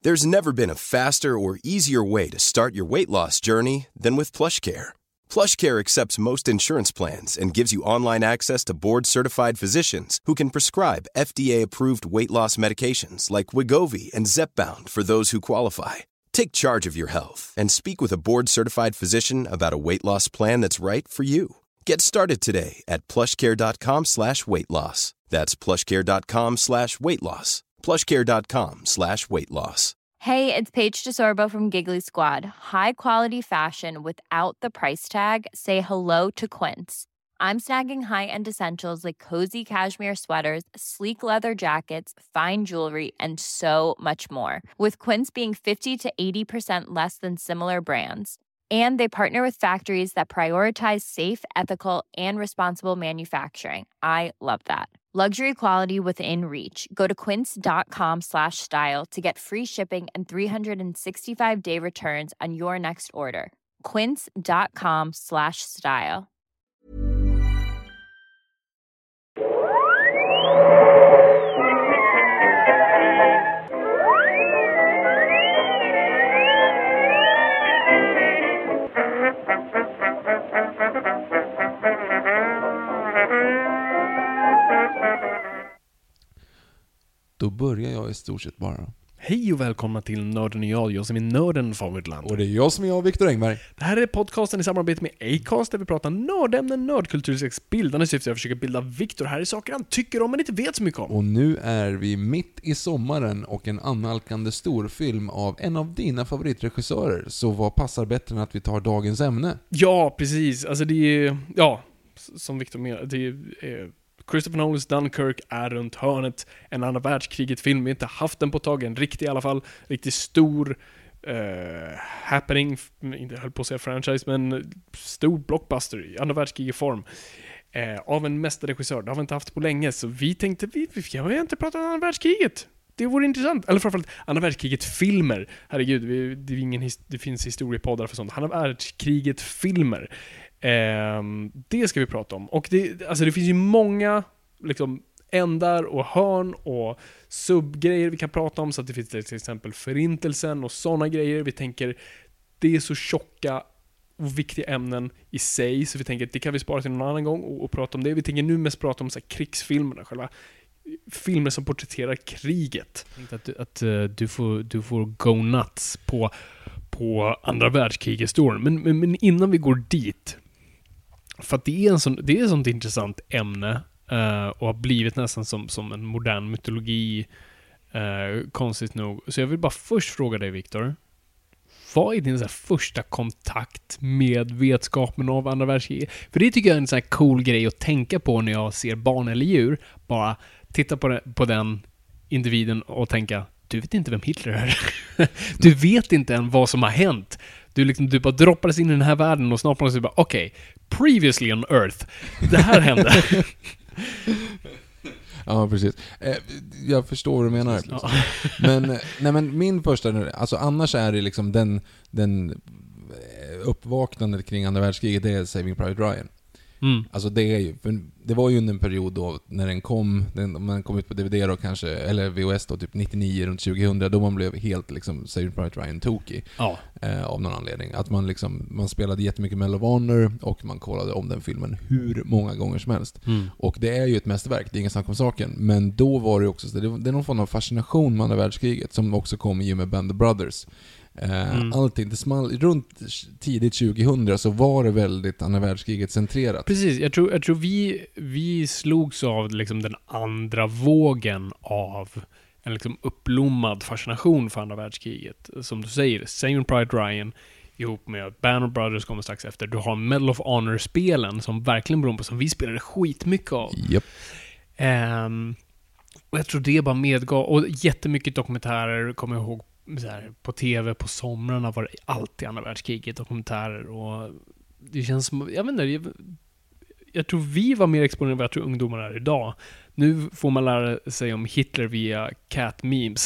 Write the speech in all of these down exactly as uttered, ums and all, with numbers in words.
There's never been a faster or easier way to start your weight loss journey than with PlushCare. PlushCare accepts most insurance plans and gives you online access to board-certified physicians who can prescribe F D A-approved weight loss medications like Wegovy and Zepbound for those who qualify. Take charge of your health and speak with a board-certified physician about a weight loss plan that's right for you. Get started today at plushcare.com slash weight loss. That's plushcare.com slash weight loss. plushcare.com slash weight loss. Hey, it's Paige DeSorbo from Giggly Squad. High quality fashion without the price tag. Say hello to Quince. I'm snagging high-end essentials like cozy cashmere sweaters, sleek leather jackets, fine jewelry, and so much more. With Quince being fifty to eighty percent less than similar brands. And they partner with factories that prioritize safe, ethical, and responsible manufacturing. I love that. Luxury quality within reach. Go to quince.com slash style to get free shipping and three sixty-five day returns on your next order. Quince.com slash style. Då börjar jag i stort sett bara. Hej och välkomna till Nörden och jag, jag som är nörden från vårt land. Och det är jag som är jag, Viktor Engberg. Det här är podcasten i samarbete med Acast där vi pratar nördämnen, nördkultursex, bildande syfte. Jag försöker bilda Viktor här i saker han tycker om men inte vet så mycket om. Och nu är vi mitt i sommaren och en annalkande storfilm av en av dina favoritregissörer. Så vad passar bättre än att vi tar dagens ämne? Ja, precis. Alltså det är, ja, som Viktor menar, det är... Christopher Nolans Dunkirk är runt hörnet. En andra världskriget-film. Vi har inte haft den på tag. En riktig i alla fall. Riktigt stor uh, happening. Inte höll på att säga franchise, men stor blockbuster i andra världskriget-form. Uh, av en mästerregissör. Det har vi inte haft på länge. Så vi tänkte, vi, vi har inte pratat om andra världskriget. Det vore intressant. Eller framförallt andra världskriget-filmer. Herregud, vi, det, är ingen his- det finns historiepoddar för sånt. Andra världskriget-filmer. Eh, det ska vi prata om. Och det, alltså det finns ju många liksom, ändar och hörn och subgrejer vi kan prata om. Så att det finns till exempel förintelsen och sådana grejer. Vi tänker, det är så tjocka och viktiga ämnen i sig. Så vi tänker att det kan vi spara till någon annan gång och, och prata om det. Vi tänker nu mest prata om så här, krigsfilmerna, själva filmer som porträtterar kriget. Jag tänkte att, du, att uh, du, får, du får go nuts på, på andra världskriget-storyn. Men, men, men innan vi går dit, för att det är en sån, det är ett sånt intressant ämne uh, och har blivit nästan som, som en modern mytologi, uh, konstigt nog. Så jag vill bara först fråga dig, Viktor, vad är din så här första kontakt med vetskapen av andra världskriget? För det tycker jag är en sån här cool grej att tänka på när jag ser barn eller djur. Bara titta på, det, på den individen och tänka, du vet inte vem Hitler är. Du vet inte än vad som har hänt. Du, liksom, du bara droppades in i den här världen och snart på något sätt bara, okej, okay, previously on Earth. Det här hände. Ja, precis. Jag förstår vad du menar. Ja. Men, nej, men min första, alltså annars är det liksom den, den uppvaknandet kring andra världskriget, det är Saving Private Ryan. Mm. Alltså det är ju, för det var ju under en period då när den kom, den, man kom ut på D V D då kanske, eller V H S då typ nittionio runt tjugohundra, då man blev helt liksom Saving Private Ryan tokig ja. eh, av någon anledning. Att man liksom, man spelade jättemycket Medal of Honor och man kollade om den filmen hur många gånger som helst. Mm. Och det är ju ett mästerverk, det är ingen snack om saken. Men då var det också, det, det är någon form av fascination med andra världskriget som också kom ju med Band of Brothers. Mm. Allting, det small, runt tidigt tjugohundra så var det väldigt andra världskriget centrerat. Precis, jag tror, jag tror vi, vi slogs av liksom den andra vågen av en liksom uppblommad fascination för andra världskriget. Som du säger, Saving Private Ryan ihop med Band of Brothers kommer strax efter. Du har Medal of Honor-spelen som verkligen beror på, som vi spelade skitmycket av. Yep. Um, och jag tror det bara medgav, och jättemycket dokumentärer kommer jag ihåg så här, på tv på somrarna var det alltid andra världskriget dokumentärer, och det känns som, jag vet inte, jag, jag tror vi var mer exponerade än vad jag tror ungdomar är idag. Nu får man lära sig om Hitler via cat memes.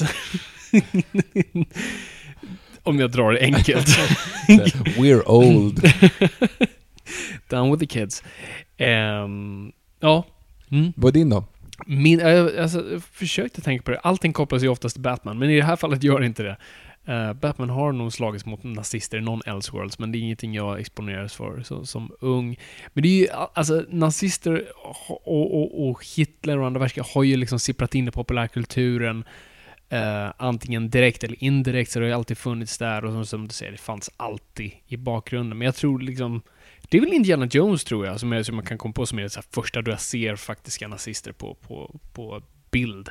Om jag drar det enkelt. We're old. Down with the kids. Um, ja. Mm. Vad är din då? Min, jag, alltså, jag försökte tänka på det. Allting kopplas ju oftast till Batman, men i det här fallet gör det inte det. Uh, Batman har nog slagits mot nazister i någon Elseworlds, men det är ingenting jag exponeras för så, som ung. Men det är ju, alltså, nazister och, och, och Hitler och andra världskriget har ju liksom sipprat in i populärkulturen, uh, antingen direkt eller indirekt, så det har ju alltid funnits där, och som, som du säger, det fanns alltid i bakgrunden. Men jag tror liksom, det är väl Indiana Jones, tror jag, som, är, som man kan komma på som är det så här första då jag ser faktiska nazister på, på, på bild.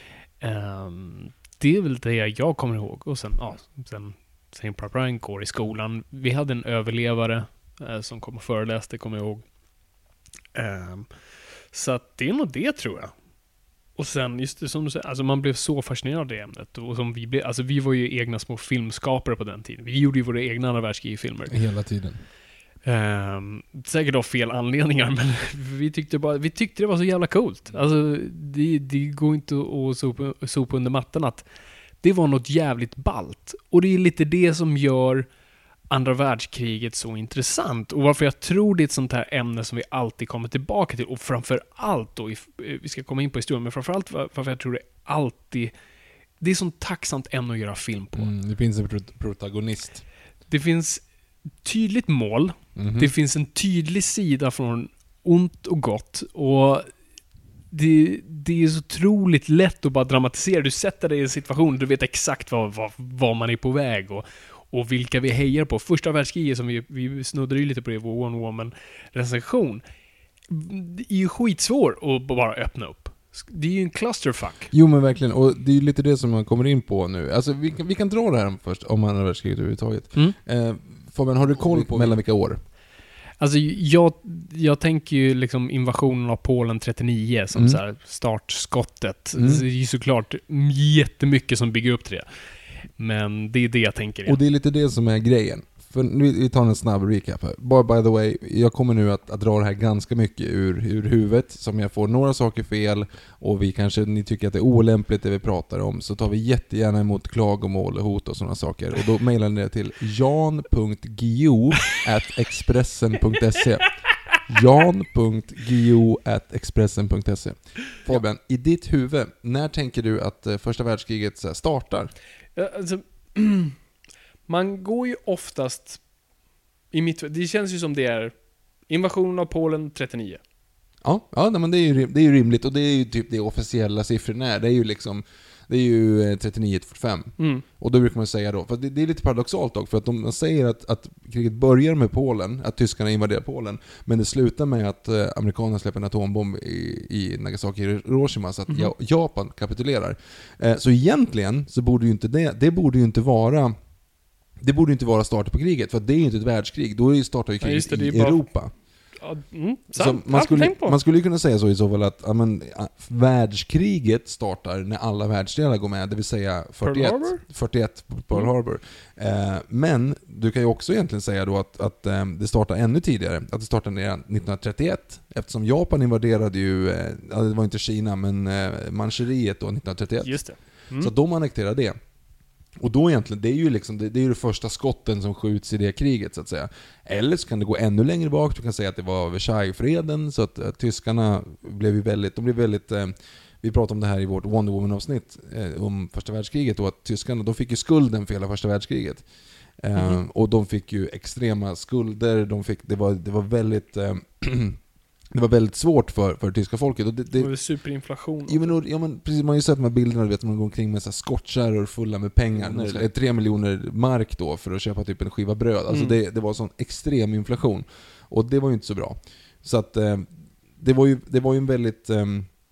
Um, Det är väl det jag kommer ihåg. Och sen, ja, sen Saint Private Ryan går i skolan. Vi hade en överlevare eh, som kom och föreläste, kommer jag ihåg. Um, så att det är nog det, tror jag. Och sen, just det som du säger, alltså man blev så fascinerad av det ämnet. Och som vi blev, alltså vi var ju egna små filmskapare på den tiden. Vi gjorde ju våra egna andra världskrig-filmer. Hela tiden. Um, säkert av fel anledningar, men vi tyckte bara vi tyckte det var så jävla coolt. Alltså det, det går inte att sopa, sopa under mattan att det var något jävligt ballt. Och det är lite det som gör andra världskriget så intressant, och varför jag tror det är ett sånt här ämne som vi alltid kommer tillbaka till, och framför allt då, vi ska komma in på historien, men framför allt varför jag tror det alltid det är sånt tacksamt ämne att göra film på. Mm, det finns en pro- protagonist. Det finns tydligt mål. Mm-hmm. Det finns en tydlig sida från ont och gott, och det, det är så otroligt lätt att bara dramatisera. Du sätter dig i en situation, du vet exakt vad, vad, vad man är på väg och, och vilka vi hejar på. Första världskriget, som vi, vi snuddade ju lite på det i vår One Woman-recension, är ju skitsvår att bara öppna upp. Det är ju en clusterfuck. Jo, men verkligen. Och det är ju lite det som man kommer in på nu. Alltså, vi kan, vi kan dra det här först, om andra världskriget överhuvudtaget. Mm. Eh, Fabian, har du koll på mellan vilka år? Alltså, jag, jag tänker ju liksom invasionen av Polen trettionio som mm. så här startskottet. Mm. Det är ju såklart jättemycket som bygger upp till det. Men det är det jag tänker. Igen. Och det är lite det som är grejen. För nu, vi tar en snabb recap här. Bara by the way, jag kommer nu att, att dra det här ganska mycket ur, ur huvudet, som jag får några saker fel, och vi kanske, ni tycker att det är olämpligt det vi pratar om, så tar vi jättegärna emot klagomål, hot och sådana saker. Och då mejlar ni det till jan punkt gio at expressen punkt se jan punkt gio at expressen punkt se. Fabian, i ditt huvud, när tänker du att första världskriget så här startar? Ja, alltså... Man går ju oftast i mitt, det känns ju som det är invasionen av Polen trettionio. Ja, ja men det är ju det är ju rimligt, och det är ju typ det officiella siffrorna är. Det är ju liksom det är ju trettionio till fyrtiofem. Mm. Och då brukar man säga då, för det, det är lite paradoxalt dock, för att de säger att, att kriget börjar med Polen, att tyskarna invaderar Polen, men det slutar med att eh, amerikanerna släpper en atombomb i, i Nagasaki och Hiroshima, så att mm. ja, Japan kapitulerar. Eh, så egentligen så borde ju inte det, det borde ju inte vara Det borde inte vara starten på kriget, för det är ju inte ett världskrig. Då startar ju kriget ja, det, i bara... Europa. Ja, mm, så man, skulle, man skulle kunna säga så i så fall att ja, men, världskriget startar när alla världsdelar går med, det vill säga fyrtioett, Pearl Harbor, fyrtioett på Pearl Harbor. Mm. Eh, men du kan ju också egentligen säga då att, att eh, det startar ännu tidigare, att det startar redan nittonhundratrettioett, eftersom Japan invaderade ju, eh, ja, det var inte Kina, men eh, Manchuriet då nittonhundratrettioett. Just det. Mm. Så de annekterade det. Och då egentligen, det är ju liksom det, det är ju det första skotten som skjuts i det kriget, så att säga. Eller så kan det gå ännu längre bak. Du kan säga att det var Versailles-freden, så att äh, tyskarna blev ju väldigt, de blev väldigt äh, vi pratade om det här i vårt Wonder Woman-avsnitt äh, om första världskriget, och att tyskarna, de fick ju skulden för hela första världskriget. Äh, mm-hmm. Och de fick ju extrema skulder, de fick, det var, det var väldigt äh, det var väldigt svårt för, för tyska folket. Och det, det, det var superinflation. Ja, men, ja, men precis, man har ju sett de här bilderna, du vet, man går omkring med så här skottkärror fulla med pengar. Mm, tre miljoner mark då för att köpa typ en skiva bröd. Alltså mm. det, det var sån extrem inflation. Och det var ju inte så bra. Så att eh, det var ju, det var ju en väldigt... Eh,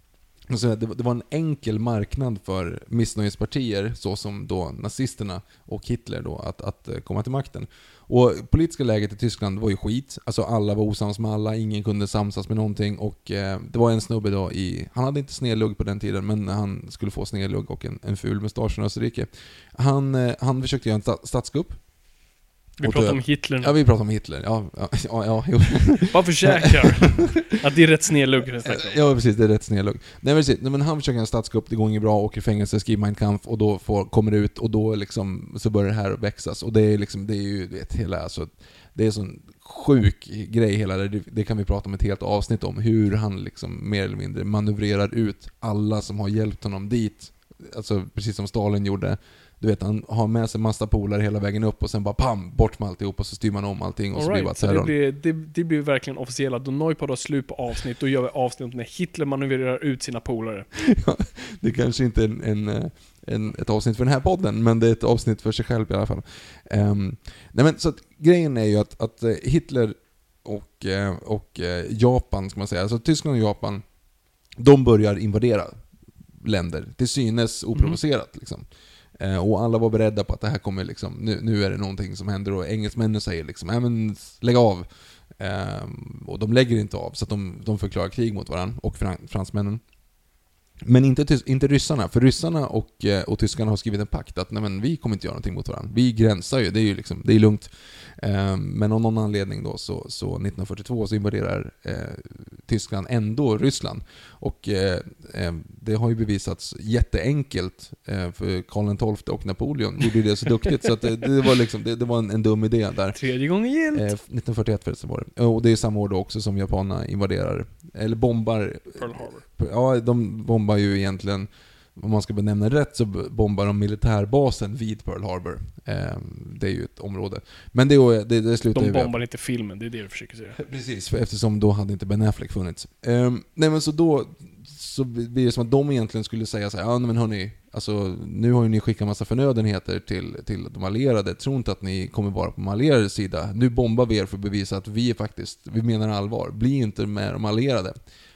det, det var en enkel marknad för missnöjespartier, så som då nazisterna och Hitler då, att, att komma till makten. Och politiska läget i Tyskland var ju skit. Alltså alla var osams med alla, ingen kunde samsas med någonting. Och eh, det var en snubbe då i, han hade inte snedlugg på den tiden, men han skulle få snedlugg och en, en ful mustasch från Österrike. Han, eh, han försökte göra en statskupp. Vi pratar om Hitler nu. Ja, vi pratar om Hitler. Ja, ja, ja, ja jo. Bara försäkrar att det är rätt snedlugg. Ja, precis, det är rätt snedlugg. Nej, precis. Nej, men han försöker en statskupp, det går inget bra, åker i fängelse, skriver Mein Kampf och då får, kommer det ut och då liksom så börjar det här växas. Och det är liksom, det är ju, vet, hela, alltså, det är sån sjuk grej hela det, det kan vi prata om ett helt avsnitt om, hur han liksom mer eller mindre manövrerar ut alla som har hjälpt honom dit. Alltså precis som Stalin gjorde. Du vet, han har med sig massa polare hela vägen upp och sen bara pam, bort med alltihop och så styr man om allting och all så right, blir det bara terror. Så det blir, det, det blir verkligen officiellt. Då Noipod har slut på avsnitt, då gör vi avsnitt när Hitler manövrerar ut sina polare. Ja, det kanske inte är en, en, en, ett avsnitt för den här podden, men det är ett avsnitt för sig själv i alla fall. Um, nej men, så att, grejen är ju att, att Hitler och, och Japan, ska man säga, alltså Tyskland och Japan, de börjar invadera länder, till synes oprovocerat mm. liksom. Och alla var beredda på att det här kommer liksom, nu, nu är det någonting som händer och engelsmännen säger liksom, nej men lägg av. Ehm, och de lägger inte av så att de, de förklarar krig mot varandra och fran- fransmännen. Men inte, tys- inte ryssarna, för ryssarna och, och tyskarna har skrivit en pakt att nej men vi kommer inte göra någonting mot varandra. Vi gränsar ju, det är ju liksom, det är lugnt. Ehm, men av någon anledning då så, så nittonhundrafyrtiotvå så invaderar eh, Tyskland ändå Ryssland. Och eh, det har ju bevisats jätteenkelt eh, för Karl den tolfte och Napoleon gjorde det så duktigt så att det, det var liksom det, det var en, en dum idé där. Tredje gången gillt. Eh, nittonhundrafyrtioett för det var det. Och det är samma år då också som japanerna invaderar eller bombar Pearl Harbor. Ja, de bombar ju egentligen, om man ska benämna rätt, så bombar de militärbasen vid Pearl Harbor. Eh, det är ju ett område. Men det, det, det slutar de ju... De bombar inte filmen, det är det du försöker säga. Precis, för eftersom då hade inte Ben Affleck funnits. Eh, nej men så då så blir det som att de egentligen skulle säga så här, ja men hörni, alltså nu har ju ni skickat massa förnödenheter till, till de allierade. Tror inte att ni kommer vara på de allierades sida. Nu bombar vi er för att bevisa att vi är faktiskt, vi menar allvar. Bli inte med de allierade.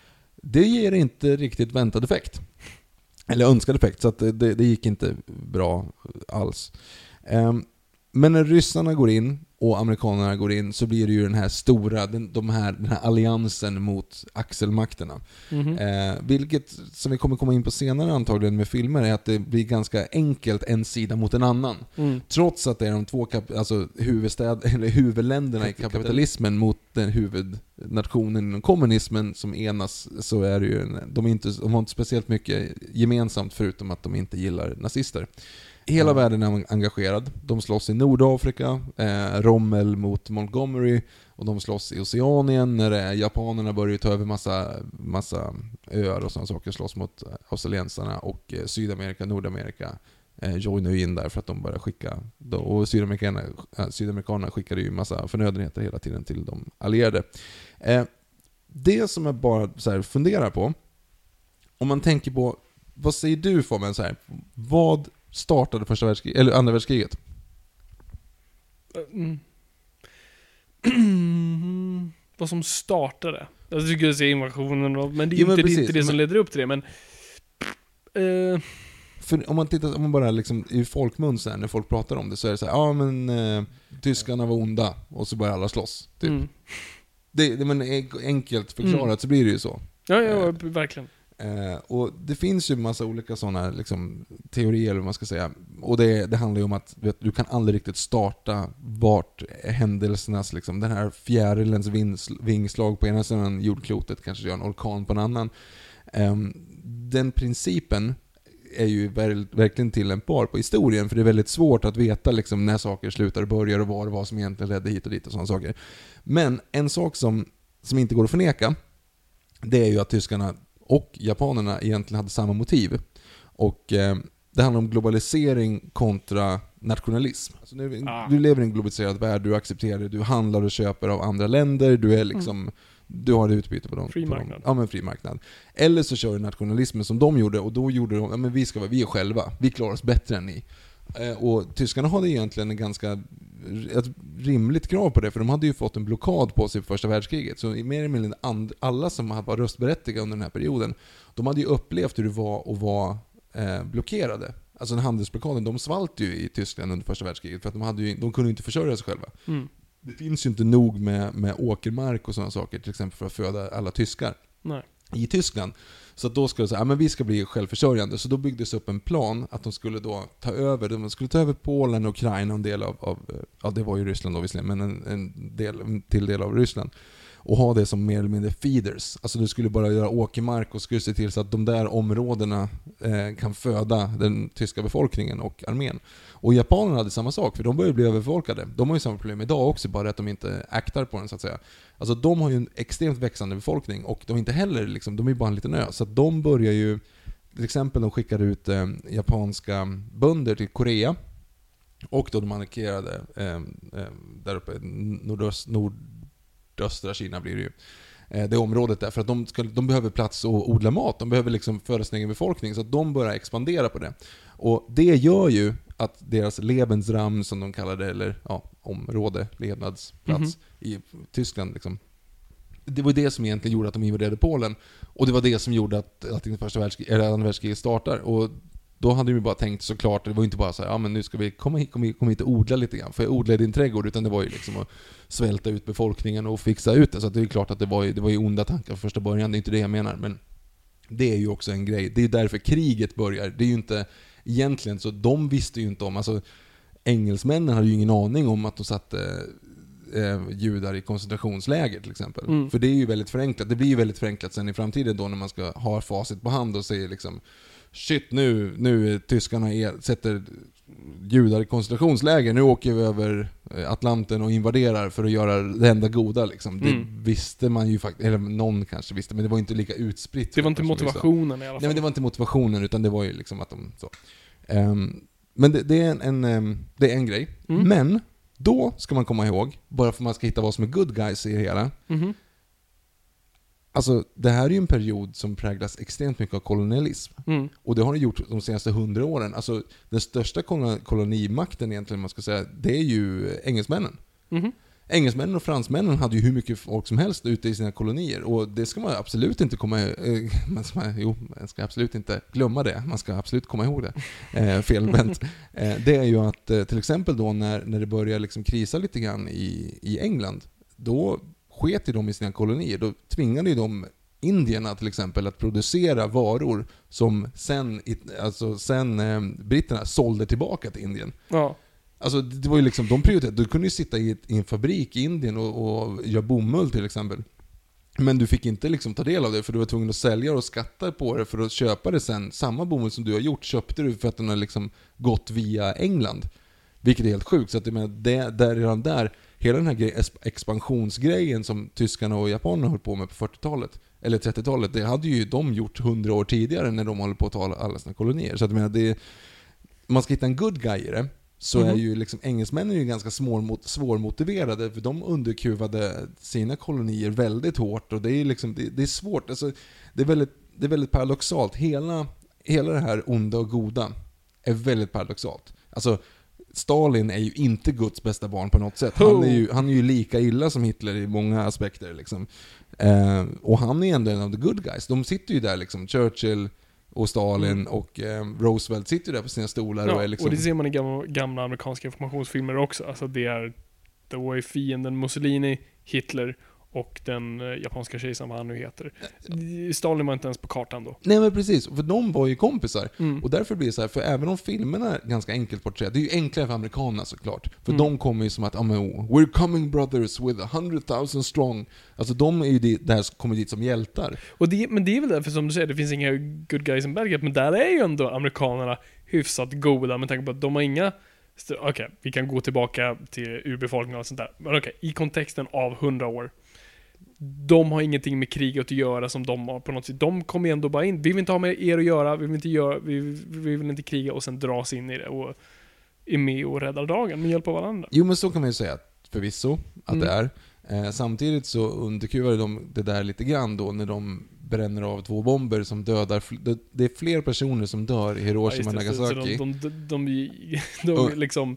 Det ger inte riktigt väntad effekt. Eller önskad effekt, så att det, det, det gick inte bra alls. Um, men när ryssarna går in och amerikanerna går in så blir det ju den här stora, den, de här, den här alliansen mot axelmakterna. Mm-hmm. Eh, vilket, som vi kommer komma in på senare antagligen med filmer, är att det blir ganska enkelt en sida mot en annan. Mm. Trots att det är de två kap- alltså huvudstäd, eller huvudländerna i kapitalismen mot den huvudnationen inom kommunismen som enas, så är det ju, de, är inte, de har inte speciellt mycket gemensamt förutom att de inte gillar nazister. Hela mm. världen är engagerad. De slåss i Nordafrika, eh, Rommel mot Montgomery, och de slåss i Oceanien när eh, japanerna börjar ta över massa, massa öar och sådana saker, slåss mot australiensarna, och eh, Sydamerika, Nordamerika eh, joinar ju in där för att de börjar skicka, då, och sydamerikanerna, äh, sydamerikanerna skickade ju massa förnödenheter hela tiden till de allierade. Eh, det som jag bara så här funderar på, om man tänker på, vad säger du för mig så här, vad startade första världskriget, eller andra världskriget? Mm. Vad som startade? Jag tycker att säga invasionen, men det är ja, men inte, precis, inte det men... som leder upp till det, men uh... för om man tittar, om man bara liksom i folkmun så här, när folk pratar om det, så är det så här, ja men eh, tyskarna var onda och så börjar alla slåss typ. Mm. Det, det men enkelt förklarat mm. så blir det ju så. Ja, ja, eh. verkligen. Eh, och det finns ju massa olika sådana liksom, teorier, eller vad man ska säga. Och det, det handlar ju om att vet, du kan aldrig riktigt starta vart händelsernas liksom, den här fjärilens vings, vingslag på ena sidan jordklotet kanske gör en orkan på en annan. Eh, den principen är ju ver- verkligen tillämpbar på historien, för det är väldigt svårt att veta liksom, när saker slutar och börjar och var, vad som egentligen ledde hit och dit och sådana saker. Men en sak som, som inte går att förneka, det är ju att tyskarna och japanerna egentligen hade samma motiv. Och eh, det handlar om globalisering kontra nationalism. Alltså, nu, ah. Du lever i en globaliserad värld, du accepterar det, du handlar och köper av andra länder, du är liksom mm. du har utbyte på dem. Fri marknad. Ja, men fri marknad. Eller så kör du nationalismen som de gjorde, och då gjorde de, ja men vi ska vara vi är själva, vi klarar oss bättre än ni. Eh, och tyskarna hade egentligen en ganska ett rimligt krav på det, för de hade ju fått en blockad på sig för första världskriget. Så mer eller mindre and, alla som var röstberättigade under den här perioden, de hade ju upplevt hur det var att vara eh, blockerade. Alltså den handelsblockaden, de svalt ju i Tyskland under första världskriget för att de, hade ju, de kunde ju inte försörja sig själva. Mm. Det finns ju inte nog med, med åkermark och sådana saker till exempel för att föda alla tyskar. Nej. i Tyskland. Så då skulle de säga, ja, men vi ska bli självförsörjande. Så då byggdes upp en plan att de skulle då ta över, de skulle ta över Polen och Ukraina, en del av, av ja det var ju Ryssland då visserligen, men en, en, del, en till del av Ryssland. Och ha det som mer eller mindre feeders. Alltså du skulle bara göra åkermark och skulle se till så att de där områdena eh, kan föda den tyska befolkningen och armén. Och japanerna hade samma sak, för de började bli överbefolkade. De har ju samma problem idag också, bara att de inte aktar på den så att säga. Alltså de har ju en extremt växande befolkning och de är inte heller liksom, de är bara en liten ö. Så att de börjar ju, till exempel de skickade ut eh, japanska bönder till Korea. Och då de annekterade eh, eh, där uppe, nordöst, nord östra Kina blir det ju. Det området där, för att de, ska, de behöver plats att odla mat. De behöver liksom föra sin egen befolkning, så att de börjar expandera på det. Och det gör ju att deras Lebensraum, som de kallar det, eller ja, område, levnadsplats mm-hmm. i Tyskland liksom. Det var det som egentligen gjorde att de invaderade Polen. Och det var det som gjorde att, att det första världskriget, eller andra världskriget startar. Och då hade de ju bara tänkt såklart, det var inte bara så här, ja men nu ska vi komma hit, komma hit, komma hit och odla lite grann. För jag odlade i din trädgård, utan det var ju liksom att svälta ut befolkningen och fixa ut det. Så att det är klart att det var ju, det var ju onda tankar från första början, det är inte det jag menar. Men det är ju också en grej, det är därför kriget börjar. Det är ju inte, egentligen så de visste ju inte om, alltså engelsmännen hade ju ingen aning om att de satte eh, judar i koncentrationsläger till exempel. Mm. För det är ju väldigt förenklat, det blir ju väldigt förenklat sen i framtiden då när man ska ha facit på hand och säga liksom shit, nu, nu tyskarna är, sätter judar i koncentrationsläger, nu åker vi över Atlanten och invaderar för att göra det enda goda liksom. Det mm. visste man ju faktiskt, eller någon kanske visste, men det var inte lika utspritt. Det var inte motivationen i alla fall. Nej, men det var inte motivationen, utan det var ju liksom att de så. Um, men det, det, är en, en, um, det är en grej. Mm. Men då ska man komma ihåg, bara för att man ska hitta vad som är good guys i det hela. Mm. Alltså, det här är ju en period som präglas extremt mycket av kolonialism. Mm. Och det har det gjort de senaste hundra åren. Alltså, den största kolonimakten egentligen, man ska säga, det är ju engelsmännen. Mm. Engelsmännen och fransmännen hade ju hur mycket folk som helst ute i sina kolonier. Och det ska man absolut inte komma eh, man ska, jo, man ska absolut inte glömma det. Man ska absolut komma ihåg det. Eh, felvänt. Eh, det är ju att eh, till exempel då när, när det börjar liksom krisa lite grann i, i England, då sket de i sina kolonier. Då tvingade de indierna till exempel att producera varor som sen, alltså sen eh, britterna sålde tillbaka till Indien. Ja. Alltså det var ju liksom, de prioriterade. Du kunde ju sitta i, ett, i en fabrik i Indien och, och göra bomull till exempel. Men du fick inte liksom ta del av det, för du var tvungen att sälja och skatta på det för att köpa det sen. Samma bomull som du har gjort köpte du för att den har liksom gått via England. Vilket är helt sjukt. Så att jag menar, det, där redan där, hela den här grej, expansionsgrejen som tyskarna och japanerna höll på med på fyrtiotalet eller trettiotalet, det hade ju de gjort hundra år tidigare när de håller på att ta alla sina kolonier. Så att jag menar, det, man ska hitta en good guy i det. Så mm-hmm. är ju liksom engelsmännen ju ganska svårmotiverade, för de underkuvade sina kolonier väldigt hårt, och det är liksom det, det är svårt, alltså det är väldigt det är väldigt paradoxalt. Hela hela det här onda och goda är väldigt paradoxalt. Alltså Stalin är ju inte Guds bästa barn på något sätt. Han är ju han är ju lika illa som Hitler i många aspekter liksom. Eh, och han är ändå en av the good guys. De sitter ju där liksom, Churchill och Stalin mm. och eh, Roosevelt sitter där på sina stolar. Ja, och, är liksom... och det ser man i gamla, gamla amerikanska informationsfilmer också. Alltså det är, det var ju fienden Mussolini, Hitler och den eh, japanska kejsaren, vad han nu heter. Ja. Stalin var inte ens på kartan då. Nej men precis, för de var ju kompisar. Mm. Och därför blir det så här, för även om filmerna är ganska enkelt porträtterat, det är ju enklare för amerikanerna såklart. För mm. de kommer ju som att, oh, we're coming brothers with a hundred thousand strong. Alltså de är ju de, där som kommer dit som hjältar. Och det, men det är väl därför, som du säger, det finns inga good guys in berget, men där är ju ändå amerikanerna hyfsat goda, med tanke på att de har inga. Okej, okay, vi kan gå tillbaka till urbefolkningen och sånt där. Men okej, okay, i kontexten av hundra år. De har ingenting med kriget att göra som de har på något sätt. De kommer ändå bara in. Vi vill inte ha med er att göra. Vi vill inte, göra, vi, vi vill inte kriga, och sen dras in i det och är med och räddar dagen med hjälp av varandra. Jo, men så kan man ju säga förvisso att mm. det är. Eh, samtidigt så underkuvar de det där lite grann då när de bränner av två bomber som dödar. Det är fler personer som dör i Hiroshima och Nagasaki. Så de, de, de, de, de, de liksom...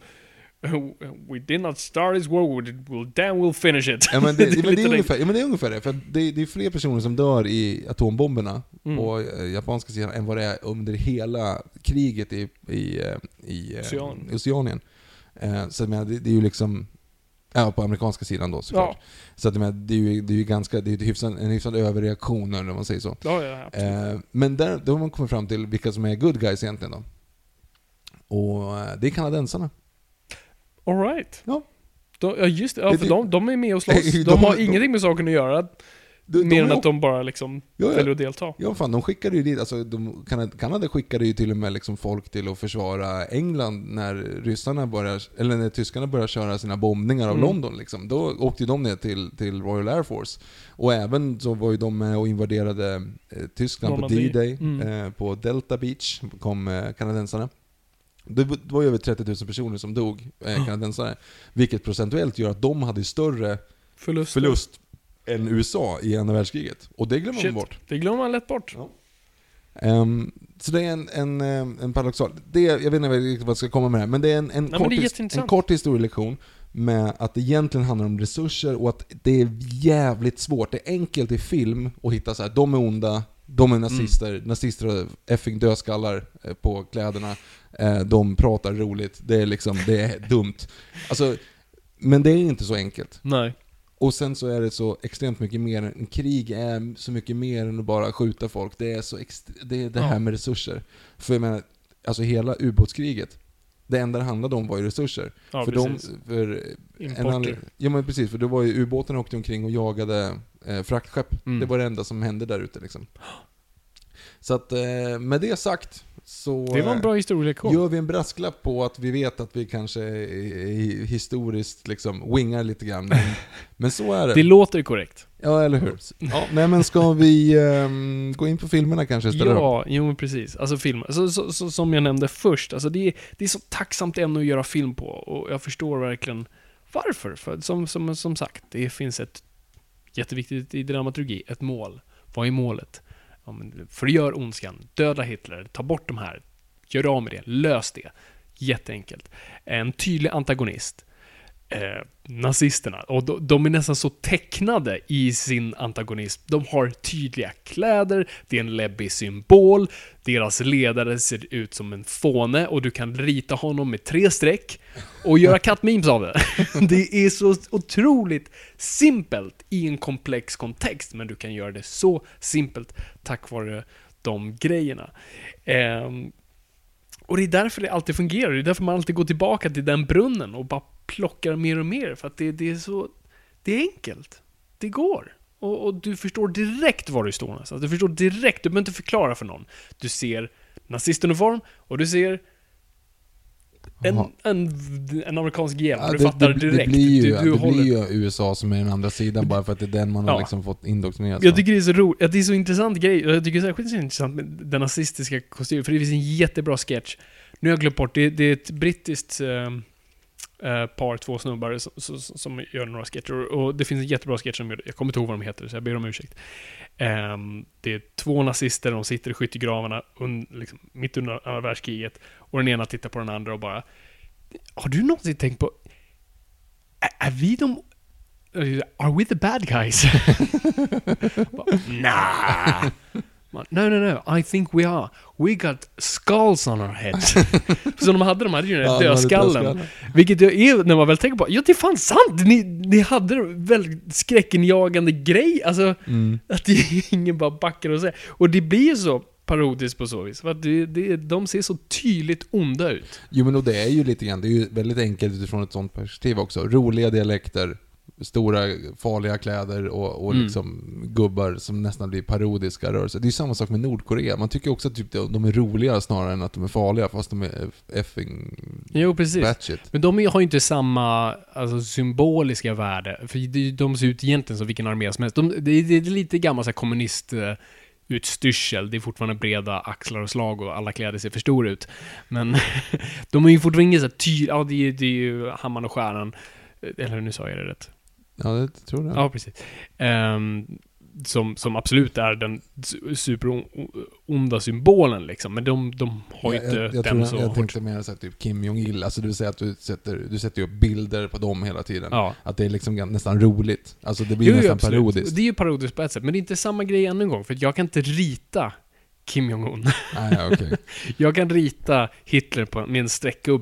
We did not start this war, we'll damn we'll finish it. Ja, men det, det, men det, är ungefär, ja, men det är ungefär det. För det, det är fler personer som dör i atombomberna mm. på japanska sidan än vad det är under hela kriget i, i, i Oceanien. Eh, så men, det, det är ju liksom Ja, på amerikanska sidan då såklart. Ja. Så att det är ju, det är ju ganska, det är ju hyfsad, en hyfsad överreaktion när man säger så. Ja, ja, absolut. Eh, men där, då har man kommit fram till vilka som är good guys egentligen då. Och eh, det är kanadensarna. All right. Ja. De, ja, just det. Ja, Det- för de, de är med och slåss. De, De- har de- ingenting med saken att göra. De, mer än de, att de bara liksom Ja, ja. väljer att delta. Ja fan, de skickade ju dit, alltså de, Kanada, Kanada skickade ju till och med liksom folk till att försvara England när ryssarna börjar, eller när tyskarna börjar köra sina bombningar av Mm. London liksom. Då åkte ju de ner till, till Royal Air Force. Och även så var ju de med och invaderade eh, Tyskland Normandie. på D-Day, Mm. eh, på Delta Beach kom eh, kanadensarna. Det var- det var ju över trettio tusen personer som dog, eh, kanadensare. Vilket procentuellt gör att de hade större Förlust. förlust än U S A i andra världskriget. Och det glömmer man Shit. bort. Det glömmer man lätt bort. Ja. Um, så det är en, en, em, en paradoxal... Det, jag vet inte riktigt vad jag ska komma med det här, men det är en, en, men kort, det är his- jätteintressant. en kort historielektion med att det egentligen handlar om resurser och att det är jävligt svårt. Det är enkelt i film att hitta så här: de är onda, de är nazister, Mm. nazister och effing dödskallar eh, på kläderna, eh, de pratar roligt, det är liksom, det är dumt. Alltså, men det är inte så enkelt. Nej. Och sen så är det så extremt mycket mer, en krig är så mycket mer än att bara skjuta folk. Det är så ext- det är det här Ja. med resurser. För jag menar, alltså hela ubåtskriget, det enda det handlade om var ju resurser. Ja, för precis. de, för en Importer. annan, ja men precis, för då var ju ubåten åkte omkring och jagade eh, fraktskepp. Mm. Det var det enda som hände där ute liksom. Så att eh, med det sagt så Det var en bra historielektion. gör vi en brasklapp på att vi vet att vi kanske eh, historiskt liksom wingar lite grann. Men, men så är det. Det låter korrekt. Ja, eller hur? Ja, nej, men ska vi ehm, gå in på filmerna kanske istället då? Ja, jo men precis. Alltså film. Så, så, så, som jag nämnde först, alltså det är, det är så tacksamt ämne att göra film på. Och jag förstår verkligen varför. För som, som, som sagt, det finns ett jätteviktigt i dramaturgi, ett mål. Vad är målet? Ja, men förgör ondskan, döda Hitler, ta bort de här, gör av med det, lös det. Jätteenkelt. En tydlig antagonist. Eh, nazisterna, och de, de är nästan så tecknade i sin antagonism. De har tydliga kläder, det är en läbbig symbol, deras ledare ser ut som en fåne och du kan rita honom med tre streck och göra kattmemes av det. Det är så otroligt simpelt i en komplex kontext, men du kan göra det så simpelt tack vare de grejerna. Eh, och det är därför det alltid fungerar. Det är därför man alltid går tillbaka till den brunnen och bara plockar mer och mer. För att det, det är så... Det är enkelt. Det går. Och, och du förstår direkt var du står någonstans. Du förstår direkt. Du behöver inte förklara för någon. Du ser nazistuniform och du ser en, Jaha. en, en amerikansk hjälm. Ja, och du det, fattar det, direkt. det blir ju, du, du det håller... blir ju U S A som är den andra sidan bara för att det är den man har Ja. liksom fått indoktrineras. Jag tycker det är så roligt, att det är så intressant grej. Jag tycker det är särskilt intressant med den nazistiska kostymen, för det finns en jättebra sketch. Nu har jag glömt bort, det, det är ett brittiskt eh, eh, par, två snubbar som, som, som gör några sketcher. Och det finns en jättebra sketch som gör, jag kommer inte ihåg vad de heter, så jag ber om ursäkt. Eh, det är två nazister, de sitter i skyttegravarna un, liksom, mitt under andra världskriget. Och den ena tittar på den andra och bara: har du någonsin tänkt på, är, är vi de... Are we the bad guys? Bara, nah. No, no, no. I think we are. We got skulls on our heads. Så de hade de hade ju den Ja, här de hade dödskallen. dödskallen. Vilket ju är, när man väl tänker på, ja det är fan sant. Ni, ni hade väldigt skräckinjagande grej. Alltså, Mm. att det ingen bara backar och säger. Och det blir ju så parodiskt på så vis. För att det, det, de ser så tydligt onda ut. Jo men och det är ju lite grann, det är ju väldigt enkelt utifrån ett sånt perspektiv också. Roliga dialekter, stora farliga kläder och, och Mm. liksom gubbar som nästan blir parodiska rörelser. Det är ju samma sak med Nordkorea. Man tycker också att typ de är roliga snarare än att de är farliga, fast de är effing Jo, precis. batshit. Men de har ju inte samma alltså, symboliska värde. För de, de ser ut egentligen som vilken armé som helst. De, det, är, det är lite gammal så här, kommunist eh, utstyrsel. Det är fortfarande breda axlar och slag och alla kläder ser för stora ut. Men de är ju fortfarande ingen så här ty... Ja, det är, det är ju Hammaren och Stjärnan. Eller nu sa jag det rätt. Ja, det tror jag. Ja, precis. Ehm, som, som absolut är den superonda symbolen liksom. Men de, de har ju jag, inte jag, jag, den tror, så jag hårt. tänkte mer så här, typ Kim Jong-Il. Alltså du säger att du sätter, du sätter upp bilder på dem hela tiden. Ja. Att det är liksom gan- nästan roligt. Alltså det blir Jo, jo, nästan absolut. parodiskt. Det är ju parodiskt på ett sätt, men det är inte samma grej ännu en gång. För att jag kan inte rita Kim Jong-Un. Nej, okej. Jag kan rita Hitler på, med en streckgubbe.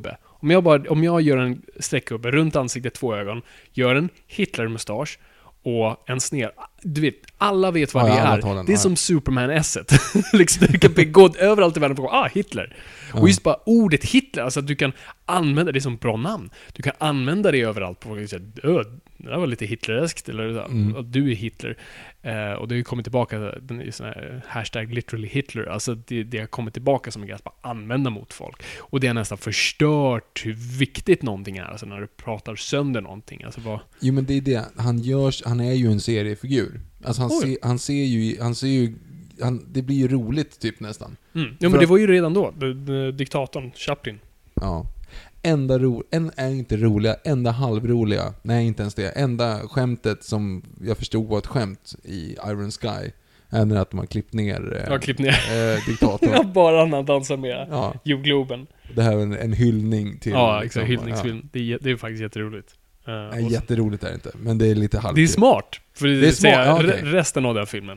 Om jag, bara, om jag gör en streckgubbe runt ansiktet, två ögon, gör en Hitler-mustasch och en sner. Du vet, alla vet vad ja, det är. Den, det är ja. som Superman-esset. liksom, du kan gå överallt i världen och gå, ah, Hitler. Ja. Och just bara ordet Hitler, alltså att du kan använda det som bra namn. Du kan använda det överallt på folk säga, det där var lite Hitlereskt, eller mm. du är Hitler. Uh, och det har ju kommit tillbaka, den är sån här hashtag literally Hitler, alltså det, det har kommit tillbaka som en grej att bara använda mot folk. Och det har nästan förstört hur viktigt någonting är, alltså när du pratar sönder någonting. Alltså vad... Jo, men det är det, han görs, han är ju en seriefigur. Alltså han, se, han ser ju, han ser ju han, det blir ju roligt typ nästan. Mm. Ja, men För det var ju redan då, d- d- diktatorn Chaplin. Ja. Enda ro, en är inte roliga, enda halvroliga, nej inte ens det, enda skämtet som jag förstod var ett skämt i Iron Sky är när att man klippt ner, eh, ja, klippt ner. Eh, diktatorn. Bara när han dansar med ja. jordgloben. Det här är en, en hyllning till... Ja, exakt, liksom, hyllningsfilm. Ja. Det, är, det är faktiskt jätteroligt. Uh, nej, jätteroligt är det inte, men det är lite halvt. Det är smart, för det, det är smart, ja, okay. Resten av den filmen.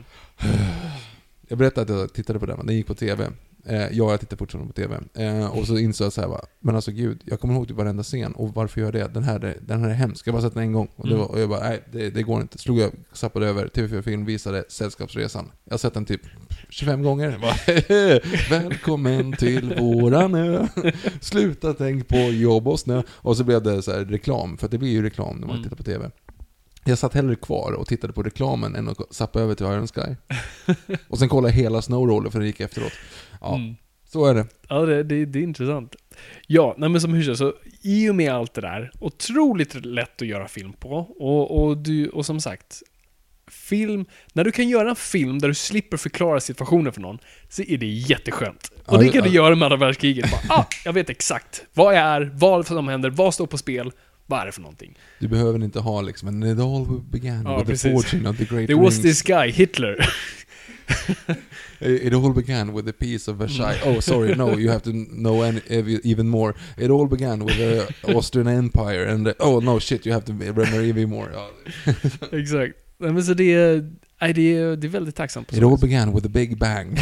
Jag berättade att jag tittade på den, den gick på tv. Eh, ja, jag tittar fortfarande på tv. Eh, och så insåg jag så här, va, men alltså gud, jag kommer ihåg till varenda scen. Och varför gör jag det? Den här, den här är hemsk. Jag har bara sett den en gång. Och, det var, och jag bara, nej, det, det går inte. Slog jag, zappade över. T V fyra-film visade Sällskapsresan. Jag har sett den typ tjugofem gånger. Jag bara, välkommen till våran ö. Sluta tänk på jobb och snö. Och så blev det så här reklam. För det blir ju reklam när man mm. tittar på tv. Jag satt hellre kvar och tittade på reklamen än att zappa över till Iron Sky. Och sen kollade hela Snowroller för det gick efteråt. Ja, mm. så är det. Ja, det, det, det är intressant. Ja, nej men som hur så i och med allt det där, otroligt lätt att göra film på. Och, och, du, och som sagt, film, när du kan göra en film där du slipper förklara situationen för någon, så är det jätteskönt. Och ja, det kan ja. du göra med andra världskriget. Bara, ah, jag vet exakt vad jag är, vad som händer, vad står på spel. Vad är det för någonting? Du behöver inte ha liksom en it all began ja, with precis. the fortune of the great There rings. was this guy, Hitler. It all began with the peace of Versailles. Oh, sorry, no, you have to know any, even more. It all began with the Austrian Empire and the, oh no shit, you have to remember even more. Exakt. Men så det är, det är, det är väldigt tacksamt på It all began with the Big Bang.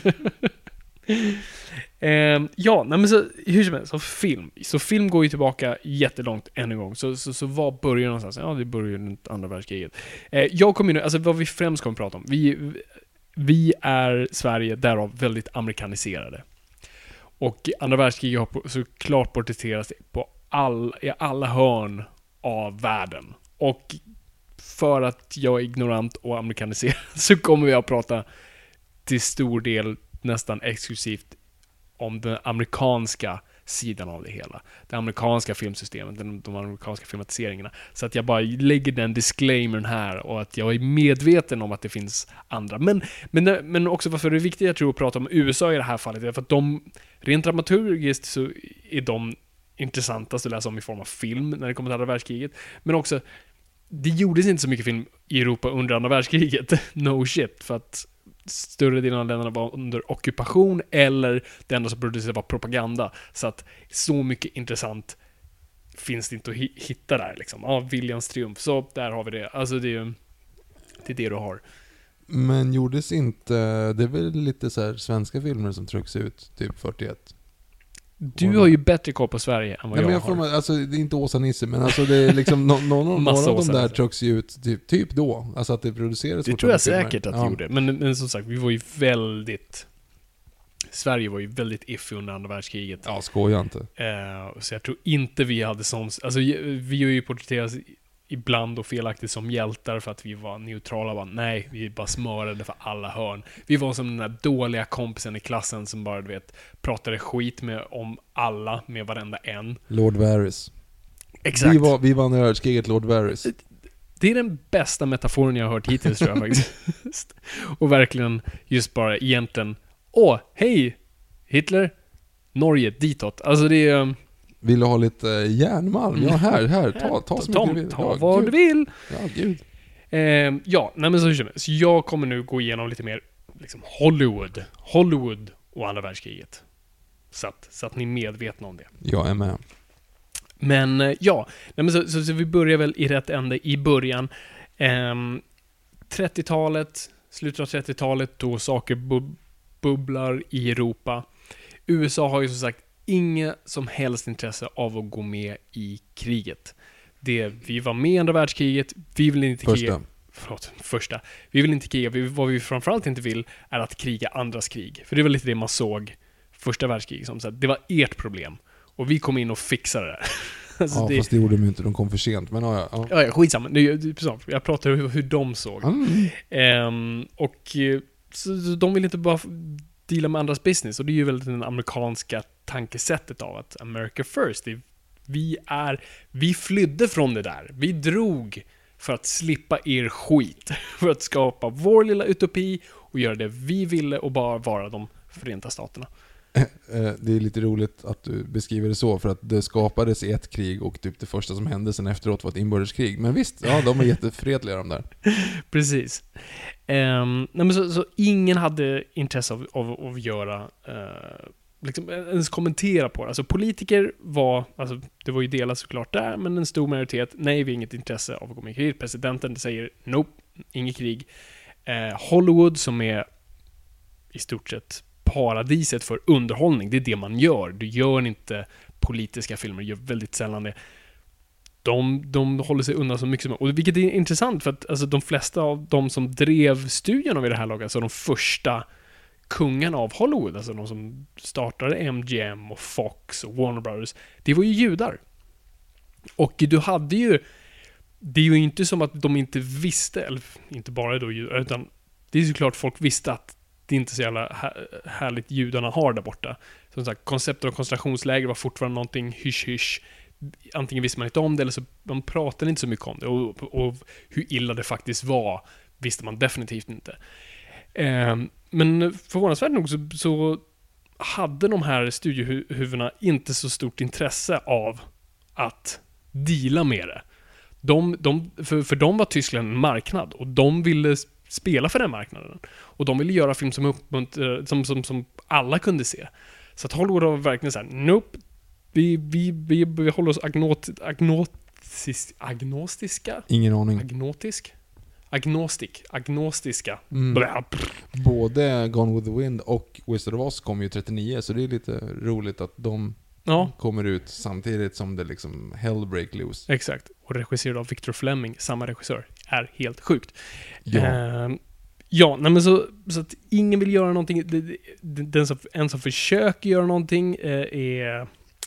Um, ja, nej men så hur som helst, så film. Så film går ju tillbaka jättelångt än en gång. Så, så, så vad börjar någonstans? Ja, det börjar runt andra världskriget. Uh, jag kommer nu, alltså vad vi främst kommer att prata om. Vi, vi är Sverige därav väldigt amerikaniserade. Och andra världskriget har såklart porträtterats på all, i alla hörn av världen. Och för att jag är ignorant och amerikaniserad så kommer vi att prata till stor del nästan exklusivt om den amerikanska sidan av det hela. Det amerikanska filmsystemet, de, de amerikanska filmatiseringarna. Så att jag bara lägger den disclaimern här och att jag är medveten om att det finns andra. Men, men, men också varför det är viktigt jag tror att prata om U S A i det här fallet är för att de, rent dramaturgiskt så är de intressantast att läsa om i form av film när det kommer till andra världskriget. Men också, det gjordes inte så mycket film i Europa under andra världskriget. No shit, för att större delen av länderna var under ockupation eller det enda som producerade var propaganda. Så att så mycket intressant finns det inte att hitta där liksom. Ja, Viljans triumf. Så där har vi det. Alltså det är det, är det du har. Men gjordes inte, det är väl lite så här svenska filmer som trycks ut typ fyrtioett? Du har ju bättre koll på Sverige än vad ja, jag, jag har. Mig, alltså, det är inte Åsa Nisse, men alltså, det är liksom no, no, no, några av de där trycks ju ut typ, typ då. Alltså att det produceras. Det tror jag säkert att det ja. gjorde. Men, men som sagt, vi var ju väldigt... Sverige var ju väldigt iffy under andra världskriget. Ja, skoja inte. Uh, så jag tror inte vi hade som... Alltså vi har ju porträtterats ibland och felaktigt som hjältar för att vi var neutrala. Bara, nej, vi bara smörade för alla hörn. Vi var som den där dåliga kompisen i klassen som bara, du vet, pratade skit med om alla, med varenda en. Lord Varys. Exakt. Vi var, vi var när kriget Lord Varys. Det är den bästa metaforen jag har hört hittills, tror jag faktiskt. Och verkligen just bara egentligen, åh, hej, Hitler, Norge, ditåt. Alltså det är... Vill du ha lite järnmalm? Ja, här, här, ta, ta så mycket du vill. Ta ja, vad gud. du vill. Ja, gud. Eh, ja, nej men så hur som helst. Så jag kommer nu gå igenom lite mer liksom Hollywood. Hollywood och andra världskriget. Så att, så att ni är medvetna om det. Jag är med. Men eh, ja, nej men så, så, så vi börjar väl i rätt ände i början. Eh, trettiotalet, slutet av trettiotalet, då saker bub- bubblar i Europa. U S A har ju som sagt inga som helst intresse av att gå med i kriget. Det, vi var med i andra världskriget, vi vill inte Första. kriga... Förlåt, första. Vi vill inte kriga, vi, vad vi framförallt inte vill är att kriga andras krig. För det var lite det man såg första världskriget som. Så att det var ert problem. Och vi kom in och fixade det. Alltså ja, det, fast det gjorde de inte, de kom för sent. Men ja, ja. ja, skitsamma. Det, det, jag pratar om hur, hur de såg. Mm. Um, och så, så de vill inte bara deala med andras business. Och det är ju väldigt den amerikanska tankesättet av att America first. Det, vi är, vi flydde från det där. Vi drog för att slippa er skit. För att skapa vår lilla utopi och göra det vi ville och bara vara de Förenta Staterna. Det är lite roligt att du beskriver det så, för att det skapades ett krig och typ det första som hände sen efteråt var ett inbördeskrig. Men visst, ja, de är jättefredliga de där. Precis. Um, nej, men så, så ingen hade intresse av, av, av att göra uh, liksom, ens kommentera på det. Alltså politiker var, alltså, det var ju delat såklart där, men en stor majoritet, nej, vi har inget intresse av att gå med i krig. Presidenten säger, nope, inget krig. Uh, Hollywood, som är i stort sett paradiset för underhållning, det är det man gör. Du gör inte politiska filmer, du gör väldigt sällan det. De, de håller sig undan så mycket som möjligt. Och vilket är intressant, för att alltså, de flesta av de som drev studion av det här laget, alltså de första kungarna av Hollywood, alltså de som startade M G M och Fox och Warner Brothers, det var ju judar. Och du hade ju, det är ju inte som att de inte visste, eller inte bara då judar, utan det är såklart folk visste att det är inte så jävla härligt judarna har där borta. Som sagt, konceptet av koncentrationsläger var fortfarande någonting hysch-hysch. Antingen visste man inte om det eller så man pratade inte så mycket om det. Och, och hur illa det faktiskt var visste man definitivt inte. Eh, men förvånansvärt nog så, så hade de här studiehuvudena inte så stort intresse av att deala med det. De, de, för, för dem var Tyskland en marknad och de ville spela för den marknaden. Och de ville göra film som, uppmunt- som, som, som alla kunde se. Så att Hollywood var verkligen så här, nope, vi, vi, vi, vi håller oss agnot, agnotis, agnostiska? Ingen aning. Agnotisk? Agnostik. Agnostiska. Mm. Både Gone with the Wind och Wizard of Oz kom ju trettionio, så det är lite roligt att de ja. kommer ut samtidigt som det liksom hell break loose. Exakt. Och regisserad av Victor Fleming, samma regissör. Är helt sjukt. Ja. Eh, ja, nej men så, så att ingen vill göra någonting. Den som, en som försöker göra någonting eh, är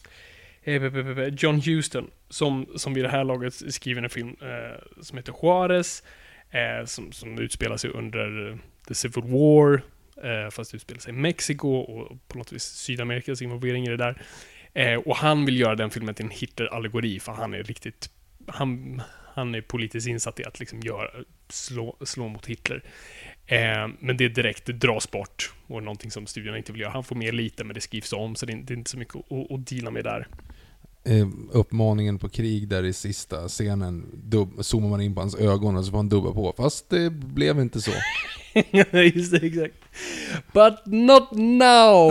eh, John Huston, som, som vid det här laget skriver en film eh, som heter Juarez, eh, som, som utspelar sig under The Civil War, eh, fast det utspelar sig i Mexiko och på något vis Sydamerikas involvering i det där. Eh, och han vill göra den filmen till en Hitler-allegori, för han är riktigt han, han är politiskt insatt i att liksom göra, slå, slå mot Hitler. Eh, men det är direkt, det dras bort och någonting som studion inte vill göra. Han får med lite, men det skrivs om, så det är, det är inte så mycket att, att deala med där. Eh, uppmaningen på krig där i sista scenen, dub- zoomar man in på hans ögon och så får han dubba på. Fast det blev inte så. Just det, exakt. But not now!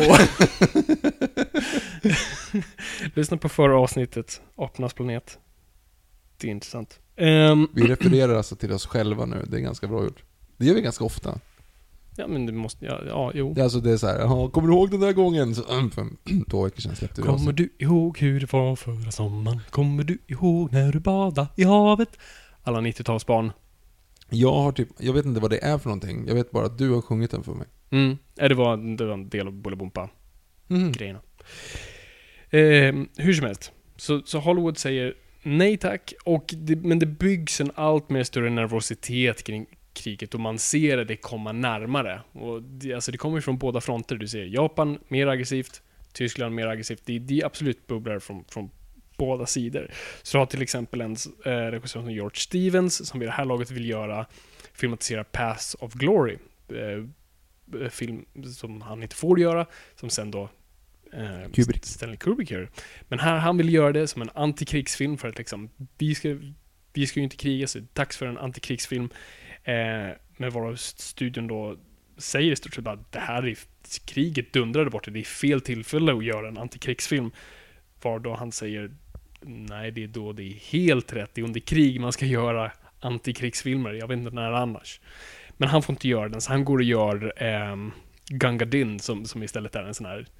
Lyssna på förra avsnittet, Apornas planet. Det är intressant. Um, vi refererar alltså till oss själva nu, det är ganska bra gjort. Det gör vi ganska ofta. Ja, men det måste, ja, ja jo. Det är alltså det är så här, ja, kommer du ihåg den där gången? Så, för två veckor sedan släppte vi. Kommer du ihåg hur det var förra sommaren? Kommer du ihåg när du badade i havet? Alla nittiotalsbarn. Jag har typ, jag vet inte vad det är för någonting. Jag vet bara att du har sjungit den för mig. Mm, det var, det var en del av Bolibompa mm. grejerna. Eh, hur som helst. Så, så Hollywood säger nej tack, och det, men det byggs en allt mer större nervositet kring kriget och man ser det komma närmare. Och det, alltså det kommer från båda fronter. Du ser Japan mer aggressivt, Tyskland mer aggressivt. Det, det är absolut bubblar från, från båda sidor. Så du har till exempel en eh, regissör som George Stevens som vid det här laget vill göra filmatisera Paths of Glory. Eh, film som han inte får göra, som sen då eh, Kubrick. Stanley Kubrick gör. Men här han vill göra det som en antikrigsfilm för att liksom, vi ska, vi ska ju inte kriga, så det är dags för en antikrigsfilm. Eh, men vår studion då säger i stort sett bara att det här är kriget dundrade bort, det är fel tillfälle att göra en antikrigsfilm. Var då han säger nej, det är då det är helt rätt, det är under krig man ska göra antikrigsfilmer, jag vet inte när annars. Men han får inte göra den, så han går och gör eh, Gunga Din som, som istället är en sån här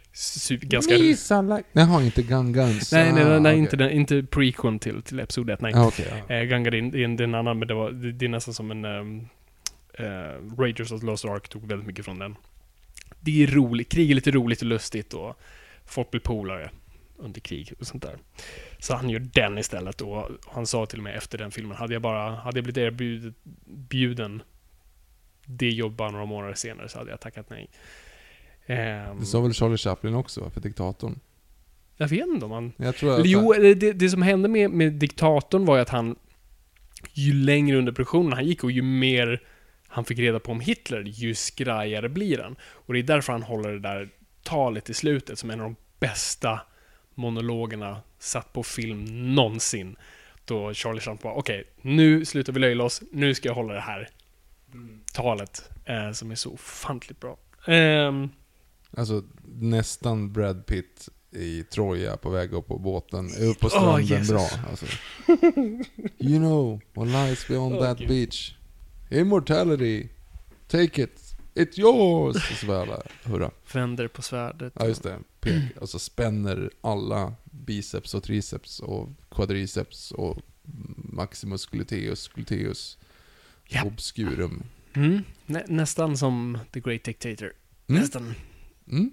Super, ganska... Like... Nej, har inte Gun Guns. Nej, nej, nej, ah, nej okay. inte, den, inte prequel till, till episod ett, nej. Ah, okay, ja. eh, Gun Gun är en annan, men det, var, det, det är nästan som en... Um, uh, Raiders of the Lost Ark tog väldigt mycket från den. Det är roligt, krig är lite roligt och lustigt och folk blir polare under krig och sånt där. Så han gör den istället och han sa till mig efter den filmen, hade jag bara hade jag blivit erbjuden det jobb bara några månader senare så hade jag tackat nej. Um, det sa väl Charlie Chaplin också för diktatorn? Jag vet inte om han... Jag tror att jo, det, det som hände med, med diktatorn var ju att han ju längre under produktionen han gick och ju mer han fick reda på om Hitler, ju skrajare blir han. Och det är därför han håller det där talet i slutet som en av de bästa monologerna satt på film någonsin. Då Charlie Chaplin bara, okej, okay, nu slutar vi löjla oss, nu ska jag hålla det här mm. talet eh, som är så ofantligt bra. Um, alltså nästan Brad Pitt i Troja på väg upp på båten, upp på stranden, oh, bra alltså. You know what lies beyond oh, that God. Beach. Immortality. Take it. It's yours. Och så alla, hurra. Vänder på svärdet. Ja, just det. Pek. Alltså spänner alla biceps och triceps och quadriceps och maximus gluteus, gluteus ja. obscurum. Mm. Nä, nästan som The Great Dictator. Mm. Nästan. Mm.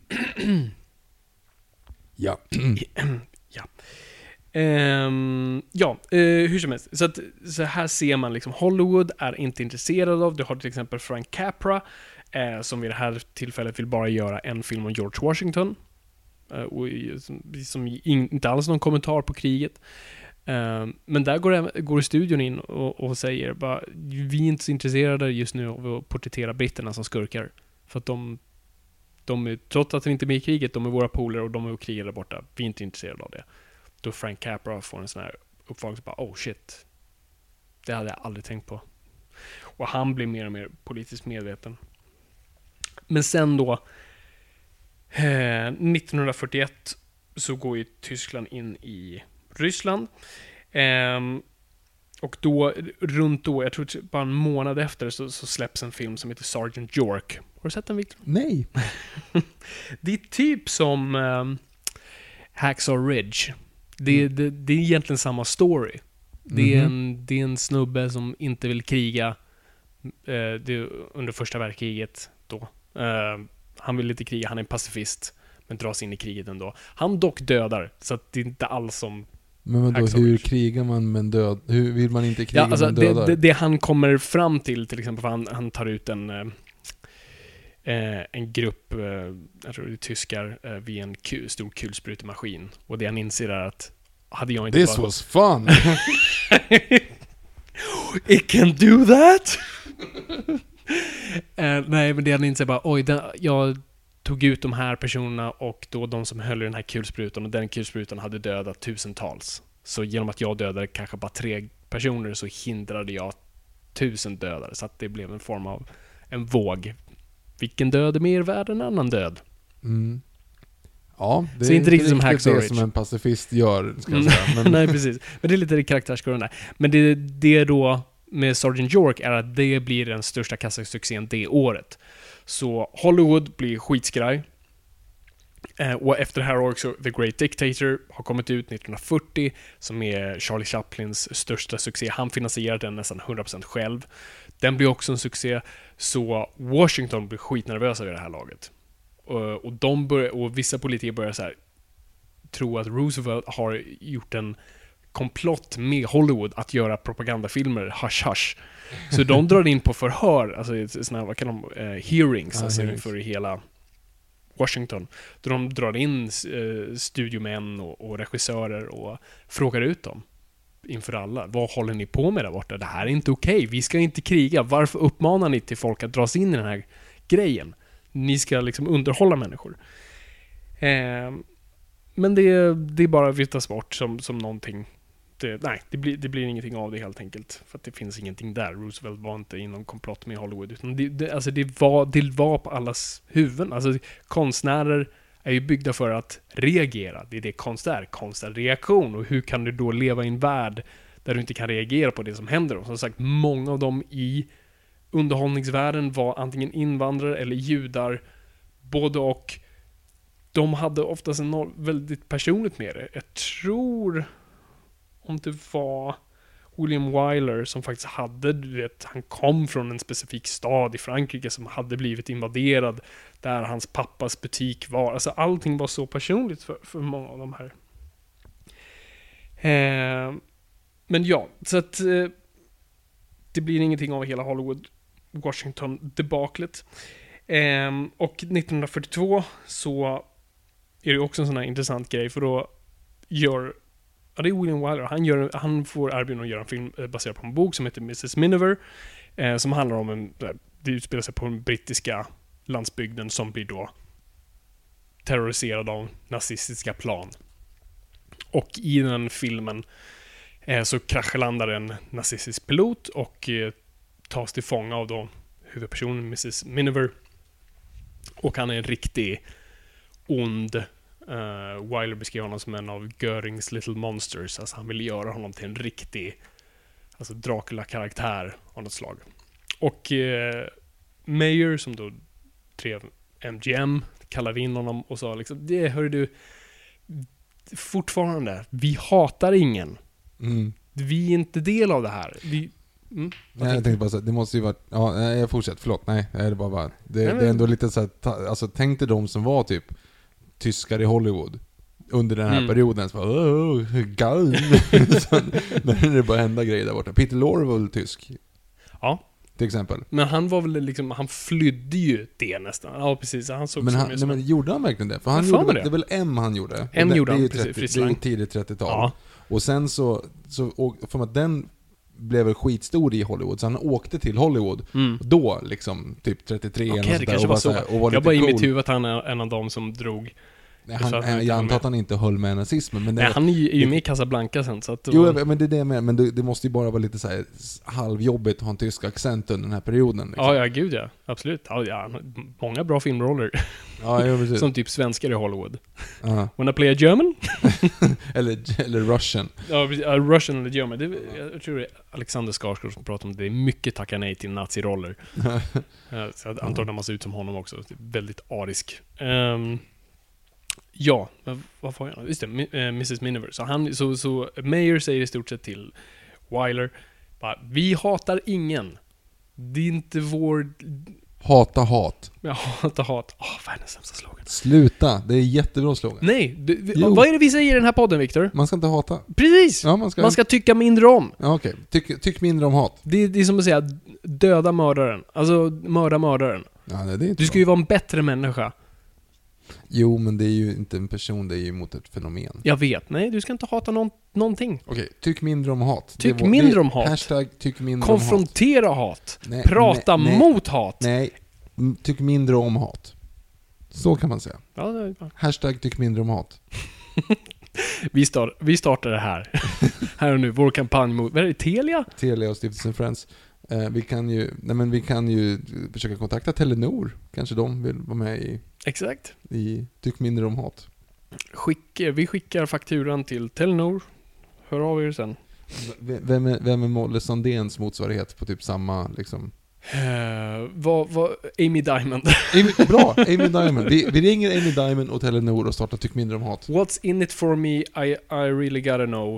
ja. ja. Um, ja, uh, hur som helst. Så, att, så här ser man liksom Hollywood är inte intresserad av. Du har till exempel Frank Capra uh, som vid det här tillfället vill bara göra en film om George Washington. Uh, och, som, som in, inte alls någon kommentar på kriget. Uh, men där går, går studion in och, och säger bara, vi är inte så intresserade just nu av att porträttera britterna som skurkar. För att de, de är, trots att de inte är med i kriget, de är våra polare och de är och krigar där borta. Vi är inte intresserade av det. Då Frank Capra får en sån här uppvakning bara, oh shit, det hade jag aldrig tänkt på. Och han blir mer och mer politiskt medveten. Men sen då eh, nittonhundrafyrtioett så går ju Tyskland in i Ryssland. Eh, och då, runt då, jag tror bara en månad efter så, så släpps en film som heter Sergeant York. Har du sett den, Victor? Nej. Det är typ som eh, Hacksaw Ridge. Det, mm. det, det är egentligen samma story. Det är, mm-hmm. en, det är en snubbe som inte vill kriga eh, det under första världskriget då. Eh, han vill inte kriga, han är en pacifist men dras in i kriget ändå. Han dock dödar, så att det är inte alls som men vadå, hur krigar man med en död? Hur vill man inte kriga ja, alltså, med en dödare? Det, det, det han kommer fram till, till exempel, för han, han tar ut en eh, en grupp, eh, jag tror det är tyskar, eh, vid en kul, stor kulsprutemaskin. Och det han inser är att hade jag inte This bara... was fun! It can do that! eh, nej, men det han inser bara, oj, den, jag tog ut de här personerna och då de som höll i den här kulsprutan och den kulsprutan hade dödat tusentals. Så genom att jag dödade kanske bara tre personer så hindrade jag tusen dödare. Så att det blev en form av en våg. Vilken död är mer värd än annan död? Mm. Ja, det så är inte riktigt som Hacksaw det som en pacifist gör, ska jag mm. säga. Men... Nej, precis. Men det är lite karaktärskurvan där. Men det, det då med Sergeant York är att det blir den största kassasuccén det året. Så Hollywood blir skitskraj. Eh, och efter det här har också The Great Dictator har kommit ut nittonhundrafyrtio som är Charlie Chaplins största succé. Han finansierar den nästan hundra procent själv. Den blir också en succé, så Washington blir skitnervösa vid det här laget. Och, och, de bör, och vissa politiker börjar så här, tro att Roosevelt har gjort en komplott med Hollywood att göra propagandafilmer, hush hush. Så de drar in på förhör, alltså såna här, vad kan de, uh, hearings, ah, alltså hearings. För hela Washington. Då de drar in uh, studiomän och, och regissörer och frågar ut dem inför alla. Vad håller ni på med där borta? Det här är inte okej. Okay. Vi ska inte kriga. Varför uppmanar ni till folk att dras in i den här grejen? Ni ska liksom underhålla människor. Eh, men det, det är bara viftas bort som, som någonting. Det, nej, det blir, det blir ingenting av det helt enkelt. För att det finns ingenting där. Roosevelt var inte i någon komplott med Hollywood. Utan det, det, alltså det, var, det var på allas huvuden. Alltså konstnärer är ju byggda för att reagera. Det är det konst är. Konst är reaktion. Och hur kan du då leva i en värld där du inte kan reagera på det som händer? Och som sagt, många av dem i underhållningsvärlden var antingen invandrare eller judar. Både och. de hade oftast en no- väldigt personligt med det. Jag tror om det var William Wyler som faktiskt hade, du vet, han kom från en specifik stad i Frankrike som hade blivit invaderad, där hans pappas butik var. Alltså allting var så personligt för, för många av de här. Eh, men ja, så att eh, det blir ingenting av hela Hollywood Washington-debaklet. Eh, och nittonhundrafyrtiotvå så är det också en sån här intressant grej, för då gör ja, det är William Wyler. Han, gör, han får erbjudande att göra en film baserad på en bok som heter missus Miniver, eh, som handlar om en, det utspelar sig på den brittiska landsbygden som blir då terroriserad av nazistiska plan. Och i den filmen eh, så kraschlandar en nazistisk pilot och eh, tas till fånga av då huvudpersonen missus Miniver. Och han är en riktig ond. Uh, Wyler beskrev honom som en av Görings Little Monsters. Alltså han ville göra honom till en riktig, alltså Dracula-karaktär av något slag. Och uh, Mayer, som då drev M G M, kallade in honom och sa liksom, det hör du fortfarande, vi hatar ingen. Mm. Vi är inte del av det här. Vi, mm, nej, jag tänkte bara så, det måste ju vara, ja, nej, jag fortsätter, förlåt, nej, det är bara, bara det, nej, men, det är ändå lite så här, ta, alltså tänk dig de som var typ tyskar i Hollywood under den här mm. perioden, så bara, oh, gal. När det bara hända grejer där borta. Peter Lorre var väl tysk? Ja. Till exempel. Men han var väl liksom, han flydde ju det nästan. Ja, precis. Han såg men han, nej, som men gjorde han verkligen det? För han gjorde väl, det. det är väl M han gjorde? M det, gjorde det han, är precis. trettio, det är tidigt trettiotal. Ja. Och sen så, så och för att den blev väl skitstor i Hollywood, så han åkte till Hollywood mm. då liksom typ trettiotre okay, och, det kanske var så. Här, och var jag bara cool. i mitt huvud att han är en av dem som drog. Nej, han, han, jag antar att han inte höll med nazismen, men det, nej, han är ju, är ju med i Casablanca sen, så att jo, var... men det är det med, men det, det måste ju bara vara lite så här halvjobbigt att ha en tysk accent under den här perioden liksom. Ja, ja, gud ja, absolut. Ja, ja, många bra filmroller. Ja, ja, precis. Som typ svenskar i Hollywood. Uh-huh. When I play a German? eller, eller Russian. Ja, uh, Russian eller German. Det, jag tror det är Alexander Skarsgård som pratar om det. Det är mycket tacka nej till naziroller. uh, så jag antar att man ser ut som honom också. Det är väldigt arisk. Um, Ja, vad får jag? Just det, missus Miniver. Så, han, så, så Mayer säger i stort sett till Wyler, bara, vi hatar ingen. Det är inte vår... Hata hat. Jag hatar hat. Åh, oh, världens sämsta slogan. Sluta, det är jättebra slogan. Nej, du, vi, vad är det vi säger i den här podden, Victor? Man ska inte hata. Precis! Ja, man, ska... man ska tycka mindre om. Ja, okej. Okay. Tyck, tyck mindre om hat. Det, det är som att säga, döda mördaren. Alltså, mörda mördaren. Ja, nej, det är inte du ska bra. ju vara en bättre människa. Jo, men det är ju inte en person, det är ju mot ett fenomen. Jag vet, nej, du ska inte hata någon, någonting. Okej, tyck mindre om hat. Tyck var, mindre det, om hat. Hashtag tyck mindre konfrontera om hat. hat. Nej, Prata nej, mot hat. Nej, tyck mindre om hat. Så kan man säga. Ja, det är bra. Hashtag tyck mindre om hat. vi, start, vi startar det här. Här och nu, vår kampanj mot, vad är det, Telia? Telia och Stiftelsen Friends. Eh, vi kan ju, nej men vi kan ju försöka kontakta Telenor. Kanske de vill vara med i... Exakt. I tyck mindre om hat. Skick, vi skickar fakturan till Telenor. Hör av er sen. V- vem är, vem är Molle Sandéns motsvarighet på typ samma liksom... Uh, vad, vad, Amy Diamond. Amy, bra, Amy Diamond. Vi, vi ringer Amy Diamond och Telenor och startar tyck mindre om hat. What's in it for me? I, I really gotta know.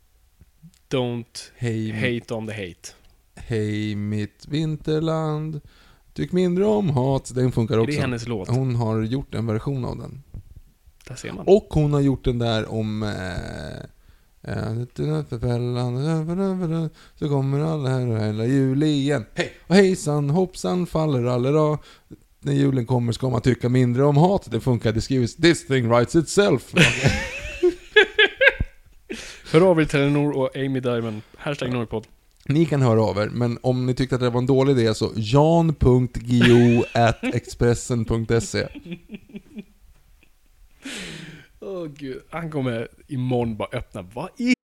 Don't hey, hate on the hate. Hej mitt vinterland. Tyck mindre om hat. Den funkar också. Det är hennes låt. Hon har gjort en version av den. Där ser man. Och hon har gjort den där om eh, så kommer alla här och hela jul igen. Hej! Och hejsan, hoppsan, faller allera. När julen kommer ska man tycka mindre om hat. Det funkar, det skrivs this thing writes itself. Hör av er till Telenor och Amy Diamond. Hashtag Norrpodd. Ni kan höra av er, men om ni tyckte att det var en dålig idé så jan punkt gio at expressen punkt se. Åh oh, gud, han kommer imorgon bara öppna. Vad i?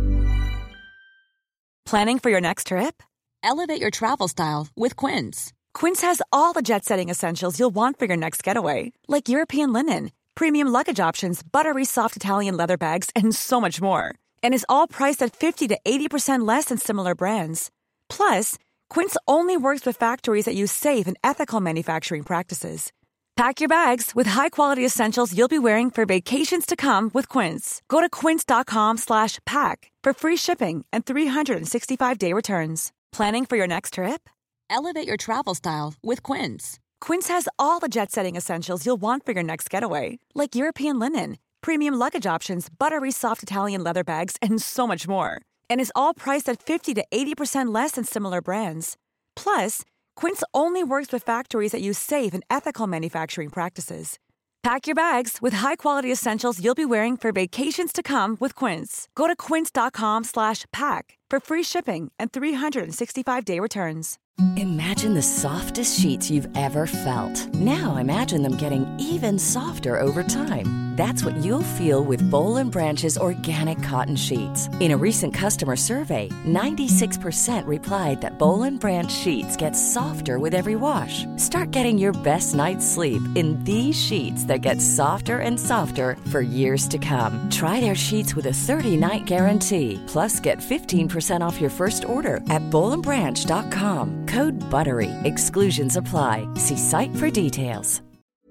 Planning for your next trip? Elevate your travel style with Quince. Quince has all the jet-setting essentials you'll want for your next getaway, like European linen, premium luggage options, buttery soft Italian leather bags, and so much more. And is all priced at fifty to eighty percent less than similar brands. Plus, Quince only works with factories that use safe and ethical manufacturing practices. Pack your bags with high-quality essentials you'll be wearing for vacations to come with Quince. Go to quince.com slash pack for free shipping and three sixty-five day returns. Planning for your next trip? Elevate your travel style with Quince. Quince has all the jet-setting essentials you'll want for your next getaway, like European linen, premium luggage options, buttery soft Italian leather bags, and so much more. And is all priced at fifty to eighty percent less than similar brands. Plus, Quince only works with factories that use safe and ethical manufacturing practices. Pack your bags with high-quality essentials you'll be wearing for vacations to come with Quince. Go to quince.com slash pack for free shipping and three sixty-five day returns. Imagine the softest sheets you've ever felt. Now imagine them getting even softer over time. That's what you'll feel with Boll and Branch's organic cotton sheets. In a recent customer survey, ninety-six percent replied that Boll and Branch sheets get softer with every wash. Start getting your best night's sleep in these sheets that get softer and softer for years to come. Try their sheets with a thirty-night guarantee. Plus, get fifteen percent off your first order at boll and branch dot com. Code BUTTERY. Exclusions apply. See site for details.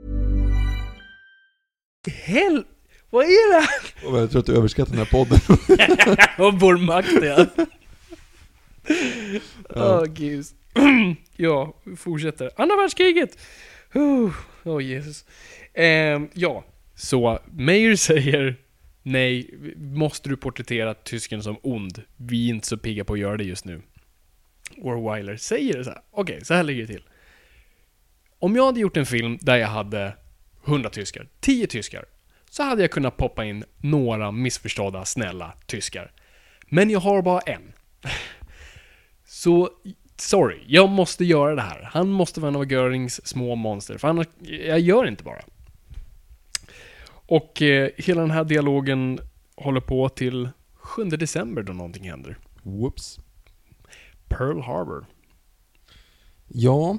Hell, vad är det här? Jag tror att du överskattar den här podden. Och vår makt, ja. Åh, oh, gud. Ja, vi fortsätter. Andra världskriget. Åh, oh, Jesus. Um, ja, så Meyer säger nej, måste du porträttera tysken som ond? Vi är inte så pigga på att göra det just nu. Och Wyler säger så här: okej, okay, så här ligger det till. Om jag hade gjort en film där jag hade hundra tyskar, tio tyskar, så hade jag kunnat poppa in några missförstådda, snälla tyskar. Men jag har bara en. Så, sorry, jag måste göra det här. Han måste vara en av Görings små monster, för annars, jag gör inte bara. Och eh, hela den här dialogen håller på till sjunde december då någonting händer. Whoops. Pearl Harbor. Ja,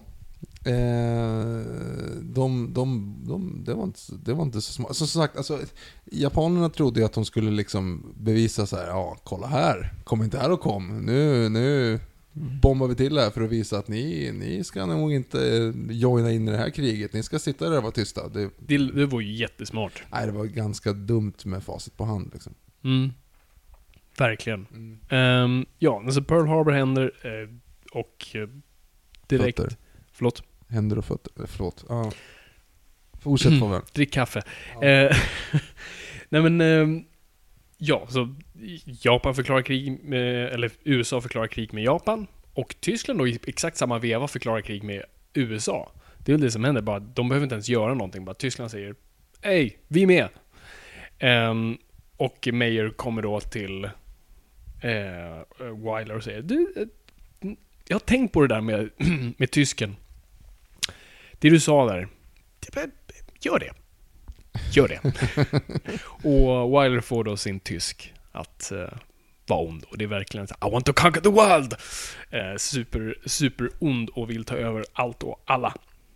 eh, de, de, de, det, var inte, det var inte så smart. Alltså, som sagt, alltså, japanerna trodde ju att de skulle liksom bevisa så här: ja, kolla här, kom inte här och kom. Nu, nu bombar vi till här för att visa att ni, ni ska nog inte joina in i det här kriget. Ni ska sitta där och vara tysta. Det, det, det var ju jättesmart. Nej, det var ganska dumt med facit på hand liksom. Mm. Verkligen. Mm. Um, ja, alltså Pearl Harbor händer uh, och uh, direkt... Fötter. Förlåt? Händer och fötter. Förlåt. Ja. Fortsätt på väl. Drick kaffe. Ja. Uh, nej men... Uh, ja, så Japan förklarar krig med... Eller U S A förklarar krig med Japan. Och Tyskland då i exakt samma veva förklarar krig med U S A. Det är väl det som händer. Bara, de behöver inte ens göra någonting. Bara Tyskland säger: hej, vi är med. Um, och Meyer kommer då till... Eh, Wyler och säger: du, eh, jag har tänkt på det där med, med tysken. Det du sa där, gör det. Gör det. Och Wyler får då sin tysk att eh, vara ond. Och det är verkligen så: I want to conquer the world. Eh, super, super ond och vill ta över allt och alla.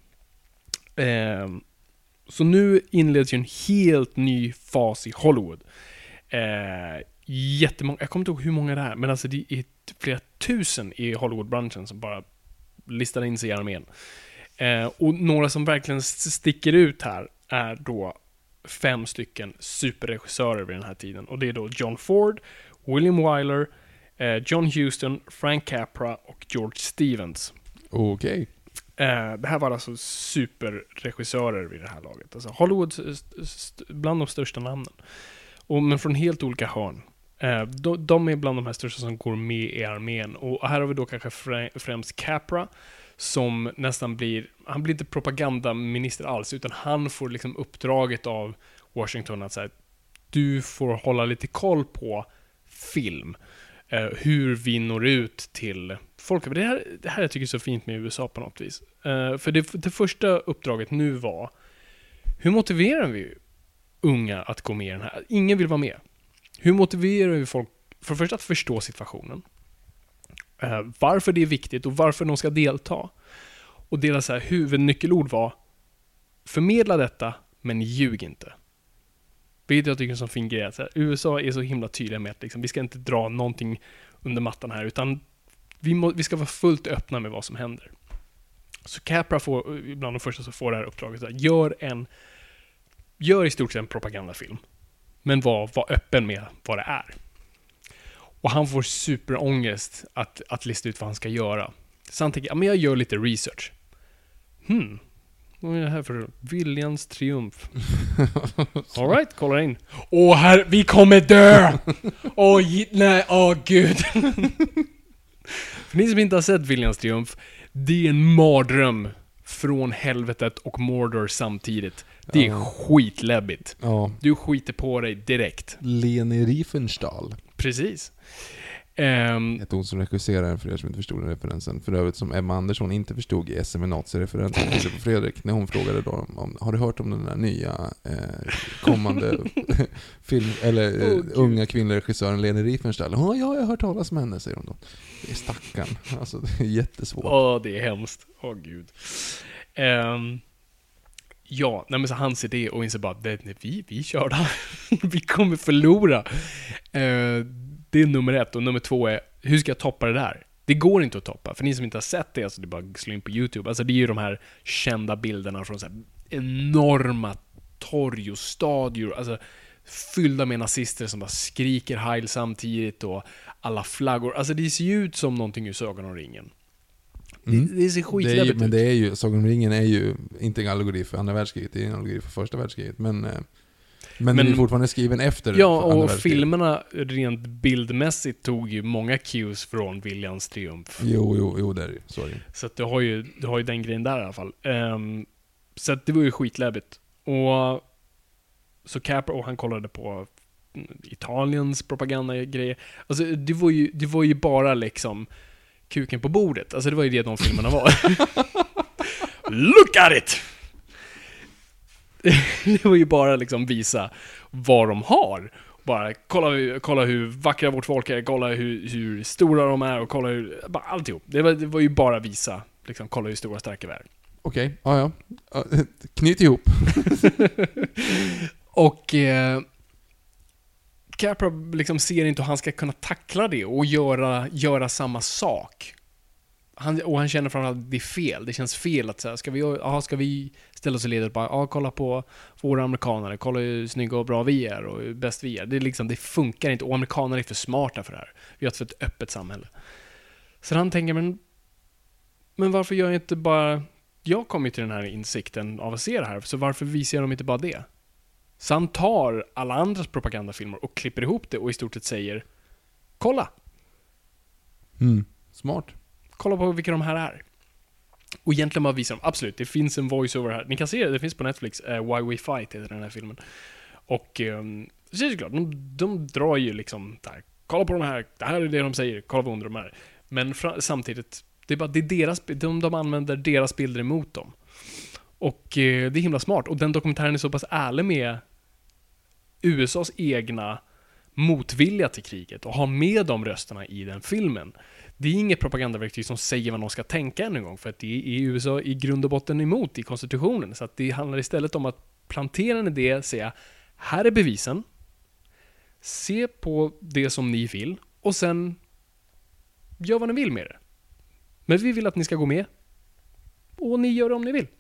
Eh, så nu inleds ju en helt ny fas i Hollywood. Eh, jättemånga, jag kommer inte ihåg hur många det är, men alltså det är flera tusen i Hollywood-branschen som bara listar in sig i armén. Eh, och några som verkligen sticker ut här är då fem stycken superregissörer vid den här tiden. Och det är då John Ford, William Wyler, eh, John Huston, Frank Capra och George Stevens. Okej. Okay. Eh, det här var alltså superregissörer vid det här laget. Alltså Hollywood bland de största namnen. Och, men från helt olika hörn. Eh, de, de är bland de här största som går med i armén. Och här har vi då kanske främst Capra, som nästan blir, han blir inte propagandaminister alls, utan han får liksom uppdraget av Washington att säga: du får hålla lite koll på film. Eh, hur vi når ut till folk. Det här, det här jag tycker är så fint med U S A på något vis. Eh, för det, det första uppdraget nu var: hur motiverar vi unga att gå med i den här? Ingen vill vara med. Hur motiverar vi folk för det första att förstå situationen? Uh, varför det är viktigt och varför de ska delta. Och deras så här huvudnyckelord var: förmedla detta, men ljug inte. Vilket jag tycker är en sån fin grej. Så här, U S A är så himla tydliga med att liksom, vi ska inte dra någonting under mattan här, utan vi, må, vi ska vara fullt öppna med vad som händer. Så Capra får, ibland de första så får det här uppdraget, så här, gör en gör i stort sett en propagandafilm, men var, var öppen med vad det är. Och han får superångest att, att lista ut vad han ska göra. Så han tänker, ja men jag gör lite research. Hmm, vad är det här för Viljans triumf? All right, kolla in. Åh här, vi kommer dö! Åh, nej, åh gud. För ni som inte har sett Viljans triumf, det är en mardröm från helvetet och Mordor samtidigt. Det är ja. skitläbbigt. Ja. Du skiter på dig direkt. Leni Riefenstahl. Precis. Um, Ett ord som regisserar, för er som inte förstod den referensen. För övrigt som Emma Andersson inte förstod i S M Nazi-referensen till på Fredrik när hon frågade då om, har du hört om den där nya eh, kommande film, eller eh, oh, unga kvinnliga regissören Leni Riefenstahl? Ja, jag har hört talas om henne, säger hon då. Det är stackarn. Alltså, det är jättesvårt. Åh, oh, det är hemskt. Åh, oh, gud. Um, ja, nej, men så han ser det och inser bara, det, vi, vi kör där. Vi kommer förlora. Uh, Det är nummer ett. Och nummer två är, hur ska jag toppa det där? Det går inte att toppa. För ni som inte har sett det, alltså det är bara att slå in på YouTube. Alltså det är ju de här kända bilderna från så här enorma torg och stadior. Alltså fyllda med nazister som bara skriker heil samtidigt. Och alla flaggor. Alltså det ser ju ut som någonting ur Sagan om ringen. Mm. Det, det ser skitläbbigt ut. Men det är ju, Sagan om ringen är ju inte en allegori för andra världskriget. Det är en allegori för första världskriget. Men... Men, men den är fortfarande skriven efter. Ja, och filmerna rent bildmässigt tog ju många cues från Viljans triumf. Jo, jo, jo, där, sorry. Så att du har ju, du har ju den grejen där i alla fall. Um, så att det var ju skitläbbigt. Och så Capra, och han kollade på Italiens propagandagrejer. Alltså det var ju, det var ju bara liksom kuken på bordet. Alltså det var ju det de filmerna var. Look at it! Det var ju bara liksom visa vad de har. Bara kolla, kolla hur vackra vårt folk är, kolla hur, hur stora de är och kolla hur, bara alltihop. Det var, det var ju bara visa, liksom kolla hur stora starka vi är. Okej, okay. ja ja. Knyt ihop. Och eh, Capra liksom ser inte hur han ska kunna tackla det och göra, göra samma sak. Han, och han känner framförallt att det är fel. Det känns fel att säga, ska vi, aha, ska vi ställa oss i ledet och bara, ja, kolla på våra amerikaner, kolla hur snygga och bra vi är och hur bäst vi är. Det, är liksom, det funkar inte, och amerikaner är för smarta för det här. Vi har ett för ett öppet samhälle. Så han tänker, men, men varför gör jag inte bara... Jag kommer till den här insikten av att se det här, så varför visar de inte bara det? Så han tar alla andras propagandafilmer och klipper ihop det och i stort sett säger, kolla! Mm, smart. Kolla på vilka de här är. Och egentligen bara visar de, absolut, det finns en voice-over här. Ni kan se det, det finns på Netflix. Uh, Why We Fight heter den här filmen. Och um, så är det klart, de, de drar ju liksom där. Kolla på de här, det här är det de säger. Kolla vad under de är. Men fra, samtidigt, det är bara, det är deras, de, de använder deras bilder emot dem. Och uh, det är himla smart. Och den dokumentären är så pass ärlig med U S A:s egna motvilja till kriget och har med de rösterna i den filmen. Det är inget propagandaverktyg som säger vad någon ska tänka en gång, för att det är U S A i grund och botten emot i konstitutionen. Så att det handlar istället om att plantera en idé, säga, här är bevisen, se på det som ni vill och sen gör vad ni vill med det. Men vi vill att ni ska gå med och ni gör det om ni vill.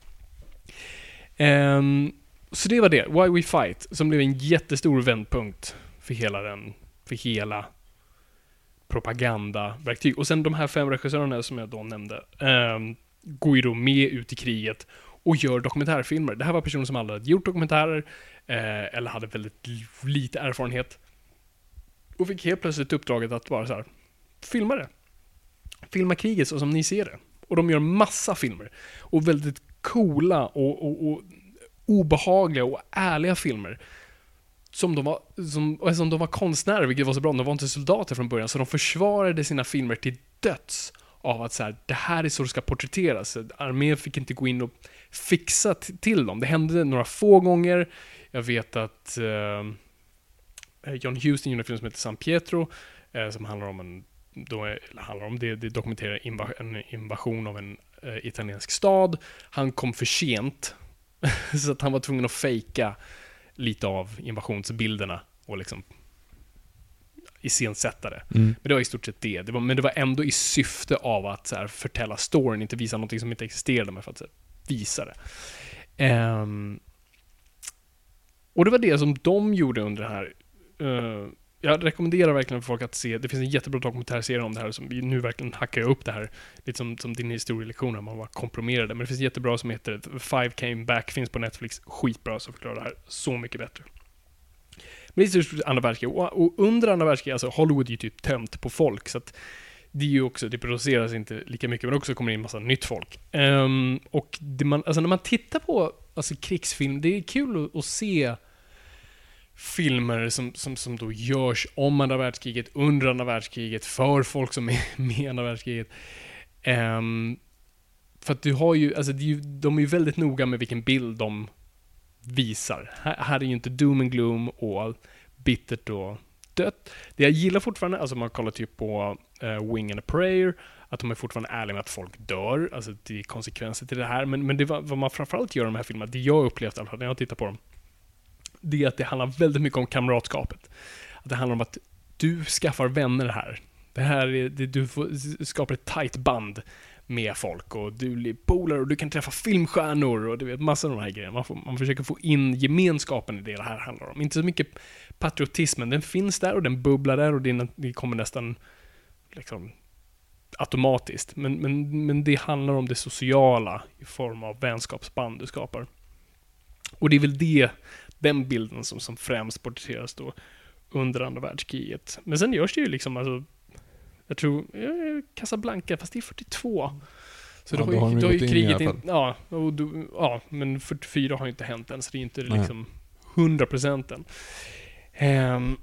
Um, så det var det, Why We Fight, som blev en jättestor vändpunkt för hela den, för hela propagandaverktyg. Och sen de här fem regissörerna som jag då nämnde um, går ju då med ut i kriget och gör dokumentärfilmer. Det här var personer som aldrig hade gjort dokumentärer eh, eller hade väldigt lite erfarenhet och fick helt plötsligt uppdraget att bara så här, filma det. Filma kriget så som ni ser det. Och de gör massa filmer. Och väldigt coola och, och, och obehagliga och ärliga filmer. Som de, var, som, som de var konstnärer, vilket var så bra. De var inte soldater från början, så de försvarade sina filmer till döds av att så här, det här är så det ska porträtteras. Armén fick inte gå in och fixa t- till dem. Det hände några få gånger. Jag vet att eh, John Huston gjorde en film som heter San Pietro eh, som handlar om en då är, handlar om det, det dokumenterar inva- en invasion av en eh, italiensk stad. Han kom för sent så att han var tvungen att fejka lite av invasionsbilderna och liksom iscensätta det. Mm. Men det var i stort sett det. det var, men det var ändå i syfte av att så här, förtälla storyn, inte visa något som inte existerade, men för att så här, visa det. Um, och det var det som de gjorde under det här. Uh, jag rekommenderar verkligen för folk att se, det finns en jättebra dokumentärserie om det här som vi nu verkligen hackar upp det här, lite som, som din historielektion, man var komprimerade, men det finns jättebra som heter Five Came Back, finns på Netflix, skitbra, så förklarar det här så mycket bättre. Men det är andra världskriget, och, och under andra världskriget, alltså Hollywood är ju typ tömt på folk, så att det är ju också, det produceras inte lika mycket, men också kommer in massa nytt folk. Um, och det man, alltså när man tittar på alltså krigsfilm, det är kul att, att se filmer som, som, som då görs om andra världskriget, under andra världskriget, för folk som är med i andra världskriget. Um, för att du har ju, alltså det är ju, de är ju väldigt noga med vilken bild de visar. Här, här är ju inte doom and gloom och bittert och dött. Det jag gillar fortfarande, alltså man kollar typ på uh, Wing and a Prayer, att de är fortfarande ärliga med att folk dör, alltså det är konsekvenser till det här, men, men det var, vad man framförallt gör i de här filmerna, det jag upplevt i alla fall när jag tittar på dem, det är att det handlar väldigt mycket om kamratskapet. Att det handlar om att du skaffar vänner här. Det här är, det, du får, skapar ett tight band med folk, och du blir polare och du kan träffa filmstjärnor och du vet, massor av de här grejerna. Man, får, man försöker få in gemenskapen i det det här handlar om. Inte så mycket patriotismen, den finns där och den bubblar där och det, det kommer nästan liksom automatiskt. Men, men, men det handlar om det sociala i form av vänskapsband du skapar. Och det är väl det, den bilden som, som främst porträtteras då under andra världskriget. Men sen görs det ju liksom, alltså, jag tror, eh, Casablanca, fast det är fyrtiotvå. Så ja, då, då har, då har ju kriget in, in, ja, och då, ja, men fyrtiofyra har ju inte hänt än, så det är inte liksom hundra procent än. Um,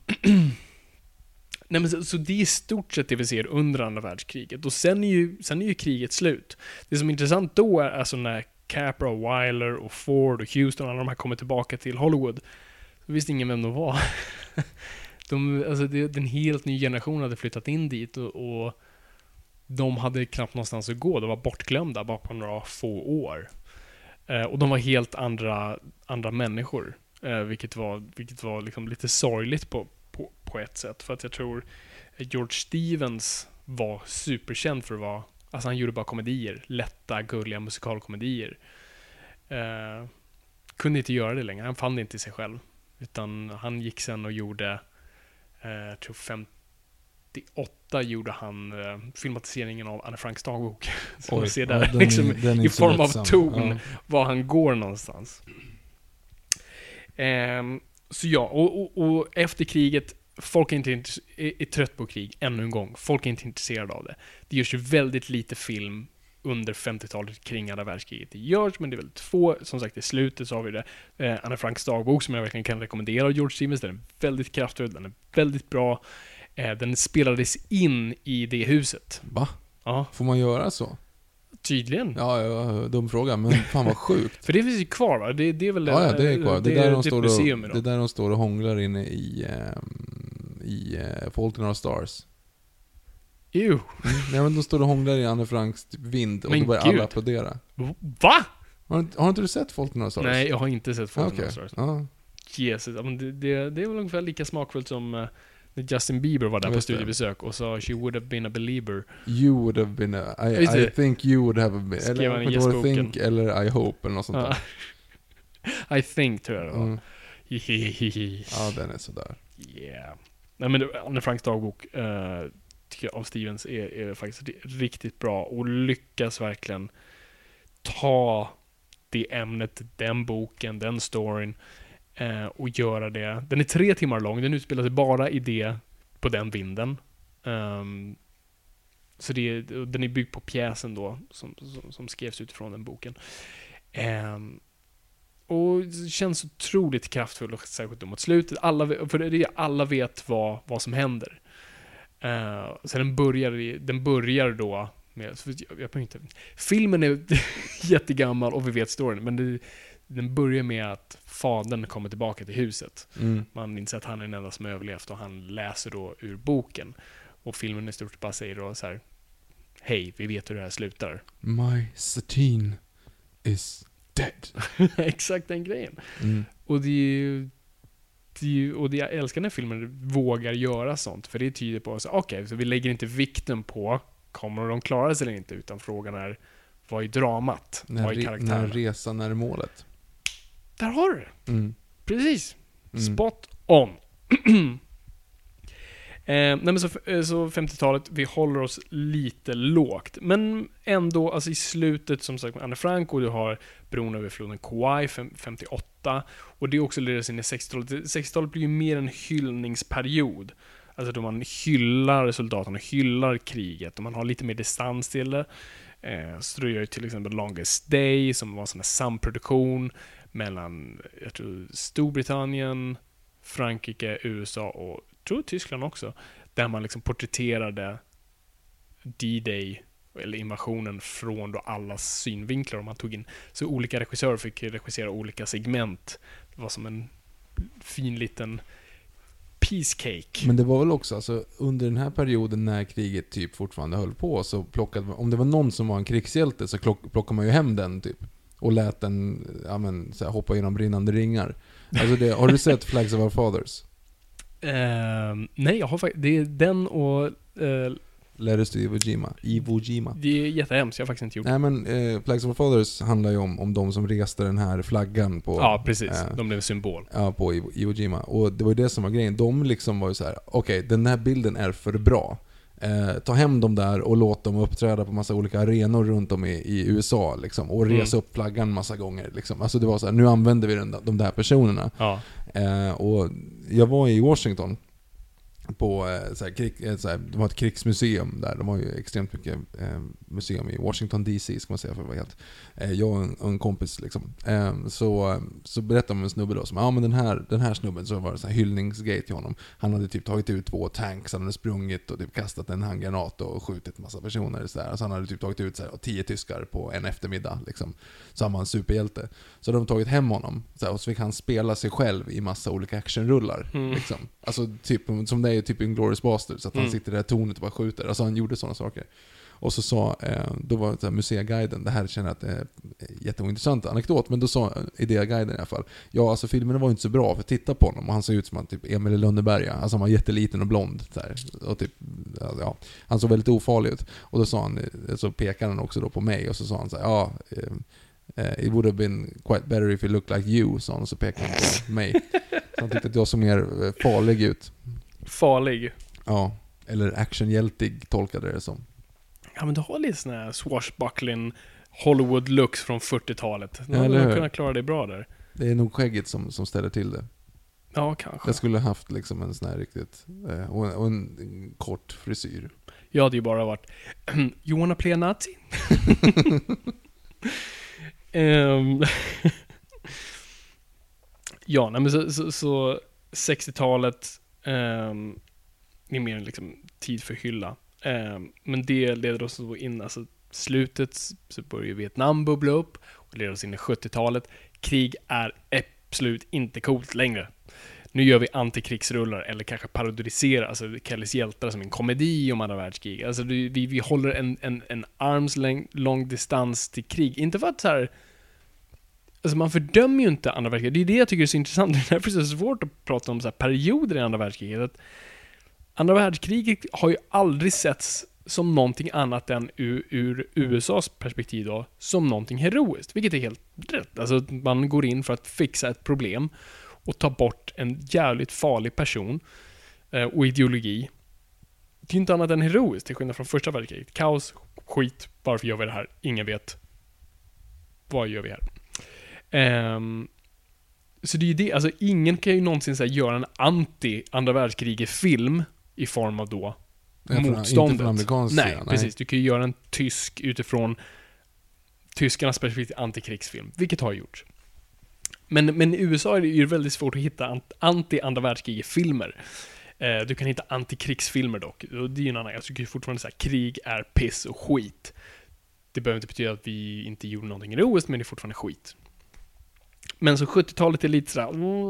Nej, men så, så det är i stort sett det vi ser under andra världskriget. Och sen är ju, sen är ju kriget slut. Det som är intressant då är alltså när Capra och Wyler och Ford och Houston, alla de här kommer tillbaka till Hollywood, så visste ingen vem de var. de, alltså det, det en helt ny generation hade flyttat in dit, och, och de hade knappt någonstans att gå. De var bortglömda bara på några få år. Eh, och de var helt andra, andra människor. Eh, vilket var, vilket var liksom lite sorgligt på, på, på ett sätt. För att jag tror George Stevens var superkänd för att vara, alltså han gjorde bara komedier, lätta, gulliga musikalkomedier. Eh, kunde inte göra det längre, han fann det inte i sig själv. Utan han gick sen och gjorde, eh, jag tror femtioåtta gjorde han eh, filmatiseringen av Anne Franks dagbok. Så man ser där, ja, liksom, är, den är i form av lättsam. ton, ja. var han går någonstans. Eh, så ja, och, och, och efter kriget, folk är inte är, är trött på krig ännu en gång. Folk är inte intresserade av det. Det görs ju väldigt lite film under femtiotalet kring andra världskriget. Det görs, men det är väldigt få. Som sagt, i slutet så har vi det. Eh, Anne Franks dagbok, som jag verkligen kan rekommendera av George Stevens. Den är väldigt kraftfull, den är väldigt bra. Eh, den spelades in i det huset. Va? Ja. Får man göra så? Tydligen. Ja, ja, dum fråga, men fan vad sjukt. För det finns ju kvar, va? Det, det är väl ja, ja, det är kvar. Det, det, där, de det står museum och, idag. det där de står och hånglar inne i, um, i uh, Fault in Our Stars. Jo. Mm. Ja, men de står och hånglar i Anne Franks typ vind, och Men då börjar gud. alla applådera. Va? Har, har inte du sett Fault in Our Stars? Nej, jag har inte sett Fault in okay. Our Stars. Ja. Jesus, men det, det, det är väl ungefär lika smakfullt som uh, när Justin Bieber var där på studiebesök och sa "She would have been a believer". You would have been a, I, Just I det. think you would have been, Skrev eller han i det var gästboken. think eller I hope eller något sånt där. Ja. I think, tror jag det var. Mm. Hihihihi. Ja, den är sådär. Yeah. Nej, men Anne Franks dagbok uh, tycker jag av Stevens är, är faktiskt riktigt bra och lyckas verkligen ta det ämnet, den boken, den storyn uh, och göra det. Den är tre timmar lång, den utspelar sig bara i det, på den vinden. Um, så det är, den är byggd på pjäsen då som, som, som skrevs utifrån den boken. Um, och det känns otroligt kraftfull och särskilt mot slutet. Alla, för det är, alla vet vad, vad som händer. Uh, så den börjar, den börjar då med, jag, jag inte, filmen är jättegammal och vi vet storyn, men det, den börjar med att fadern kommer tillbaka till huset. Mm. Man inser att han är den enda som överlevt och han läser då ur boken. Och filmen i stort bara säger då så här: hej, vi vet hur det här slutar. My Satine is dead. Exakt den grejen. Mm. Och det är ju, det, och det jag älskar när filmen vågar göra sånt, för det tyder på att okej, okay, så vi lägger inte vikten på kommer de klara sig eller inte, utan frågan är vad är dramat? När, vad är karaktären? När resan är målet. Där har du det. Mm. Precis. Mm. Spot on. Eh, nej men så, så femtiotalet, vi håller oss lite lågt. Men ändå, alltså i slutet, som sagt, med Anne Frank, och du har Bron över floden Kwai, femtioåtta. Och det också leder sig in i sextiotalet. sextiotalet blir ju mer en hyllningsperiod. Alltså då man hyllar soldaterna, hyllar kriget. Och man har lite mer distans till det. Eh, så då gör ju till exempel Longest Day, som var en sån här samproduktion mellan, jag tror, Storbritannien, Frankrike, U S A och tror Tyskland också, där man liksom porträtterade D-Day eller invasionen från då allas synvinklar, och man tog in så olika regissörer fick regissera olika segment. Det var som en fin liten piece cake. Men det var väl också, alltså, under den här perioden när kriget typ fortfarande höll på, så plockade, om det var någon som var en krigshjälte, så plockade man ju hem den typ och lät den, ja, men, så här, hoppa genom brinnande ringar. Alltså det, har du sett Flags of Our Fathers? Uh, nej, jag har faktiskt, det är den och uh, Letters to Iwo Jima. Iwo Jima. Det är jättehemskt, jag har faktiskt inte gjort. Nej, men eh, Flags of Our Fathers handlar ju om, om de som reste den här flaggan på... Ja, precis. Eh, de blev symbol. Ja, på Iwo, Iwo Jima. Och det var ju det som var grejen. De liksom var ju så här: okej, okay, den här bilden är för bra. Eh, ta hem dem där och låt dem uppträda på massa olika arenor runt om i, i U S A liksom, och resa mm. upp flaggan massa gånger liksom. Alltså det var så här, nu använder vi den, de där personerna. Ja. Eh, och jag var i Washington på eh, så här, krig, eh, så här, det var ett krigsmuseum där. De har ju extremt mycket eh, museum i Washington D C, ska man säga, för att vara helt. Eh, jag och en, och en kompis liksom. Eh, så så berättade om en snubbe då som, ja, men den här den här snubben, så var det så här hyllningsgate till honom. Han hade typ tagit ut två tanks, han hade sprungit och typ kastat en handgranat och skjutit massa personer så där. Alltså han hade typ tagit ut så här tio tyskar på en eftermiddag liksom. Så han var en superhjälte. Så de har tagit hem honom så här, och så fick han spela sig själv i massa olika actionrullar mm. liksom. Alltså typ som det är typ Inglourious Basterds, så att han mm. sitter i det här tornet och bara skjuter. Alltså han gjorde sådana saker. Och så sa, eh, då var det museiguiden, det här känner jag att det är jätteintressant anekdot, men då sa idéguiden i alla fall, ja, alltså filmen var inte så bra för att titta på honom, och han såg ut som han typ Emil i Lönneberga, alltså han var jätteliten och blond så här, och typ, ja, han såg väldigt ofarlig ut. Och då sa han, så pekade han också då på mig, och så sa han så här, ja, eh, it would have been quite better if you looked like you, sa han, och så pekade han på mig. Så han tyckte att jag såg mer farlig ut. Farlig? Ja, eller actionhjältig tolkade det som. Ja, men du har lite sån här swashbuckling Hollywood looks från fyrtiotalet. Du ja, hade kunnat klara det bra där. Det är nog skägget som, som ställer till det. Ja, kanske. Jag skulle ha haft liksom en sån här riktigt eh, och, en, och en, en kort frisyr. Jag hade ju bara varit you wanna play a nazi? um, ja, nej, men så, så, så sextiotalet um, är mer liksom tid för hylla. Um, men det leder oss in, alltså slutet, så börjar Vietnam bubbla upp och leder oss in i sjuttiotalet. Krig är absolut inte coolt längre. Nu gör vi antikrigsrullar, eller kanske parodiserar, alltså Kellys hjältar som en komedi om andra världskrig. Alltså vi, vi håller en, en, en arms lång distans till krig. Inte för att så här, alltså man fördömer ju inte andra världskriget. Det är det jag tycker är så intressant. Det är därför det är så svårt att prata om så här perioder i andra världskriget. Att andra världskriget har ju aldrig setts som någonting annat än ur, ur U S A:s perspektiv då, som någonting heroiskt, vilket är helt rätt. Alltså man går in för att fixa ett problem och ta bort en jävligt farlig person eh, och ideologi. Det är inte annat än heroiskt, till skillnad från första världskriget. Kaos, skit, varför gör vi det här? Ingen vet. Vad gör vi här? Um, så det är ju det, alltså ingen kan ju någonsin så här, göra en anti-andra världskriget-film i form av då motståndet. Inte amerikansk nej, sida, precis. Nej. Du kan ju göra en tysk utifrån tyskarnas perspektiv antikrigsfilm, vilket har gjorts. Men, men i U S A är det ju väldigt svårt att hitta anti-andra världskriget-filmer. Eh, du kan hitta antikrigsfilmer dock. Och det är ju en annan. Jag tycker fortfarande så här, krig är piss och skit. Det behöver inte betyda att vi inte gjorde någonting heroiskt, men det är fortfarande skit. Men så sjuttiotalet är lite så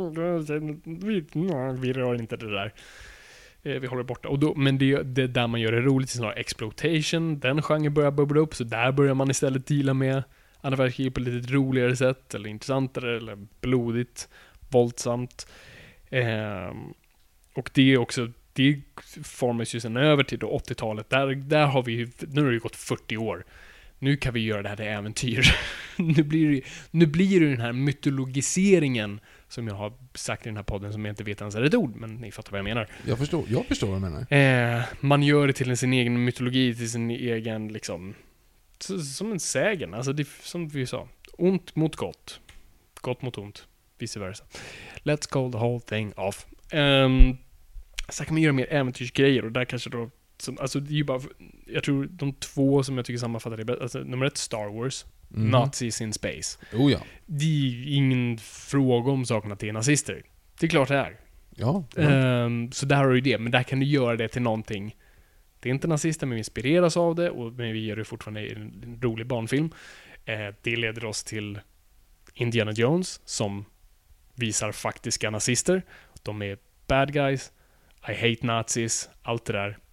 här, vi rör inte det där. Vi håller borta. Och då, men det, det där man gör det roligt är snarare exploitation. Den genren börjar bubbla upp, så där börjar man istället deala med andra världskriget på ett lite roligare sätt, eller intressantare, eller blodigt, våldsamt. Eh, och det är också, det formas ju sen över till då åttiotalet. Där, där har vi ju, nu har det ju gått fyrtio år. Nu kan vi göra det här till äventyr. nu, blir det, nu blir det den här mytologiseringen som jag har sagt i den här podden som jag inte vet ens är ett ord, men ni fattar vad jag menar. Jag förstår, jag förstår vad du menar. Eh, man gör det till sin egen mytologi, till sin egen liksom, som en sägen. Alltså det, som vi sa, ont mot gott. Gott mot ont. Vice versa. Let's call the whole thing off. Um, så kan man göra mer äventyrsgrejer och där kanske då som, alltså det är ju bara, jag tror de två som jag tycker sammanfattar det bäst, alltså nummer ett Star Wars, mm. Nazis in Space. Oh ja. Det är ingen fråga om sakerna till nazister. Det är klart det är. Ja. ja. Um, så där har du det, men där kan du göra det till någonting. Det är inte nazister, men vi inspireras av det och men vi gör det fortfarande i en, en rolig barnfilm. Uh, det leder oss till Indiana Jones som visar faktiska nazister. De är bad guys. I hate nazis. Allt det där.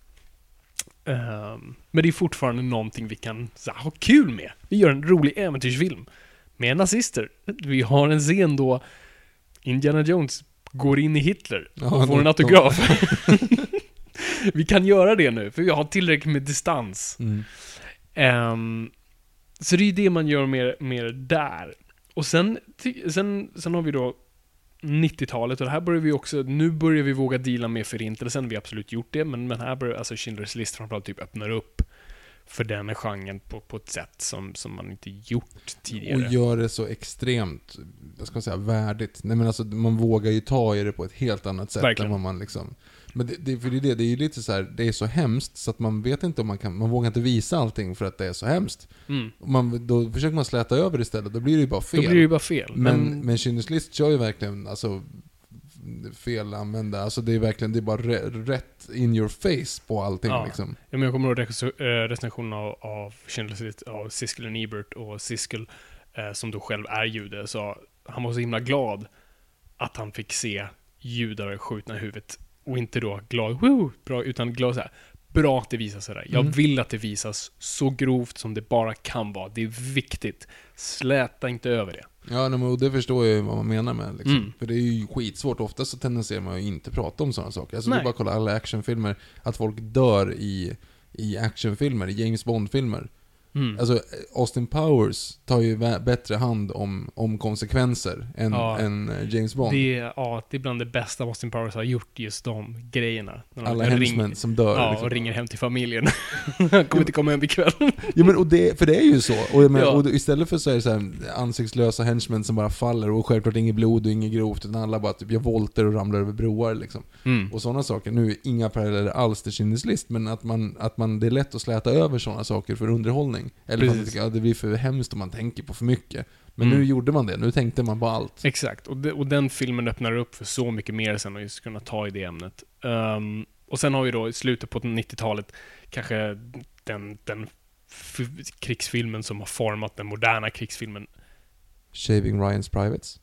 Um, men det är fortfarande någonting vi kan så, ha kul med. Vi gör en rolig äventyrsfilm med nazister. Vi har en scen då Indiana Jones går in i Hitler och ja, får en autograf. Vi kan göra det nu, för vi har tillräckligt med distans. Mm. Um, så det är det man gör mer, mer där. Och sen, sen, sen har vi då nittiotalet och det här börjar vi också, nu börjar vi våga deala med förintelsen, vi har absolut gjort det, men, men här börjar alltså Schindler's List framförallt typ öppnar upp för den genren på, på ett sätt som, som man inte gjort tidigare. Och gör det så extremt, vad ska man säga, värdigt. Nej men alltså, man vågar ju ta i det på ett helt annat sätt. Verkligen. Än vad man liksom... Men det, det, för det, är det, det är ju lite så här, det är så hemskt så att man vet inte om man kan, man vågar inte visa allting för att det är så hemskt. Mm. Man, då försöker man släta över istället, då blir det ju bara fel. Då blir det ju bara fel. Men, men, men Schindler's List kör ju verkligen, alltså fel använda, alltså det är verkligen, det är bara rätt in your face på allting ja. Liksom. Ja, men jag kommer ihåg recensionen av, av Schindler's List av Siskel och Ebert och Siskel eh, som då själv är jude, så han var så himla glad att han fick se judar skjutna i huvudet. Och inte då glad, woo, bra, utan glad så här, bra att det visas sådär. Jag mm. vill att det visas så grovt som det bara kan vara. Det är viktigt. Släta inte över det. Ja, men, och det förstår jag vad man menar med. Liksom. Mm. För det är ju skitsvårt. Ofta så tendenserar man ju inte prata om sådana saker. Alltså, det är bara att kolla alla actionfilmer. Att folk dör i, i actionfilmer, i James Bond-filmer. Mm. Alltså Austin Powers tar ju vä- bättre hand om, om konsekvenser än, ja. än James Bond. Det är, ja, det är bland det bästa Austin Powers har gjort, just de grejerna. Alla hemsmän som dör. Ja, liksom. Och ringer hem till familjen. Han kommer inte komma hem ikväll. Ja, men och det, för det är ju så. Och, men, ja. och istället för så är det så här, ansiktslösa hemsmän som bara faller och självklart inget blod och inget grovt, utan alla bara typ gör volter och ramlar över broar liksom. Mm. Och sådana saker. Nu är inga paralleller alls till Schindler's List, men att man, att man, det är lätt att släta över sådana saker för underhållning. Eller man tycker, ja, det blir för hemskt om man tänker på för mycket. Men mm. nu gjorde man det, nu tänkte man på allt. Exakt, och, de, och den filmen öppnar upp för så mycket mer sen och just kunna ta i det ämnet. Um, och sen har vi då i slutet på nittiotalet kanske den, den f- krigsfilmen som har format den moderna krigsfilmen. Shaving Ryan's Privates.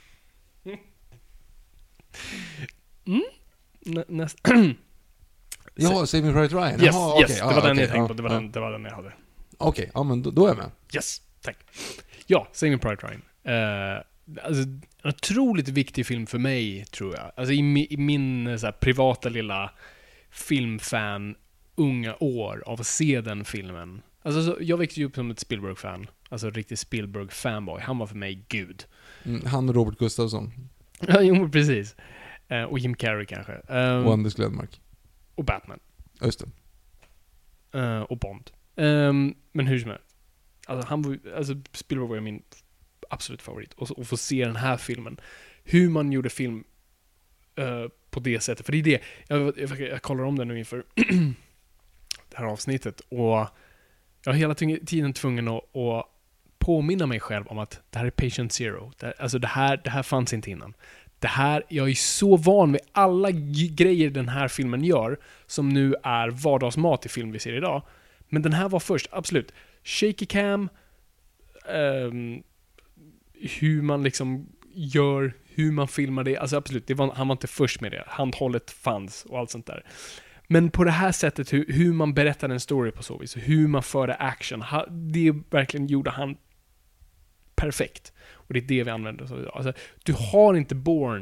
mm? Nä, näst... ja, Saving Private Ryan. Yes, Aha, yes, okay. det var ah, den okay. jag tänkte ah, på, det var, ah. den, det var den jag hade. Okej, okay, ja men då, då är jag med. Yes, tack. Ja, Saving Private Ryan. Uh, alltså, en otroligt viktig film för mig, tror jag. Alltså i, mi, i min så här, privata lilla filmfan unga år av att se den filmen. Alltså så, jag växte ju upp som ett Spielberg-fan. Alltså riktigt Spielberg-fanboy. Han var för mig gud. Mm, han och Robert Gustafsson. Ja, jo, precis. Uh, och Jim Carrey kanske. Um, och Anders Glenmark. Och Batman. Just det. Uh, och Bond. Um, men hur som helst. Alltså, han var, alltså Spielberg var ju min absolut favorit. Och, och få se den här filmen. Hur man gjorde film uh, på det sättet. För det är det. Jag, jag, jag kollar om den nu inför det här avsnittet. Och jag är hela tiden tvungen att, att påminna mig själv om att det här är Patient Zero. Det, alltså det här, det här fanns inte innan. Det här, jag är så van vid alla g- grejer den här filmen gör som nu är vardagsmat i film vi ser idag. Men den här var först, absolut. Shaky cam, um, hur man liksom gör, hur man filmar det. Alltså absolut, det var, han var inte först med det. Handhållet fanns och allt sånt där. Men på det här sättet, hur, hur man berättar en story på så vis, hur man förde action, ha, det verkligen gjorde han perfekt. Och det är det vi använder oss av idag. Alltså, du har inte Bourne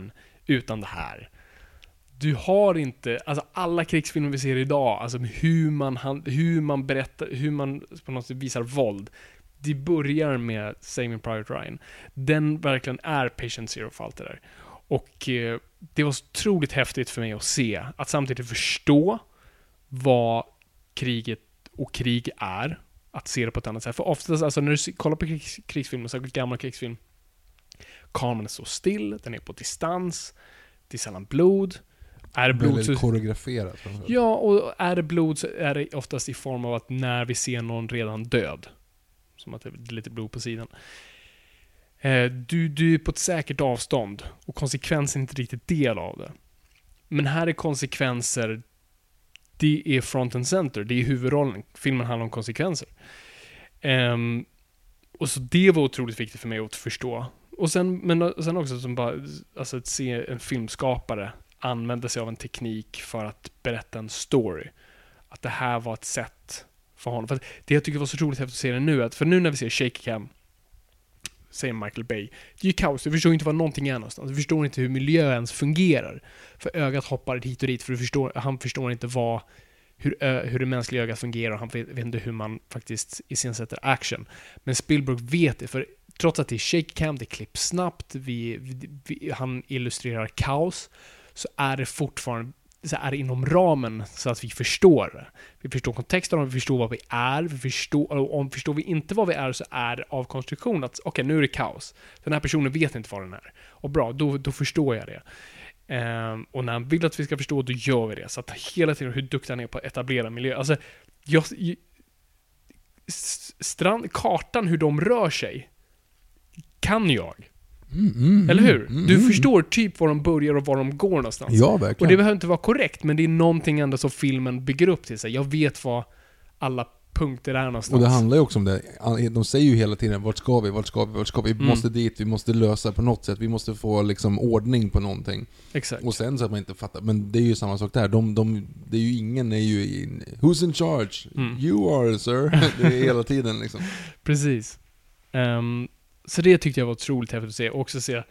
utan det här. Du har inte, alltså alla krigsfilmer vi ser idag, alltså hur man, hur man berättar, hur man på något sätt visar våld, det börjar med Saving Private Ryan. Den verkligen är patient zero för allt det där. Och eh, det var så otroligt häftigt för mig att se, att samtidigt förstå vad kriget och krig är, att se det på ett annat sätt. För oftast, alltså när du kollar på krigs, krigsfilmer, särskilt gamla krigsfilm, kameran är så still, den är på distans, det är sällan blod. Är det blod så... koreograferat. Ja, och är det blod så är det oftast i form av att när vi ser någon redan död, som att det är lite blod på sidan. Du, du är på ett säkert avstånd och konsekvensen är inte riktigt del av det. Men här är konsekvenser, det är front and center, det är huvudrollen. Filmen handlar om konsekvenser. Um, och så det var otroligt viktigt för mig att förstå. Och sen, men sen också som bara, alltså att se en filmskapare använda sig av en teknik för att berätta en story. Att det här var ett sätt för honom. För det jag tycker var så roligt häftigt att se det nu, att för nu när vi ser Shaky Cam, säger Michael Bay, det är ju kaos, du förstår inte vad någonting är någonstans, du förstår inte hur miljö ens fungerar, för ögat hoppar hit och dit, för du förstår, han förstår inte vad, hur, ö, hur det mänskliga ögat fungerar, och han vet, vet inte hur man faktiskt iscensätter action. Men Spielberg vet det, för trots att det är shaky cam, det klipps snabbt, vi, vi, vi, han illustrerar kaos, så är det fortfarande så är det inom ramen så att vi förstår det. Vi förstår kontexten, vi förstår vad vi är, vi förstår, och om förstår vi inte vad vi är, så är det av konstruktion att okej, okay, nu är det kaos. Den här personen vet inte vad den är. Och bra, då, då förstår jag det. Um, och när han vill att vi ska förstå, då gör vi det. Så att hela tiden hur duktig han är på att etablera miljö. Alltså, jag, strand, kartan, hur de rör sig, kan jag. Mm, mm, Eller hur? Mm, du mm. förstår typ var de börjar och var de går någonstans. Ja, verkligen. Och det behöver inte vara korrekt, men det är någonting ändå som filmen bygger upp till sig. Jag vet vad alla punkter är någonstans. Och det handlar ju också om det. De säger ju hela tiden, vart ska vi, vart ska vi, vart ska vi? Vi mm. måste dit, vi måste lösa på något sätt. Vi måste få liksom ordning på någonting. Exakt. Och sen så att man inte fattar. Men det är ju samma sak där. De, de, det är ju ingen är ju in, who's in charge? Mm. You are, sir. Det är hela tiden liksom. Precis. Um, Så det tyckte jag var otroligt häftigt att se. Och också se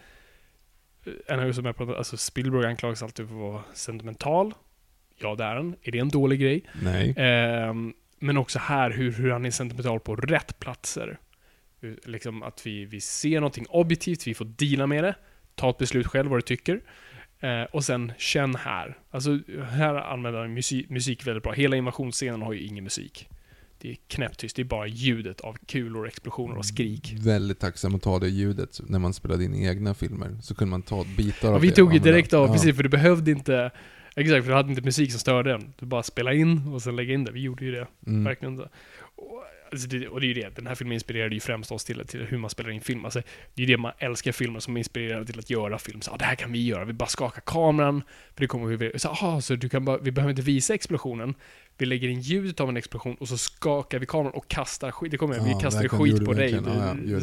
en av som jag pratade, alltså Spielberg anklagas alltid för att vara sentimental. Ja, det är han. Är det en dålig grej? Nej. Eh, men också här hur, hur han är sentimental på rätt platser. Liksom att vi, vi ser någonting objektivt, vi får deala med det. Ta ett beslut själv vad du tycker. Eh, och sen känn här. Alltså här använder han musik, musik väldigt bra. Hela invasionsscenen har ju ingen musik. Det är knäpptyst, det är bara ljudet av kulor, explosioner och skrik. Väldigt tacksam att ta det ljudet när man spelade in egna filmer. Så kunde man ta bitar av ja, vi det. tog ju direkt av, ja. precis, för du behövde inte, exakt, för du hade inte musik som störde den. Du bara spela in och sen lägga in det. Vi gjorde ju det, mm. verkligen så. Och, alltså det, och det är ju det, den här filmen inspirerade ju främst oss till, till hur man spelar in film. Alltså, det är ju det man älskar filmer som inspirerar till att göra film. Så ah, det här kan vi göra, vi bara skakar kameran, för det kommer vi så ah, så du kan bara, vi behöver inte visa explosionen. Vi lägger in ljudet av en explosion och så skakar vi kameran och kastar skit. Det kommer, ja, vi kastar skit på dig. Du, ja, ja,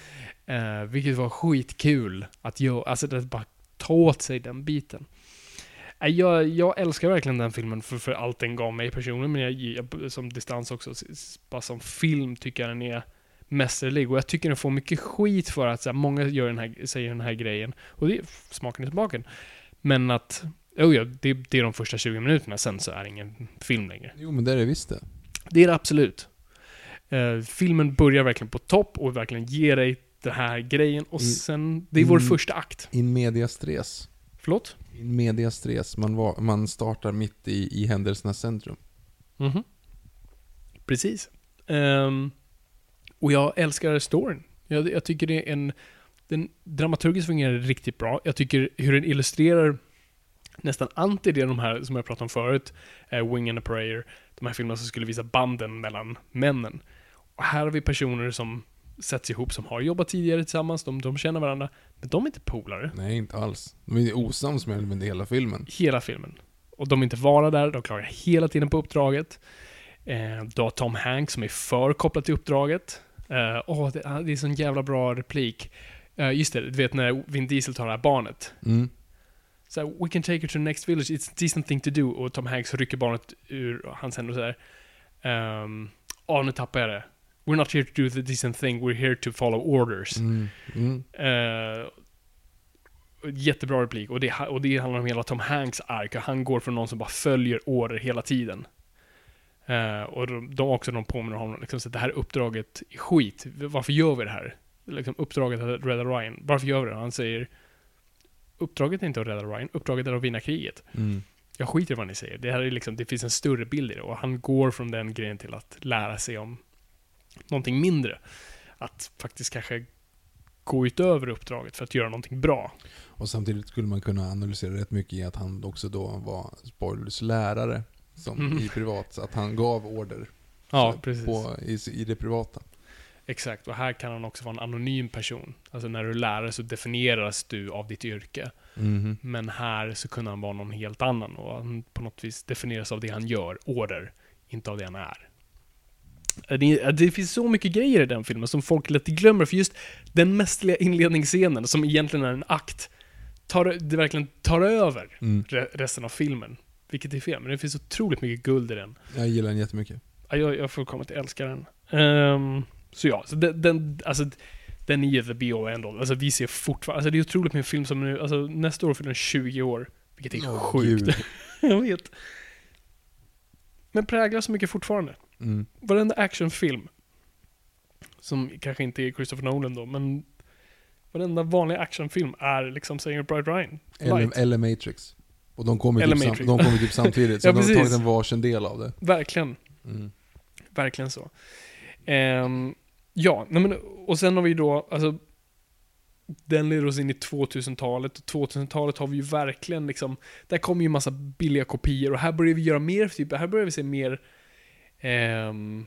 uh, vilket var skitkul att göra, alltså att bara ta åt sig den biten. Uh, jag, jag älskar verkligen den filmen för, för allt den gav mig personligen, men jag, jag, som distans också, bara som film tycker jag den är mästerlig, och jag tycker den får mycket skit för att så här, många gör den här, säger den här grejen, och det är smaken i smaken. Men att Oh ja, det, det är de första tjugo minuterna, sen så är det ingen film längre. Jo, men det är det visst det. Det är det absolut. Uh, filmen börjar verkligen på topp och verkligen ger dig den här grejen, och in, sen, det är vår in, första akt. In medias res. Förlåt? In medias res. Man, var, man startar mitt i, i händelsernas centrum. Mhm. Precis. Um, och jag älskar storyn. Jag, jag tycker det är en... Den dramaturgiskt fungerar riktigt bra. Jag tycker hur den illustrerar nästan anti det de här som jag pratade om förut, uh, Wing and a Prayer, de här filmerna som skulle visa banden mellan männen. Och här har vi personer som sätts ihop, som har jobbat tidigare tillsammans, de, de känner varandra, men de är inte polare. Nej, inte alls. De är osams med, med hela filmen. Hela filmen. Och de är inte vara där, de klagar hela tiden på uppdraget. Eh, då har Tom Hanks som är för kopplad till uppdraget. Eh, åh, det, det är sån jävla bra replik. Uh, just det, du vet när Vin Diesel tar det här barnet. Mm. Så so, we can take her to the next village, it's a decent thing to do. Och Tom Hanks rycker barnet ur hans händer och sådär. Um, Åh, nu tappar jag det. We're not here to do the decent thing, we're here to follow orders. Mm. Mm. Uh, jättebra replik. Och det, och det handlar om hela Tom Hanks ark. Han går från någon som bara följer order hela tiden. Uh, och de, de också de påminner honom liksom, så att det här uppdraget är skit. Varför gör vi det här? Liksom, uppdraget att rädda Ryan. Varför gör vi det? Han säger uppdraget är inte att rädda Ryan. Uppdraget är att vinna kriget. Mm. Jag skiter i vad ni säger. Det här är liksom, det finns en större bild i det. Och han går från den grejen till att lära sig om någonting mindre. Att faktiskt kanske gå utöver uppdraget för att göra någonting bra. Och samtidigt skulle man kunna analysera rätt mycket i att han också då var spoilers lärare som Mm. i privat. Så att han gav order Ja, så, precis. på, i, i det privata. Exakt, och här kan han också vara en anonym person. Alltså när du är lärare så definieras du av ditt yrke. Mhm. Men här så kunde han vara någon helt annan. Och han på något vis definieras av det han gör, order, inte av det han är. Det, det finns så mycket grejer i den filmen som folk lätt glömmer. För just den mästerliga inledningsscenen, som egentligen är en akt, tar, det verkligen tar över Mm. re, resten av filmen. Vilket är fel, men det finns otroligt mycket guld i den. Jag gillar den jättemycket. Ja, Jag, jag fullkomligt älskar den. Ehm, så ja, så den, den, alltså, den är ju the be all end all. Alltså vi ser fortfarande, alltså det är otroligt med en film som nu, alltså nästa år fyller den tjugo år. Vilket är Åh, sjukt. Gud. Jag vet. Men präglar så mycket fortfarande. Mm. Varenda actionfilm, som kanske inte är Christopher Nolan då, men varenda vanlig actionfilm är liksom Saving Private Ryan. Eller, Light. eller Matrix. Och de kommer Eller typ, sam, Matrix. de kommer typ samtidigt. Så Ja, de har precis. tagit en varsin del av det. Verkligen. Mm. Verkligen så. Ehm, ja, nej men, och sen har vi då, alltså, den leder oss in i tvåtusentalet. Och tvåtusentalet har vi ju verkligen liksom, där kommer ju massa billiga kopior. Och här börjar vi göra mer, typ, här börjar vi se mer, ehm,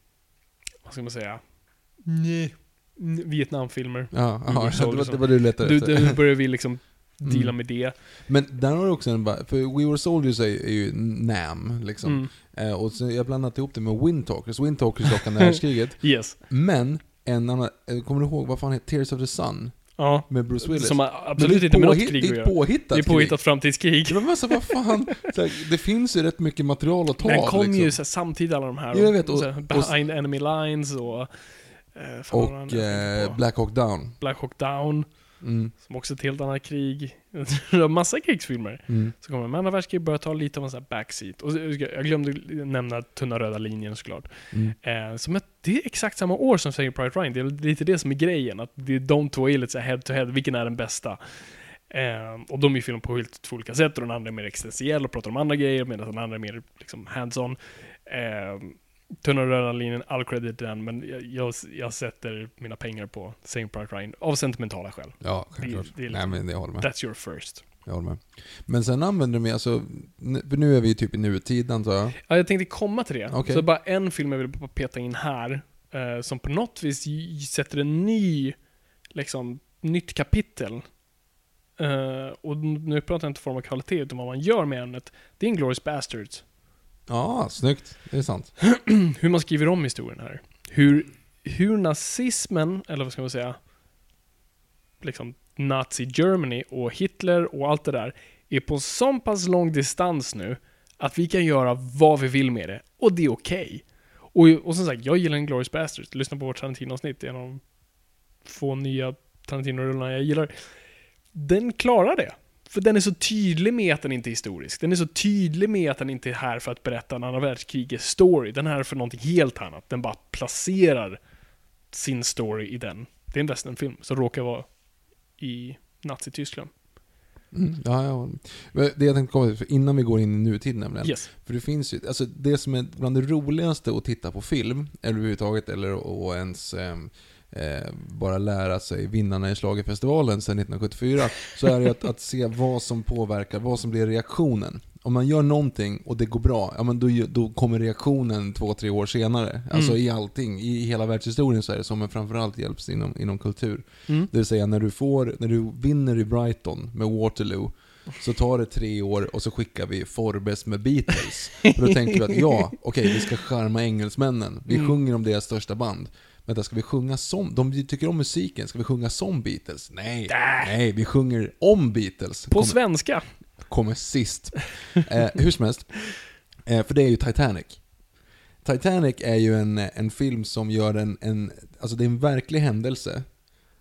vad ska man säga? Nej. Vietnamfilmer. Ja, aha, Winter Soldier det, var, som- det var du letade Du, efter. nu börjar vi liksom deala Mm. med det. Men där har du också en bara, för We Were Soldiers är, är ju Nam liksom. Mm. Eh, och så jag blandat ihop det med Windtalkers. Windtalkers dock andra världskriget. Yes. Men en annan, eh, kommer du ihåg vad fan heter Tears of the Sun Ja. med Bruce Willis? Som har Men absolut det är inte med något påhitt- krig det att är göra. påhittat Det är påhittat krig. framtidskrig. Det var massa, vad fan, så här, det finns ju rätt mycket material att ta Den av, kom liksom. ju så här, samtidigt alla de här. Ja, jag vet, och, och- så här, behind enemy lines och... Eh, fan vad Och jag tänker eh, på. Black Hawk Down. Black Hawk Down, Mm. som också är ett helt annat krig. Det är massa krigsfilmer. Mm. Så kommer andra världskriget börja ta lite av en sån här backseat. Och så- jag glömde nämna Tunna röda linjen såklart. Mm. Eh, som att det är exakt samma år som Saving Private Ryan. Det är lite det som är grejen. Att det är de två är lite så här head to head. Vilken är den bästa? Eh, och de är filmer på helt två olika sätt. Och den andra är mer existentiell och pratar om andra grejer. Medan den andra är mer liksom hands-on. Eh, Tunna röda linjen, all credit till den. Men jag, jag, jag sätter mina pengar på Saving Private Ryan. Av sentimentala skäl. Ja, självklart. det är Nej, liksom- men jag håller med. That's your first. Jag håller med. Men sen använder de, alltså, n- för nu är vi typ i nutid antar jag. Ja, jag tänkte komma till det. Okej. Så bara en film jag vill bara peta in här, eh, som på något vis j- sätter en ny, liksom, nytt kapitel. Eh, och nu pratar jag inte form av kvalitet, utan vad man gör med ämnet. Det är Inglourious Basterds. Ja, snyggt. Det är sant. Hur man skriver om historien här. Hur, hur nazismen, eller vad ska man säga, liksom Nazi Germany och Hitler och allt det där är på så pass lång distans nu att vi kan göra vad vi vill med det. Och det är okej. Och, och som sagt, jag gillar Inglourious Basterds. Lyssna på vårt Tarantino-avsnitt. Det är en av de få nya Tarantino-rullarna jag gillar. Den klarar det. För den är så tydlig med att den inte är historisk. Den är så tydlig med att den inte är här för att berätta en andra världskrigets story. Den är här för någonting helt annat. Den bara placerar sin story i den. Det är en westernfilm som råkar vara i Nazi-Tyskland. Mm, ja, ja. Men det jag tänkte komma till, för innan vi går in i nutid nämligen. Yes. För det finns ju, alltså det som är bland det roligaste att titta på film, eller överhuvudtaget, eller att ens eh, eh, bara lära sig vinnarna i Schlagerfestivalen sedan nittonhundrasjuttiofyra, så är det att, att se vad som påverkar, vad som blir reaktionen. Om man gör någonting och det går bra, ja men då, då kommer reaktionen två, tre år senare. Alltså Mm. i allting, i hela världshistorien så är det så, men framförallt hjälps inom, inom kultur. Mm. Det vill säga när du får, när du vinner i Brighton med Waterloo, så tar det tre år och så skickar vi Forbes med Beatles. För då tänker du att ja, okej, vi ska charma engelsmännen. Vi Mm. sjunger om deras största band. Men där ska vi sjunga som, de tycker om musiken, ska vi sjunga som Beatles? Nej, nej, vi sjunger om Beatles. På Kommer, svenska. kommer sist. Eh, hur som helst, eh, för det är ju Titanic. Titanic är ju en, en film som gör en, en, alltså det är en verklig händelse.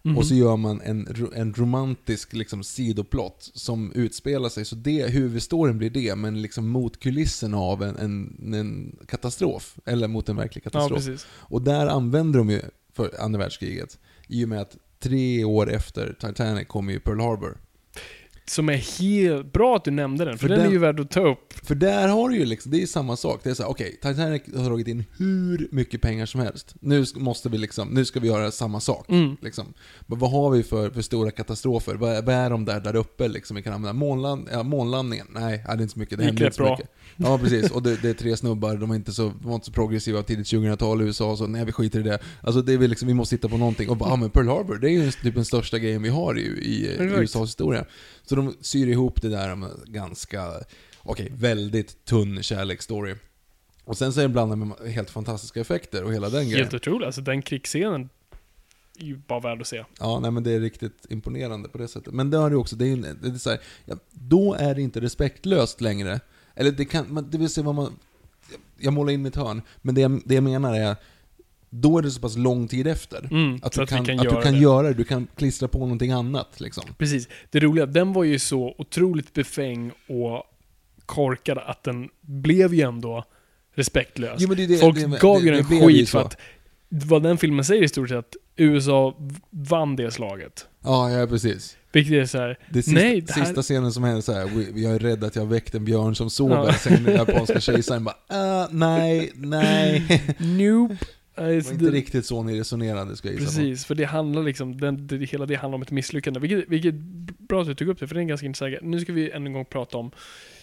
och så gör man en, en romantisk liksom sidoplott som utspelar sig, så det, huvudstoryn blir det, men liksom mot kulissen av en, en, en katastrof, eller mot en verklig katastrof. Ja, och där använder de ju för andra världskriget, i och med att tre år efter Titanic kommer ju Pearl Harbor. Som är helt bra att du nämnde den, för, för den, den är ju värd att ta upp. För där har du ju liksom, det är samma sak. Det är så här, okej, okay, Titanic har dragit in hur mycket pengar som helst. Nu måste vi liksom, nu ska vi göra samma sak. Mm. Liksom. Men vad har vi för, för stora katastrofer? Vad, vad är de där där uppe liksom? Vi kan använda månland, ja, månlandningen. Nej, det är inte så mycket. Det händer inte så bra. mycket. Ja, precis. Och det, det är tre snubbar, de är inte så, de var inte så progressiva tidigt tjugohundratal i U S A, så nej, vi skiter i det. Alltså det är väl liksom, vi måste hitta på någonting. Och bara, ja, men Pearl Harbor, det är ju typ den största grejen vi har i, i, i U S A:s historia. Så de syr ihop det där med ganska, okej, okay, väldigt tunn kärleksstory. Och sen så är det blandat med helt fantastiska effekter och hela den grejen. Helt otroligt, alltså den krigsscenen är ju bara värd att se. Ja, nej men det är riktigt imponerande på det sättet. Men det har ju också, det är, det är så här, ja, då är det inte respektlöst längre. Eller det kan, det vill säga vad man, jag målar in mitt hörn, men det jag, det jag menar är, då är det så pass lång tid efter mm, att, du att kan, kan, att göra, du kan det. göra det. Du kan klistra på någonting annat liksom. Precis. Det roliga, den var ju så otroligt befäng och korkad att den blev ju ändå respektlös. Jo, men det, det, Folk det, gav ju det, den det skit för att vad den filmen säger i stort sett att U S A vann det slaget. Ja, ja precis. Vilket är så här, det sista, nej, det här... sista scenen som händer så här, jag är rädd att jag har väckt en björn som sover. Ja. Sen den japanska kejsaren bara, uh, nej, nej. Nope. Det var inte det... riktigt så ni resonerade, ska jag gissa. Precis, för det handlar liksom, den, det, hela det handlar om ett misslyckande. Vilket, vilket bra att du tog upp det, för det är en ganska intressant. Nu ska vi än en gång prata om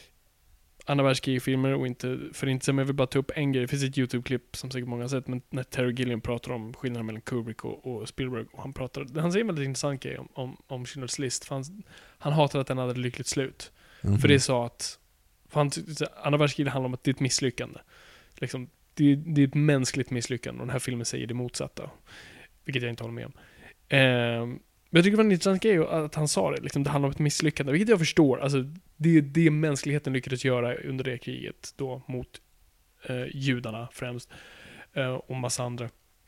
andra världskrigsfilmer och inte för inte som jag vill bara ta upp en grej. Det finns ett YouTube-klipp som säkert många har sett, men när Terry Gilliam pratar om skillnaden mellan Kubrick och, och Spielberg, och han pratar, han säger en väldigt intressant grej om, om, om Schindler's List, för han, han hatade att den hade ett lyckligt slut. Mm-hmm. För det sa att för han, andra världskriget handlar om att det är ett misslyckande. Liksom, det, det är ett mänskligt misslyckande, och den här filmen säger det motsatta, vilket jag inte håller med om. Eh, Men jag tycker det var en intressant grej att han sa det. Liksom, det handlar om ett misslyckande. Vilket jag förstår. Alltså, det är det mänskligheten lyckades göra under det kriget. Då mot eh, judarna främst. Eh, och massa andra.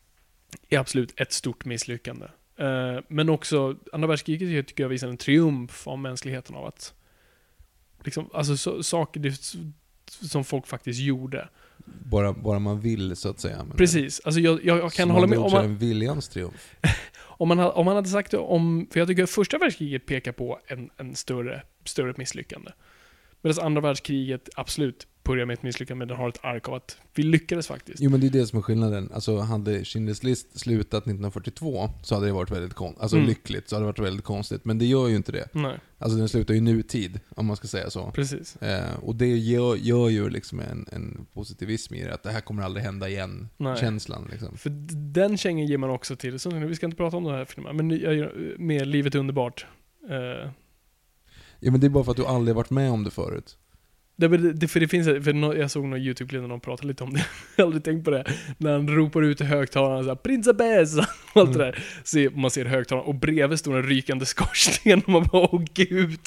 Är absolut ett stort misslyckande. Eh, men också, andra världskriget tycker jag visar en triumf av mänskligheten. Av att liksom, alltså så, saker det, som folk faktiskt gjorde. Bara, bara man vill, så att säga. Men precis. Alltså jag, jag, jag kan hålla med om man... en viljans triumf. Om man, om man hade sagt det om... För jag tycker att första världskriget pekar på en, en större, större misslyckande. Medan andra världskriget absolut börjar med ett misslyckande, men den har ett ark av att vi lyckades faktiskt. Jo, men det är det som är skillnaden. Alltså, hade Schindler's List slutat nittonhundrafyrtiotvå så hade det varit väldigt konstigt. Alltså mm. lyckligt så hade det varit väldigt konstigt. Men det gör ju inte det. Nej. Alltså den slutar ju nutid, om man ska säga så. Precis. Eh, och det gör, gör ju liksom en, en positivism i det. Att det här kommer aldrig hända igen. Nej. Känslan liksom. För den kängen ger man också till. Så vi ska inte prata om det här filmen. Men med Livet är underbart. Eh. Ja, men det är bara för att du aldrig varit med om det förut. Det, det, för det finns, för jag såg någon YouTube-klipp när de pratade lite om det. Jag har aldrig tänkt på det. När han ropar ut i högtalarna så här, Prinsabessa och allt mm. det där. Så man ser högtalarna och bredvid står en rykande skorsten och man bara, åh gud.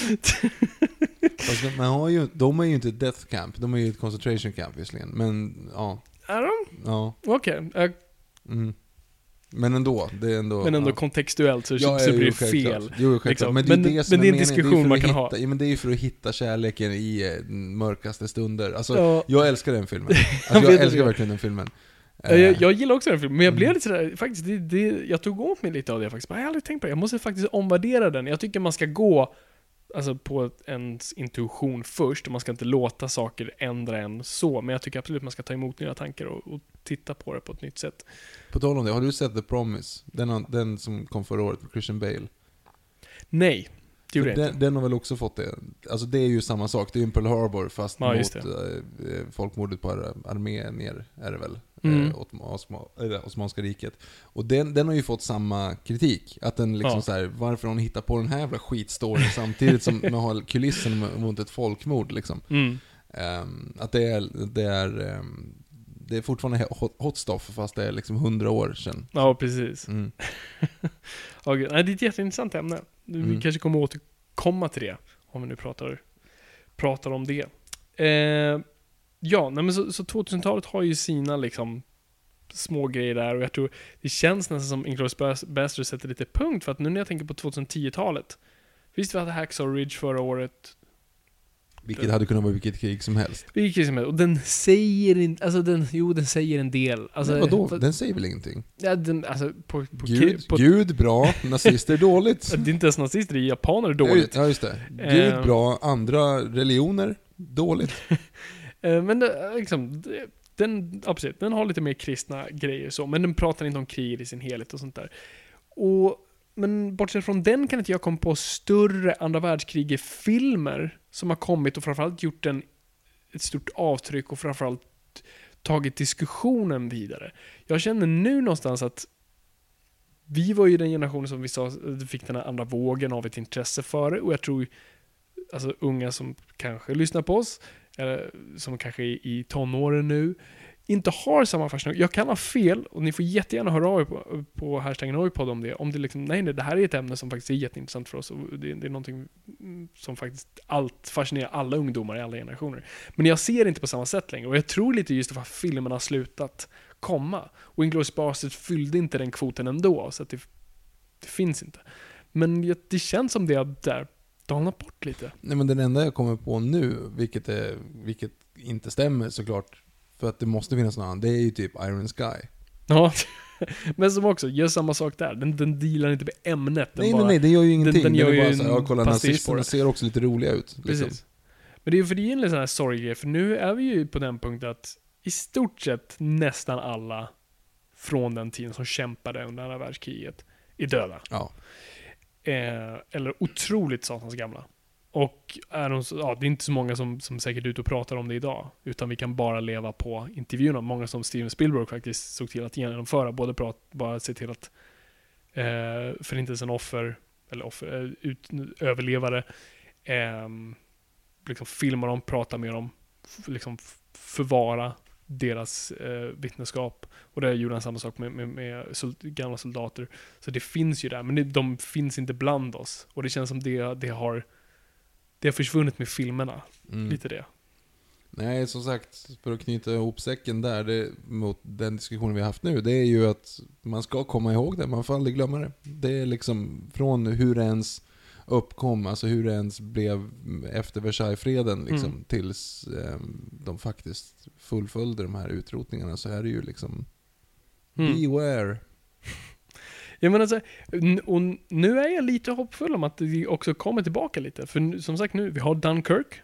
Fast man har ju, de är ju inte ett death camp, de är ju ett concentration camp visserligen. Men ja. Är de? Ja. Okej. Okay. Mm. Men ändå, det är ändå... Men ändå ja. kontextuellt så, ja, så ja, blir det jo, fel. Jo, liksom. Men det är, men, det som men det är en meningen. diskussion är man kan hitta, ha. Ja, men det är ju för att hitta kärleken i eh, mörkaste stunder. Alltså, ja. jag älskar den filmen. Alltså, jag älskar verkligen den filmen. Uh, jag, jag gillar också den filmen, men jag blev mm. lite sådär, faktiskt, det, det, jag tog åt mig lite av det faktiskt. Men jag har aldrig tänkt på det. Jag måste faktiskt omvärdera den. Jag tycker man ska gå alltså, på ens intuition först, och man ska inte låta saker ändra en så. Men jag tycker absolut man ska ta emot nya tankar och, och titta på det på ett nytt sätt. På tal om det, har du sett The Promise? Den, den som kom förra året på Christian Bale? Nej, det gjorde jag den, inte. Den har väl också fått det. Alltså det är ju samma sak. Det är ju en Pearl Harbor fast ja, mot äh, folkmordet på armén ner är det väl. Mm. Äh, Osma, äh, Osmanska riket. Och den, den har ju fått samma kritik. Att den liksom ja. så här, varför hon hittar på den här jävla skitstoryn samtidigt som man har kulissen mot ett folkmord liksom. Mm. Um, att det är, det är um, det är fortfarande hot stuff fast det är liksom hundra år sedan. Ja, precis. Mm. okay. Nej, det är ett jätteintressant ämne. Vi mm. kanske kommer återkomma till det om vi nu pratar, pratar om det. Eh, ja, nej, men så, så tvåtusentalet har ju sina liksom små grejer där, och jag tror det känns nästan som Inglourious Basterds sätter lite punkt, för att nu när jag tänker på tjugohundratio-talet, visst vi hade Hacksaw Ridge förra året, vilket hade kunnat vara vilket krig som helst. Vilket krig som helst, och den säger inte, alltså den, jo den säger en del. Alltså, men vadå? För, den säger väl ingenting? Ja, den, alltså på, på, Gud, på, Gud bra, nazister dåligt. Det är inte ens nazister, det är japaner dåligt. Ja just det. Gud uh, bra, andra religioner dåligt. Men det, liksom, den, absolut, den har lite mer kristna grejer så, men den pratar inte om krig i sin helhet och sånt där. Och, men bortsett från den kan inte jag komma på större andra världskriget-filmer som har kommit och framförallt gjort en, ett stort avtryck och framförallt tagit diskussionen vidare. Jag känner nu någonstans att vi var ju den generationen som vi sa fick den här andra vågen av ett intresse för det, och jag tror alltså unga som kanske lyssnar på oss, eller som kanske är i tonåren nu, inte har samma fascination. Jag kan ha fel, och ni får jättegärna höra av er på, på hashtaggen Noipod om det. Om det liksom, nej, nej, det här är ett ämne som faktiskt är jätteintressant för oss, och det, det är någonting som faktiskt allt fascinerar alla ungdomar i alla generationer. Men jag ser det inte på samma sätt längre, och jag tror lite just för att filmerna har slutat komma. Och Inglourious Basterds fyllde inte den kvoten ändå, så att det, det finns inte. Men det känns som det där dalnat bort lite. Nej, men den enda jag kommer på nu, vilket, är, vilket inte stämmer såklart, för att det måste finnas någon annan, det är ju typ Iron Sky. Ja, men som också gör samma sak där. Den, den dealar inte med ämnet. Den nej, bara, nej, nej, det gör ju ingenting. Den, den det gör är bara ju så här, ja, kolla, nazisterna det. ser också lite roliga ut. Liksom. Precis. Men det är ju för det är en sån här sorgrej, för nu är vi ju på den punkten att i stort sett nästan alla från den tiden som kämpade under andra världskriget är döda. Ja. Eh, eller otroligt satans gamla. Och är de, ja, det är inte så många som, som säkert är ute och pratar om det idag, utan vi kan bara leva på intervjuerna. Många som Steven Spielberg faktiskt såg till att genomföra, både prat, bara se till att eh, förintelsen offer eller offer, ut, överlevare eh, liksom filma dem, prata med dem, liksom förvara deras eh, vittneskap. Och det gjorde han samma sak med, med, med sol- gamla soldater. Så det finns ju där, men det, de finns inte bland oss. Och det känns som det, det har det har försvunnit med filmerna. Mm. Lite det. Nej, som sagt, för att knyta ihop säcken där det, mot den diskussionen vi har haft nu, det är ju att man ska komma ihåg det, man får aldrig glömma det. Det är liksom från hur det ens uppkom, alltså hur det ens blev efter Versaillesfreden liksom, mm. tills eh, de faktiskt fullföljde de här utrotningarna, så är det ju liksom mm. beware. Jag menar så, och nu är jag lite hoppfull om att det också kommer tillbaka lite. För som sagt nu, vi har Dunkirk.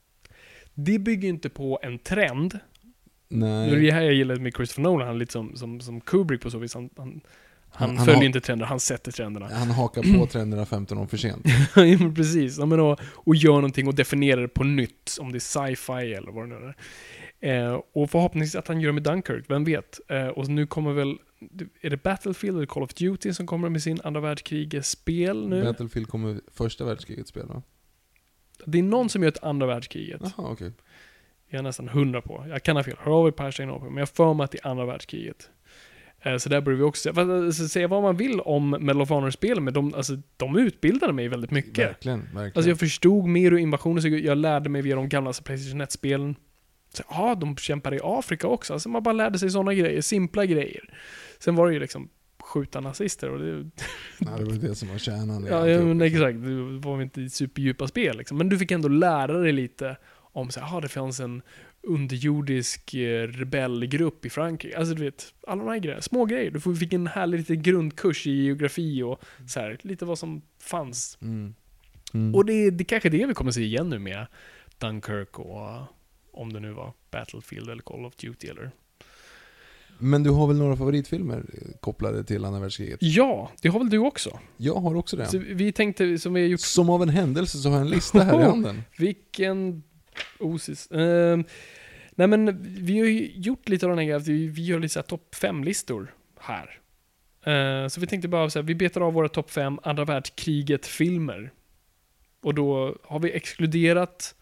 Det bygger inte på en trend. Nej. Det är det här jag gillar med Christopher Nolan. Han är lite som, som, som Kubrick på så vis. Han, han, han, han följer ha- inte trender, han sätter trenderna. Han hakar på trenderna femton år för sent. Ja, men precis. Ja, men och, och gör någonting och definierar det på nytt. Om det är sci-fi eller vad det nu är. Eh, och förhoppningsvis att han gör med Dunkirk, vem vet. Eh, och nu kommer väl, är det Battlefield eller Call of Duty som kommer med sin andra världskriget-spel nu? Battlefield kommer första världskriget-spel, va? Det är någon som gör ett andra världskriget. Jaha, okej. Okay. Jag är nästan hundra på. Jag kan ha fel. Hör av er på hashtaggen, men jag får mig att det är andra världskriget. Eh, så där borde vi också säga, säga vad man vill om Medal of Honor-spel, men de, alltså, de utbildade mig väldigt mycket. Verkligen, verkligen. Alltså jag förstod mer ur invasioner, så jag lärde mig via de gamla PlayStation ett-spelen. Så, ja, de kämpade i Afrika också. Alltså man bara lärde sig sådana grejer, simpla grejer. Sen var det ju liksom skjuta nazister. Och det, ja, det var det som var kärnan. Ja, ja men exakt. Det var inte superdjupa spel. Liksom. Men du fick ändå lära dig lite om så här, ah, det fanns en underjordisk rebellgrupp i Frankrike. Alltså du vet, alla de här grejerna. Små grejer. Du fick en härlig liten grundkurs i geografi och så här, lite vad som fanns. Mm. Mm. Och det, det kanske är det vi kommer se igen nu med Dunkirk och om det nu var Battlefield eller Call of Duty eller... Men du har väl några favoritfilmer kopplade till andra världskriget? Ja, det har väl du också? Jag har också det. Så vi tänkte, som vi har gjort... Som av en händelse så har jag en lista här i handen. Vilken osis. Uh, nej men, vi har ju gjort lite av den här grejen, vi, vi gör lite så här topp fem-listor här. Uh, så vi tänkte bara så här, vi betar av våra topp fem andra världskriget-filmer. Och då har vi exkluderat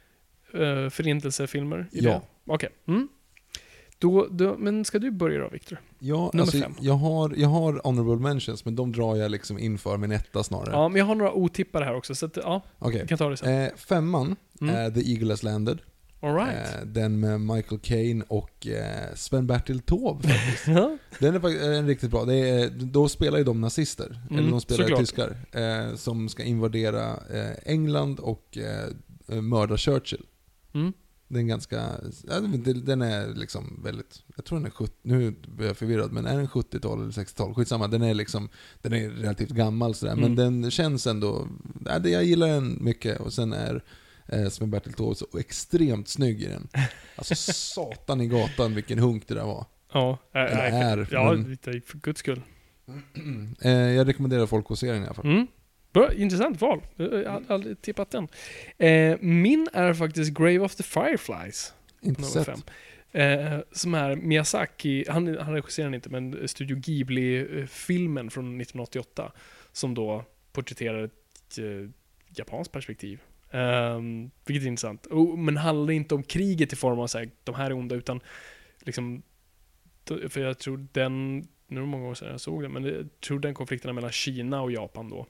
uh, förintelsefilmer i ja. det. Okej. Okay. Mm. Då, då, men ska du börja då, Victor? Ja, alltså, jag, har, jag har honorable mentions, men de drar jag liksom inför min etta snarare. Ja, men jag har några otippare här också, så att, ja, okay. vi kan ta det sen. Eh, femman mm. är The Eagle Has Landed. All right. Eh, den med Michael Caine och eh, Sven-Bertil Taube faktiskt. Ja. Den är faktiskt en riktigt bra. Det är, då spelar ju de nazister, Mm, eller de spelar såklart. tyskar, eh, som ska invadera eh, England och eh, mörda Churchill. Mm. Den är ganska, ja, den är liksom väldigt, jag tror den är sjuttio, nu blir jag förvirrad, men är den sjuttiotal eller sextiotal? Skitsamma, den är liksom, den är relativt gammal sådär, Mm. men den känns ändå, ja, det, jag gillar den mycket, och sen är eh, Sven-Bertil Taube så extremt snygg i den. Alltså satan i gatan vilken hunk det där var. Ja, äh, Eller äh, är, ja men- för guds skull. eh, jag rekommenderar folk att se den i alla fall. Mm. Bra, intressant val. Jag har aldrig tippat den. Eh, min är faktiskt Grave of the Fireflies. Inte nummer sett. fem. Eh, som är Miyazaki, han, han regisserar den inte, men Studio Ghibli-filmen från nittonhundraåttioåtta. Som då porträtterar ett eh, japanskt perspektiv. Eh, vilket är intressant. Och, men handlar inte om kriget i form av så här, de här är onda, utan liksom, för jag tror den, nu är det många år sedan jag såg den, men jag tror den konflikten mellan Kina och Japan då.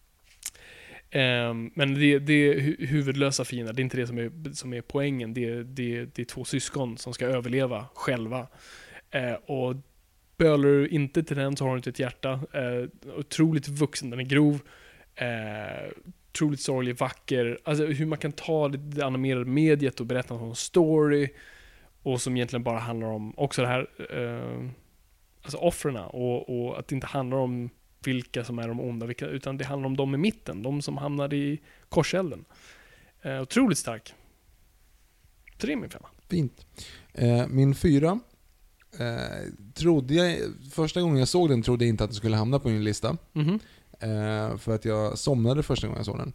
Um, men det, det är hu- huvudlösa fiender, det är inte det som är, som är poängen. Det är, det, är, det är två syskon som ska överleva själva. Uh, och bölar du inte till den så har du inte ett hjärta. Uh, otroligt vuxen, den är grov. Uh, otroligt sorglig, vacker. Alltså hur man kan ta det, det animerade mediet och berätta en story. Och som egentligen bara handlar om också det här, uh, alltså offren, och, och att det inte handlar om vilka som är de onda, vilka, utan det handlar om de i mitten, de som hamnar i korselden. Eh, otroligt stark. Tre min femma. Fint. Eh, min fyra, eh, trodde jag, första gången jag såg den trodde jag inte att den skulle hamna på min lista. Mhm. Eh, för att jag somnade första gången jag såg den.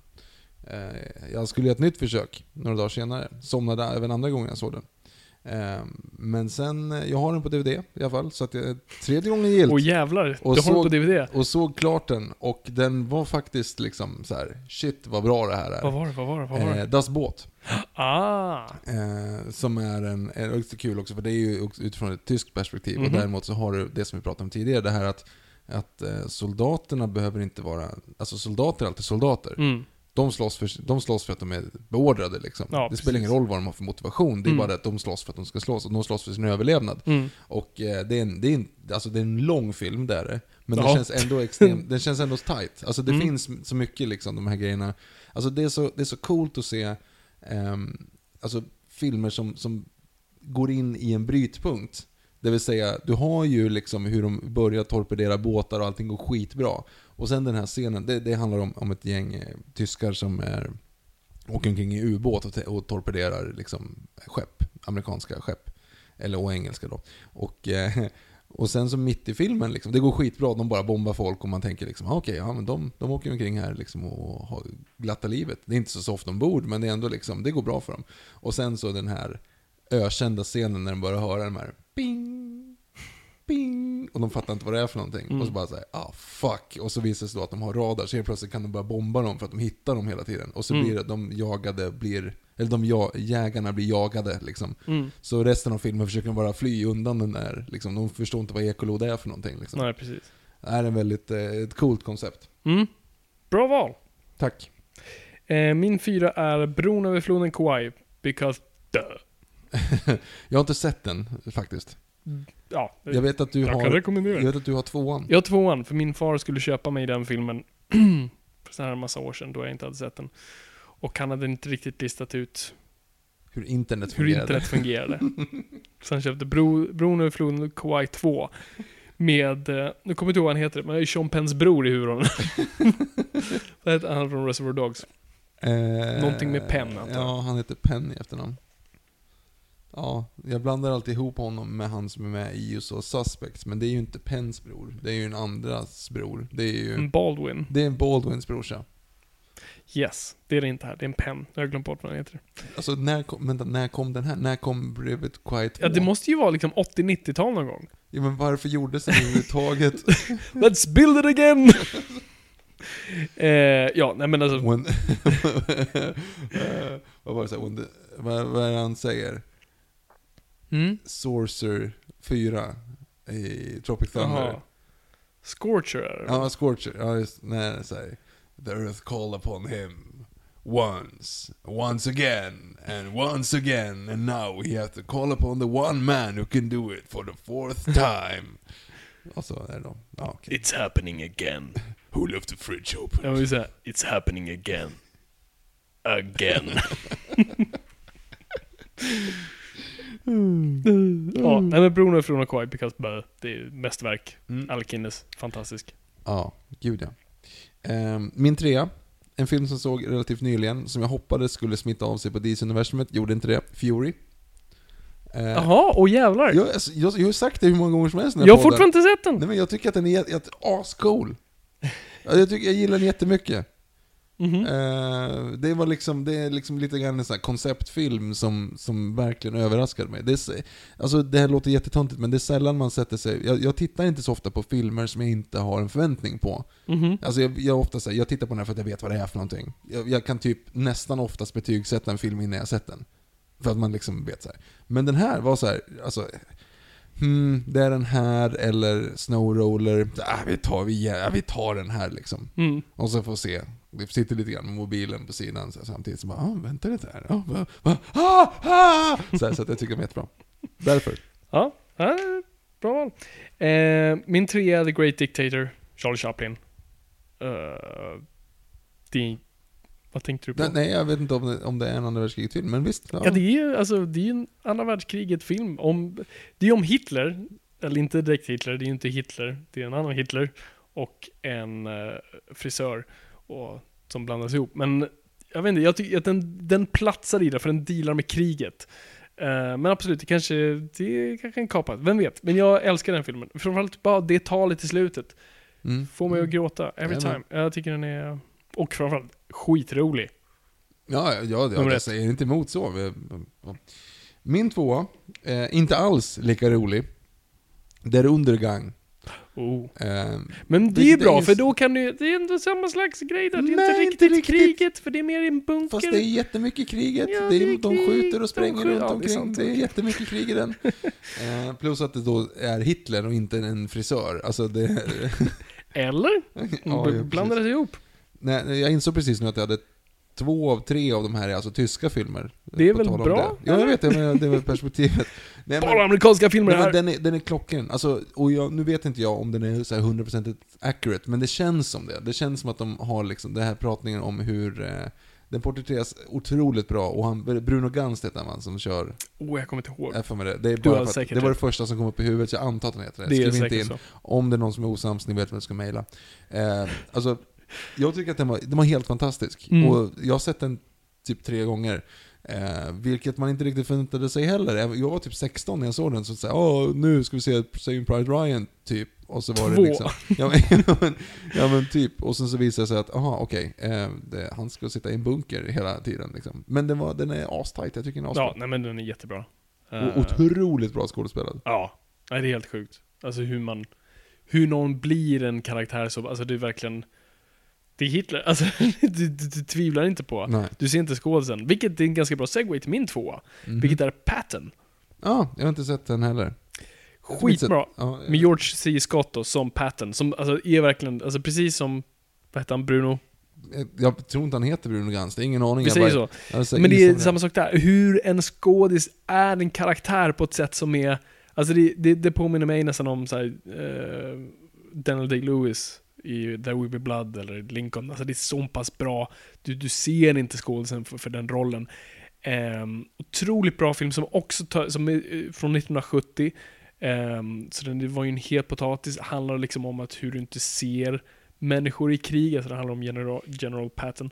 Eh, jag skulle göra ett nytt försök några dagar senare. Somnade även andra gången jag såg den. Eh, men sen, jag har den på D V D i alla fall, så att jag, tredje gången gillt. Åh jävlar, Och du har den såg- på D V D. Och såg klart den, och den var faktiskt liksom så här: shit vad bra det här är. Vad var det, vad var det, vad var Eh, det? Das Boot. Ah! Eh, som är en, är också kul också, för det är ju också utifrån ett tyskt perspektiv. Mhm. Och däremot så har du det som vi pratade om tidigare, det här att, att eh, soldaterna behöver inte vara, alltså soldater är alltid soldater. Mm. De slåss, för, de slåss för att de är beordrade liksom. Ja, det spelar ingen precis. roll vad de har för motivation, det är Mm. bara att de slåss för att de ska slåss, och de slåss för sin överlevnad. Mm. Och eh, det, är en, det, är en, alltså det är en lång film där, men Ja. den känns ändå extremt, den känns ändå tight. Alltså det Mm. finns så mycket liksom, de här grejerna. Alltså det är så, det är så coolt att se ehm, alltså filmer som, som går in i en brytpunkt. Det vill säga, du har ju liksom hur de börjar torpedera båtar och allting går skitbra. Och sen den här scenen, det, det handlar om, om ett gäng eh, tyskar som är, åker omkring i ubåt och, te- och torpederar liksom skepp, amerikanska skepp. Eller och engelska då. Och, eh, och sen så mitt i filmen, liksom, det går skitbra, de bara bombar folk och man tänker liksom, ah, okej, ja men de, de åker omkring här liksom och har glatta livet. Det är inte så soft ombord, men det är ändå liksom, det går bra för dem. Och sen så den här ökända scenen när de börjar höra de här bing, bing, och de fattar inte vad det är för någonting. Mm. Och så bara säger ah fuck, och så visar det sig då att de har radar, så helt plötsligt kan de börja bomba dem för att de hittar dem hela tiden. Och så Mm. blir det, de jagade blir, eller de ja, jägarna blir jagade liksom. Mm. Så resten av filmen försöker de bara fly undan den där liksom. De förstår inte vad ekolod är för någonting liksom. Nej, precis. Det är en väldigt, eh, ett coolt koncept. Mm. Bra val. Tack. Eh, min fyra är Bron över floden Kauai, because duh. Jag har inte sett den faktiskt. Ja, Jag vet att du jag kan har, rekommendera jag den. vet att du har tvåan. Jag har tvåan, för min far skulle köpa mig den filmen för sån här en massa år sedan, då jag inte hade sett den. Och han hade inte riktigt listat ut Hur internet hur fungerade. internet fungerade. Så han köpte Bro, Bron över floden Kauai två. Med, eh, nu kommer jag inte ihåg vad han heter, men det är Sean Penns bror i huvudrollen. Det heter han från Reservoir Dogs. Eh, Någonting med Penn, antar jag. Ja, han heter Penn i efternamn. Ja, jag blandar alltid ihop honom med han som är med i U S A Suspects. Men det är ju inte Penns bror. Det är ju en andras bror. Det är ju... En Baldwin. Det är en Baldwins brorsa. Yes, det är det inte här. Det är en Penn. Jag har glömt bort vad han heter. Alltså, när kom, vänta, när kom den här? När kom Brevet Quiet två? Ja, det måste ju vara liksom åttio-nittiotal någon gång. Ja, men varför gjordes den överhuvudtaget? Let's build it again! eh, ja, nej men alltså... When, Eh, vad var det så här? When the, vad, vad är det han säger? Mm? Sorcerer fyra i Tropic Thunder. Jaha. Scorcher är det. Ja, Scorcher. Ja, just när det säger The earth called upon him Once, once again, and once again, and now we have to call upon the one man who can do it for the fourth time. Och så är det då. Ja, okay. It's happening again. Who left the fridge open? Jag vill säga, it's happening again. Again. mm. Ja, nej men Bruno från Quai because bö, det är mästerverk. Mm. Alec Guinness, fantastisk. Ja, gud ja. Um, min trea, en film som såg relativt nyligen, som jag hoppades skulle smitta av sig på D C-universumet, gjorde inte det. Fury. Jaha, uh, åh jävlar. Jag, jag, jag har sagt det hur många gånger som helst. Jag har fortfarande inte sett den. Nej, men jag tycker att den är, är ascool. jag, tycker, jag gillar den jättemycket. Mm-hmm. Uh, det var liksom, det är liksom lite grann en sån här konceptfilm som, som verkligen överraskade mig. Det, är, alltså, det här låter jättetöntigt, men det är sällan man sätter sig. Jag, jag tittar inte så ofta på filmer som jag inte har en förväntning på. Mm-hmm. Alltså jag, jag ofta säger, jag tittar på den här för att jag vet vad det är för någonting. Jag, jag kan typ nästan oftast betygsätta en film innan jag sett den. För att man liksom vet så här. Men den här var så här, alltså, hmm, det är den här eller Snowroller. Ah, vi tar vi, ja, vi tar den här liksom. Mm. Och så får se. Det sitter lite grann med mobilen på sidan så samtidigt som bara, ah, vänta lite här. Ah, va, va, ah, ah! Så, här, så att jag tycker det är jättebra. Därför. Ja, ja bra val. Eh, min trea, The Great Dictator, Charlie Chaplin. Uh, det Vad tänkte du på? Nej, jag vet inte om det, om det är en andra världskriget-film, men visst. Ja, ja det är ju alltså, det är en andra världskriget-film. Om, det är om Hitler, eller inte direkt Hitler, det är ju inte Hitler, det är en annan Hitler och en uh, frisör och, som blandas ihop. Men jag vet inte, jag tycker att den, den platsar i det, för den dealar med kriget. Uh, men absolut, det kanske, det är kanske en kapat, vem vet. Men jag älskar den filmen. Framförallt bara det talet i slutet. Mm. Får mig att gråta every ja, time. Jag tycker den är... Och framförallt skitrolig. Ja, ja, ja, ja jag säger inte emot så. Min två, eh, inte alls lika rolig. Der Undergang. Oh. Eh, Men det är ju bra, är... för då kan du... Det är ändå samma slags grej där. Det är Nej, inte riktigt, inte riktigt kriget, för det är mer i en bunker. Fast det är jättemycket kriget. Ja, det är, det är de krig, skjuter och spränger runt ja, omkring. Det är, det är jättemycket krig i den. eh, plus att det då är Hitler och inte en frisör. Alltså det är... Eller? ja, ja, blandar det ihop. Nej, jag insåg precis nu att jag hade två av tre av de här är alltså tyska filmer. Det är väl bra? Det. Ja, jag vet, men det är väl perspektivet. Nej, Bara amerikanska filmer nej, här. Den är, den är klocken. Alltså, och jag, nu vet inte jag om den är så här hundra procent accurate, men det känns som det. Det känns som att de har liksom det här pratningen om hur eh, den porträtteras otroligt bra. Och han, Bruno Ganz heter han som kör. Oh, jag kommer inte ihåg. Jag det. Det, är bara för att, det var det första som kom upp i huvudet, så jag antar att han heter det. Det är Skriv inte in. Så. Om det är någon som är osams, ni vet vem jag ska mejla. Eh, alltså jag tycker att den var, den var helt fantastisk. Mm. Och jag har sett den typ tre gånger. Eh, vilket man inte riktigt förväntade sig heller. Jag var typ sexton när jag såg den. Så sa åh, nu ska vi se Saving Private Ryan typ. Och så var Två. det liksom ja men, men, ja men typ. Och sen så visade det sig att aha, okej okay, eh, han ska sitta i en bunker hela tiden liksom. Men den, var, den är astajt. Jag tycker den är asbra. Ja, nej men den är jättebra. Och otroligt bra skådespelad. Ja, nej, det är helt sjukt. Alltså hur man hur någon blir en karaktär så, alltså det är verkligen det är Hitler, alltså du, du, du tvivlar inte på. Nej. Du ser inte skådespelaren. Vilket är en ganska bra segway till min tvåa. Mm-hmm. Vilket är Patton. Ja, jag har inte sett den heller. Skitbra. Ja, med George C. Scott då, som Patton. Som alltså, är verkligen, alltså precis som, vad heter han, Bruno? Jag tror inte han heter Bruno Ganz, det är ingen aning. Vi säger bara, så. Alltså, men det är samma sak där. Hur en skådis är en karaktär på ett sätt som är, alltså det, det, det påminner mig nästan om så här, uh, Daniel Day-Lewis i There Will Be Blood eller Lincoln. Alltså det är så pass bra. Du, du ser inte skådisen för, för den rollen. Um, otroligt bra film som också tar, som är från nittonhundrasjuttio. Um, så den, det var ju en het potatis. Handlar liksom om att hur du inte ser människor i krig. Alltså det handlar om General, General Patton.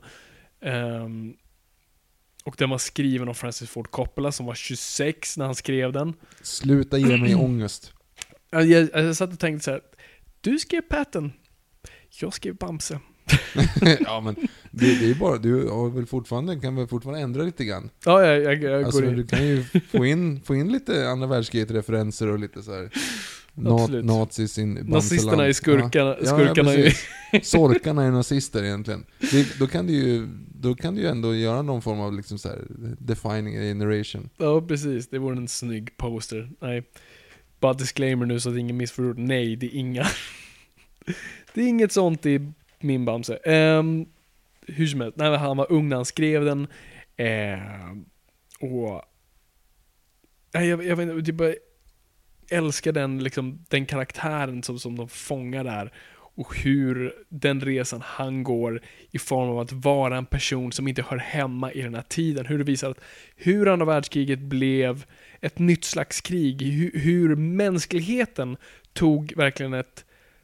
Um, och den var skriven av Francis Ford Coppola som var tjugosex när han skrev den. Sluta ge mig ångest. Jag, jag, jag satt och tänkte så här: du skrev Patton, jag skrev Bamse. Ja, men det, det är bara, du har väl fortfarande, kan väl fortfarande ändra lite grann. Ja, jag, jag, jag alltså, går in. Du kan ju få in, få in lite andra världskriget-referenser och lite så här na- nazis in Bamseland. Nazisterna är skurkarna, ja. skurkarna ja, ja, Sorkarna är nazister egentligen. Det, då kan du ju då kan du ju ändå göra någon form av liksom så här defining a narration. Ja, precis. Det vore en snygg poster. Nej. Bara disclaimer nu så att ingen missförstår. Nej, det är inga det är inget sånt i min Bamse. Um, hur som helst, när han var ung när han skrev den. Eh, och jag, jag vet inte, jag bara älskar den, liksom, den karaktären som, som de fångar där. Och hur den resan han går i form av att vara en person som inte hör hemma i den här tiden. Hur det visar att hur andra världskriget blev ett nytt slags krig. Hur, hur mänskligheten tog verkligen ett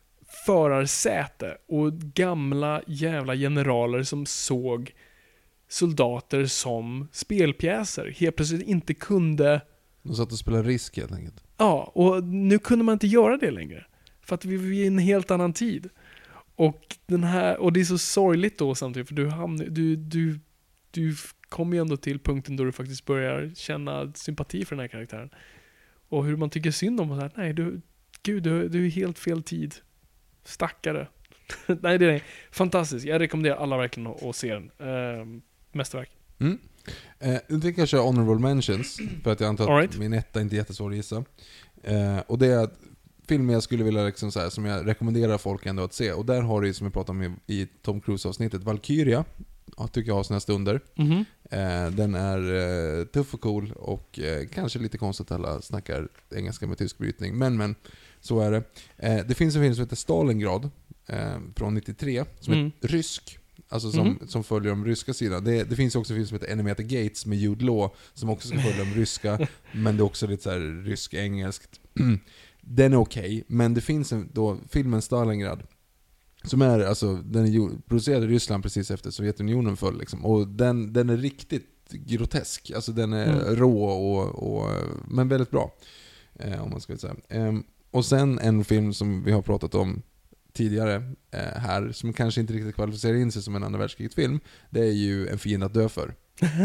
förarsäte. Och gamla jävla generaler som såg soldater som spelpjäser helt plötsligt inte kunde... De satt och spelade risk helt enkelt. Ja, och nu kunde man inte göra det längre. För att vi är i en helt annan tid. Och den här, och det är så sorgligt då samtidigt, för du hamnar, du, du, du kommer ju ändå till punkten då du faktiskt börjar känna sympati för den här karaktären. Och hur man tycker synd om honom. Nej, du, gud, du, du är helt fel tid. Stackare. Nej, det är fantastiskt. Jag rekommenderar alla verkligen att, att se den. Uh, mästerverk. Mm. Eh, nu tänker jag köra honorable mentions, för att jag antar att right. min etta inte är jättesvår att gissa. Eh, och det är att filmer jag skulle vilja liksom så här, som jag rekommenderar folk ändå att se. Och där har du, som jag pratade om i, i Tom Cruise-avsnittet, Valkyria. Ja, tycker jag har sina stunder. Mm-hmm. Eh, den är eh, tuff och cool och eh, kanske lite konstigt att alla snackar engelska med tysk brytning. Men, men så är det. Eh, det finns en film som heter Stalingrad eh, från nittiotre som mm. är rysk. Alltså som, mm. som följer de ryska sidan. Det, det finns också en film som heter Enemy at the Gates med Jude Law som också ska följa de ryska. Men det är också lite så här rysk-engelskt. Den är okej, okay, men det finns en, då filmen Stalingrad som är, alltså, den är ju, producerad i Ryssland precis efter Sovjetunionen föll liksom, och den, den är riktigt grotesk, alltså den är mm. rå och, och, men väldigt bra, eh, om man ska säga. Eh, och sen en film som vi har pratat om tidigare eh, här, som kanske inte riktigt kvalificerar in sig som en andra världskriget-film, det är ju En fiende att dö för.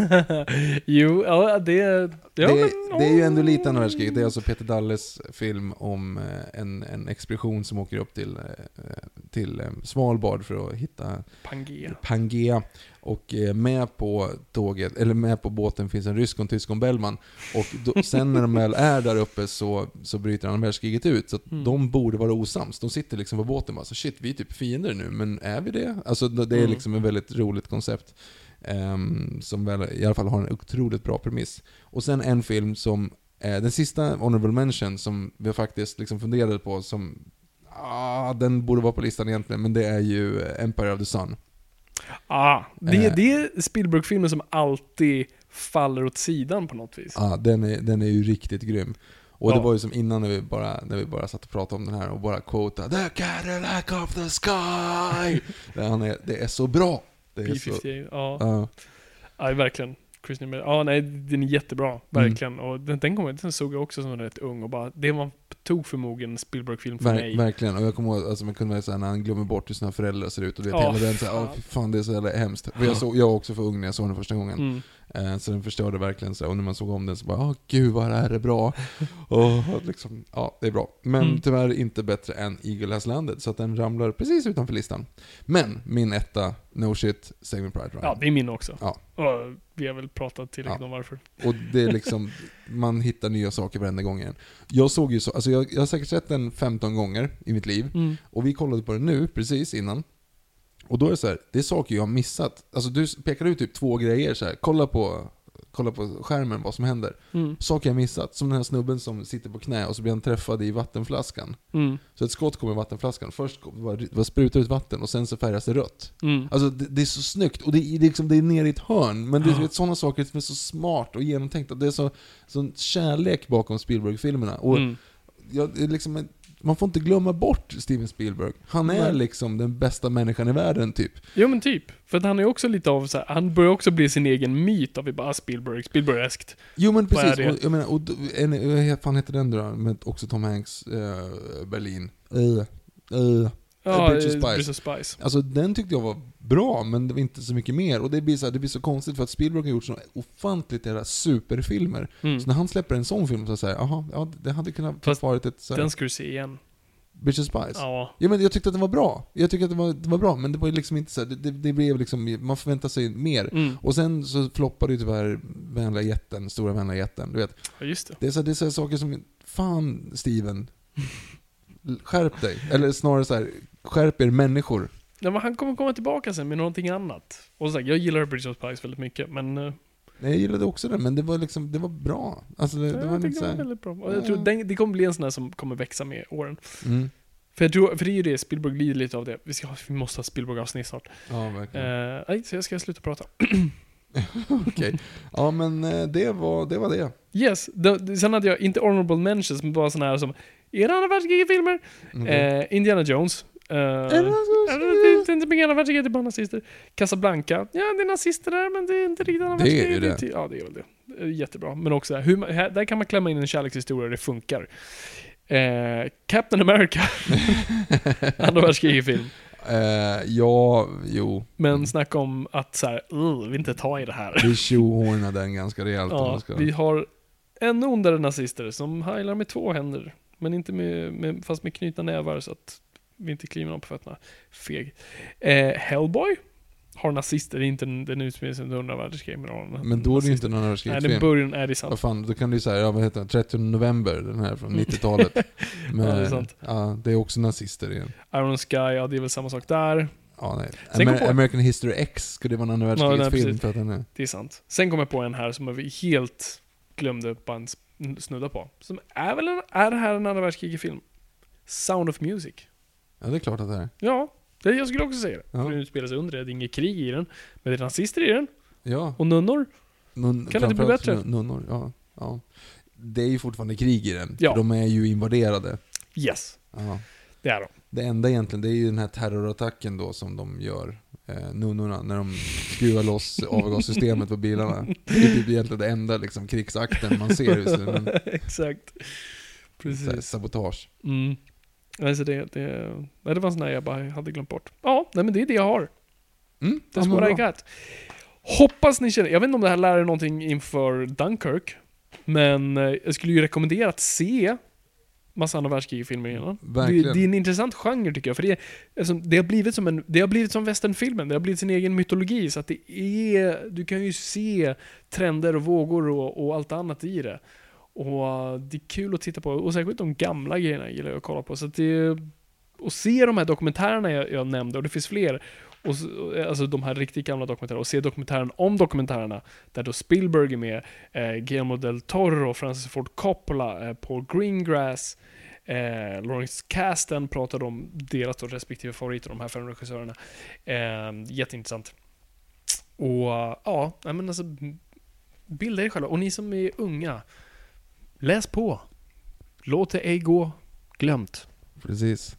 Jo, ja, det, ja, det, men, det är ju ändå lite andra världskriget. Det är alltså Peter Dalles film om en, en expedition som åker upp till, till Svalbard för att hitta Pangea. Pangea. Och med på tåget, eller med på båten finns en rysk och en tysk och en Bellman. Och då, sen när de väl är där uppe så, så bryter andra världskriget ut. Så att mm. de borde vara osams. De sitter liksom på båten och bara så, shit, vi är typ fiender nu, men är vi det? Alltså det är liksom ett väldigt roligt koncept. Um, som väl i alla fall har en otroligt bra premiss. Och sen en film som eh, den sista honorable mention som vi faktiskt liksom funderade på, som ah, den borde vara på listan egentligen, men det är ju Empire of the Sun. Ah, det, eh, det är Spielberg-filmen som alltid faller åt sidan på något vis. Ja, ah, den är, den är ju riktigt grym. Och ja. Det var ju som innan när vi bara, när vi bara satt och pratade om den här och bara quotade The Cadillac of the Sky. det, är, det är så bra. P femtio, ja. Uh. Ja, verkligen. Christian Bale. Ja, nej, den är jättebra, verkligen. Mm. Och den, den kom den såg jag också som rätt ung och bara, det man tog förmodligen Spielberg-film för Ver- mig. Verkligen, och jag kommer ihåg, alltså man kunde väl säga när han glömmer bort hur sina föräldrar ser ut och vet oh, hela den så här, fy fan, det är så jävla hemskt. För jag, såg, jag var också för ung när jag såg den första gången. Mm. Eh, så den förstörde verkligen så här, och när man såg om den så bara, åh gud vad det här är bra. och liksom, ja, det är bra. Men mm. tyvärr inte bättre än Eagle Has Landed, så att den ramlar precis utanför listan. Men min etta, no shit, Saving Private Ryan. Ja, det är min också. Ja. Och vi har väl pratat tillräckligt ja. om varför. Och det är liksom, man hittar nya saker varenda gång igen. Jag såg ju så, alltså jag, jag har säkert sett den femton gånger i mitt liv. Mm. Och vi kollade på den nu, precis innan. Och då är det så här, det är saker jag har missat. Alltså du pekar ut typ två grejer så här. Kolla på, kolla på skärmen vad som händer. Mm. Saker jag missat. Som den här snubben som sitter på knä och så blir han träffad i vattenflaskan. Mm. Så ett skott kommer i vattenflaskan. Först var sprutar ut vatten och sen så färgas det rött. Mm. Alltså det, det är så snyggt. Och det är, liksom, det är ner i ett hörn. Men det är sådana saker som är så smart och genomtänkt. Det är så, sån kärlek bakom Spielberg-filmerna. Och mm. jag, det är liksom... Man får inte glömma bort Steven Spielberg. Han är Nej. liksom den bästa människan i världen typ. Jo men typ. För att han är också lite av så här, han börjar också bli sin egen myt av bara Spielberg, Spielberg-eskt. Jo men precis. Och, jag menar, och, en, vad fan heter den då? Med också Tom Hanks, uh, Berlin. Uh, uh. Ja, Bridge of Spice. Bridge of Spice. Alltså den tyckte jag var bra, men det var inte så mycket mer. Och det blir så, här, det blir så konstigt för att Spielberg har gjort så ofantligt era superfilmer. Mm. Så när han släpper en sån film så säger jag, aha, ja, det hade kunnat Fast varit ett så här, den ska du se igen. Bridge of Spice. Ja. Ja, men jag tyckte att den var bra. Jag tyckte att det var, det var bra, men det var ju liksom inte så här, det, det blev liksom, man förväntar sig mer. Mm. Och sen så floppade ju tyvärr vänliga jätten, stora vänliga jätten, du vet. Ja, just det. Det är så, det är så här saker som, fan Steven, skärp dig. Eller snarare så här, skärp er människor. Ja, men han kommer komma tillbaka sen med någonting annat. Och så, jag gillar Bridge of Spies väldigt mycket, men... Uh, Nej, jag gillade också det, men det var liksom, det var bra. Alltså, det, ja, det jag var tycker inte det så var här... väldigt bra. Och jag tror det, det kommer bli en sån här som kommer växa med åren. Mm. För jag tror, för det är ju det, Spielberg lider lite av det. Vi, ska, vi måste ha Spielberg-avsnitt snart. Ja, verkligen. Uh, nej, så jag ska sluta prata. Okej. Okay. Ja, men det var det. Var det. Yes. Det, sen hade jag inte honorable mentions, men bara såna här som era andra världskriget-filmer. Okay. Uh, Indiana Jones. Uh, det är inte mycket andra världskriget, det är bara nazister. Casablanca. Ja, det är nazister där, men det är inte riktigt andra världskriget. Det är ju det. Ja, det är väl det. Jättebra. Men också, hur, här, där kan man klämma in en kärlekshistoria och det funkar. Uh, Captain America. Andra världskriget-film. Uh, ja, jo. Men snacka om att så här, uh, vi inte ta i det här. Vi tjohornar den ganska rejält. Ja, ska... vi har ännu ondare nazister som heilar med två händer. Men inte med, med, fast med knutna nävar så att vi inte kliver någon på fötterna. Feg. Eh, Hellboy har nazister, inte den utspelar sig under andra världskriget. Men då är det inte någon andra världskriget. Nej, den början är det sant. Vad fan, då kan du ju säga, ja, vad heter den? trettionde november, den här från nittiotalet. Men, ja, det är sant. Ja, det är också nazister igen. Iron Sky, ja, det är väl samma sak där. Ja, nej. Amer- American History X skulle det vara en andra världskrigsfilm. Ja, för att den är... Det är sant. Sen kommer jag på en här som vi helt glömde bara en snudda på. Som är väl en, är det här en andra världskrigsfilm? Sound of Music. Ja, det är klart att det är. Ja, det jag skulle också säga det. Ja. För den utspelar sig under det. Det är inget krig i den. Men det är nazister i den. Ja. Och nunnor. Nun, kan det inte bli bättre? Nunnor, ja. ja. Det är ju fortfarande krig i den. Ja. För de är ju invaderade. Yes. Ja. Det är de. Det enda egentligen, det är ju den här terrorattacken då som de gör. Eh, nunnorna, när de skruvar loss avgassystemet på bilarna. Det är typ egentligen det enda liksom, krigsakten man ser. Just det, men, exakt. Precis. Sabotage. Mm. Alltså det, det, det var en sån här jag bara hade glömt bort. Ja, nej, men det är det jag har. Mm, That's what I got. Hoppas ni känner, jag vet inte om det här lär er någonting inför Dunkirk, men jag skulle ju rekommendera att se massa andra världskrigsfilmer innan. Det, det är en intressant genre tycker jag, för det, är, alltså, det har blivit som en, det har blivit som westernfilmen, det har blivit sin egen mytologi, så att det är, du kan ju se trender och vågor och, och allt annat i det. Och det är kul att titta på, och särskilt de gamla grejerna gillar jag att kolla på, så att det, och se de här dokumentärerna jag, jag nämnde, och det finns fler, och, alltså de här riktigt gamla dokumentärerna, och se dokumentären om dokumentärerna där då Spielberg är med, eh, Guillermo del Toro, Francis Ford Coppola, eh, Paul Greengrass, eh, Lawrence Kasdan pratade om deras då respektive favoriter, de här fem regissörerna. Eh, jätteintressant. Och ja, men alltså bilda er själva, och ni som är unga, läs på. Låt det ej gå glömt. Precis.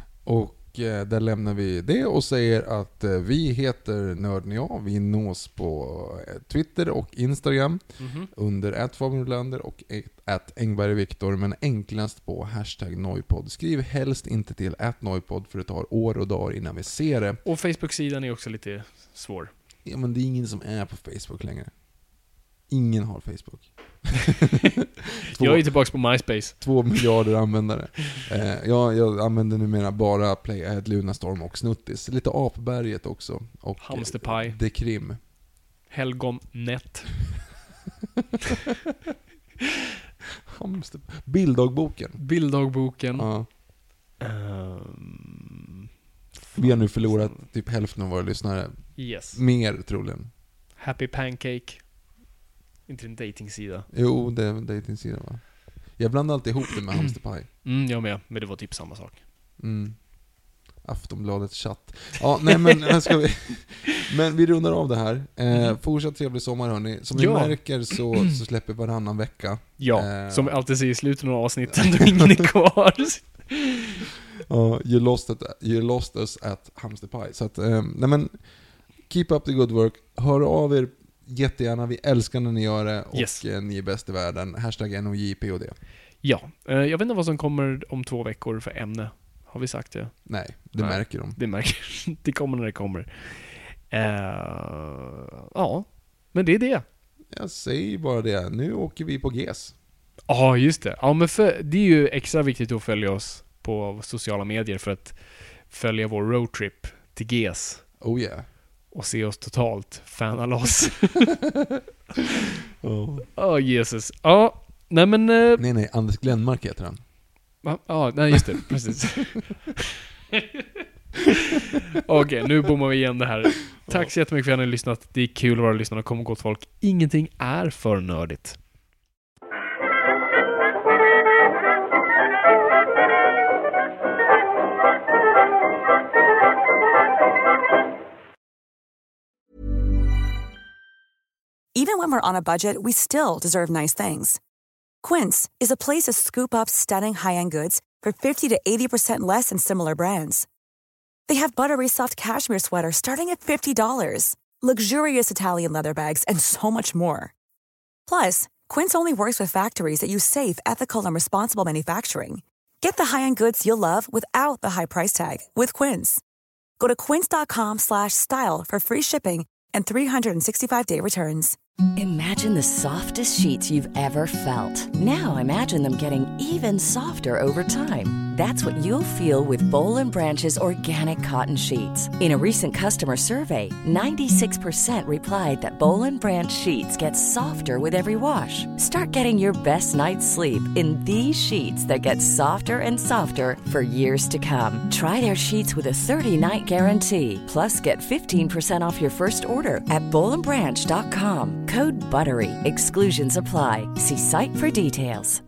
Och eh, där lämnar vi det och säger att eh, vi heter Nörden jag. Vi nås på eh, Twitter och Instagram mm-hmm. under at Fabian Rolander och at Engberg Viktor, men enklast på hashtag Noipod. Skriv helst inte till at Noipod, för det tar år och dagar innan vi ser det. Och Facebook-sidan är också lite svår. Ja, men det är ingen som är på Facebook längre. Ingen har Facebook. två, jag är tillbaka på MySpace. Två miljarder användare. Eh, jag, jag använder numera bara Playahead, Lunarstorm och Snuttis. Lite Apberget också. Och Hamsterpaj. The Krim. Helgonnet. Hamster... Bilddagboken. Bilddagboken. Ja. Um, Vi har nu förlorat typ hälften av våra lyssnare. Yes. Mer troligen. Happy Pancake. Inte en datingsida. Jo, det är en datingsida, va? Jag blandar alltid ihop det med Hamsterpaj. Mm, jag med. Men det var typ samma sak. Mm. Aftonbladets chatt. Ja, nej men ska vi... Men vi rundar av det här. Eh, fortsatt trevlig sommar, hörni. Som ja. ni märker så, så släpper vi varannan vecka. Ja, eh. som vi alltid säger i slutet av avsnitten då ingen är kvar. Ja, you lost, it, you lost us at Hamsterpaj. Så att, eh, nej men, keep up the good work. Hör av er jättegärna, vi älskar när ni gör det. Och yes. eh, ni är bäst i världen. Hashtag N O J P O D. Ja, eh, jag vet inte vad som kommer om två veckor för ämne. Har vi sagt det? Nej, det Nej, märker de. Det märker det kommer när det kommer. Uh, ja, men det är det. Jag säger bara det. Nu åker vi på G S. Ja, ah, just det. Ja, men för, det är ju extra viktigt att följa oss på sociala medier för att följa vår roadtrip till G S. Oh yeah. Och se oss totalt fana loss. Åh, oh. oh, Jesus. Ja, nej men... Uh... Nej, nej, Anders Glenmark heter han. Ja, ah, nej just det, precis. Okej, nu bommar vi igen det här. Tack så jättemycket för att ni har lyssnat. Det är kul att vara lyssnare. Kom gott folk. Ingenting är för nördigt. Even when we're on a budget, we still deserve nice things. Quince is a place to scoop up stunning high-end goods for fifty to eighty percent less than similar brands. They have buttery soft cashmere sweaters starting at fifty dollars, luxurious Italian leather bags, and so much more. Plus, Quince only works with factories that use safe, ethical, and responsible manufacturing. Get the high-end goods you'll love without the high price tag with Quince. Go to quince.com slash style for free shipping and three sixty-five day returns. Imagine the softest sheets you've ever felt. Now imagine them getting even softer over time. That's what you'll feel with Boll and Branch's organic cotton sheets. In a recent customer survey, ninety-six percent replied that Boll and Branch sheets get softer with every wash. Start getting your best night's sleep in these sheets that get softer and softer for years to come. Try their sheets with a thirty night guarantee. Plus, get fifteen percent off your first order at boll and branch dot com. Code BUTTERY. Exclusions apply. See site for details.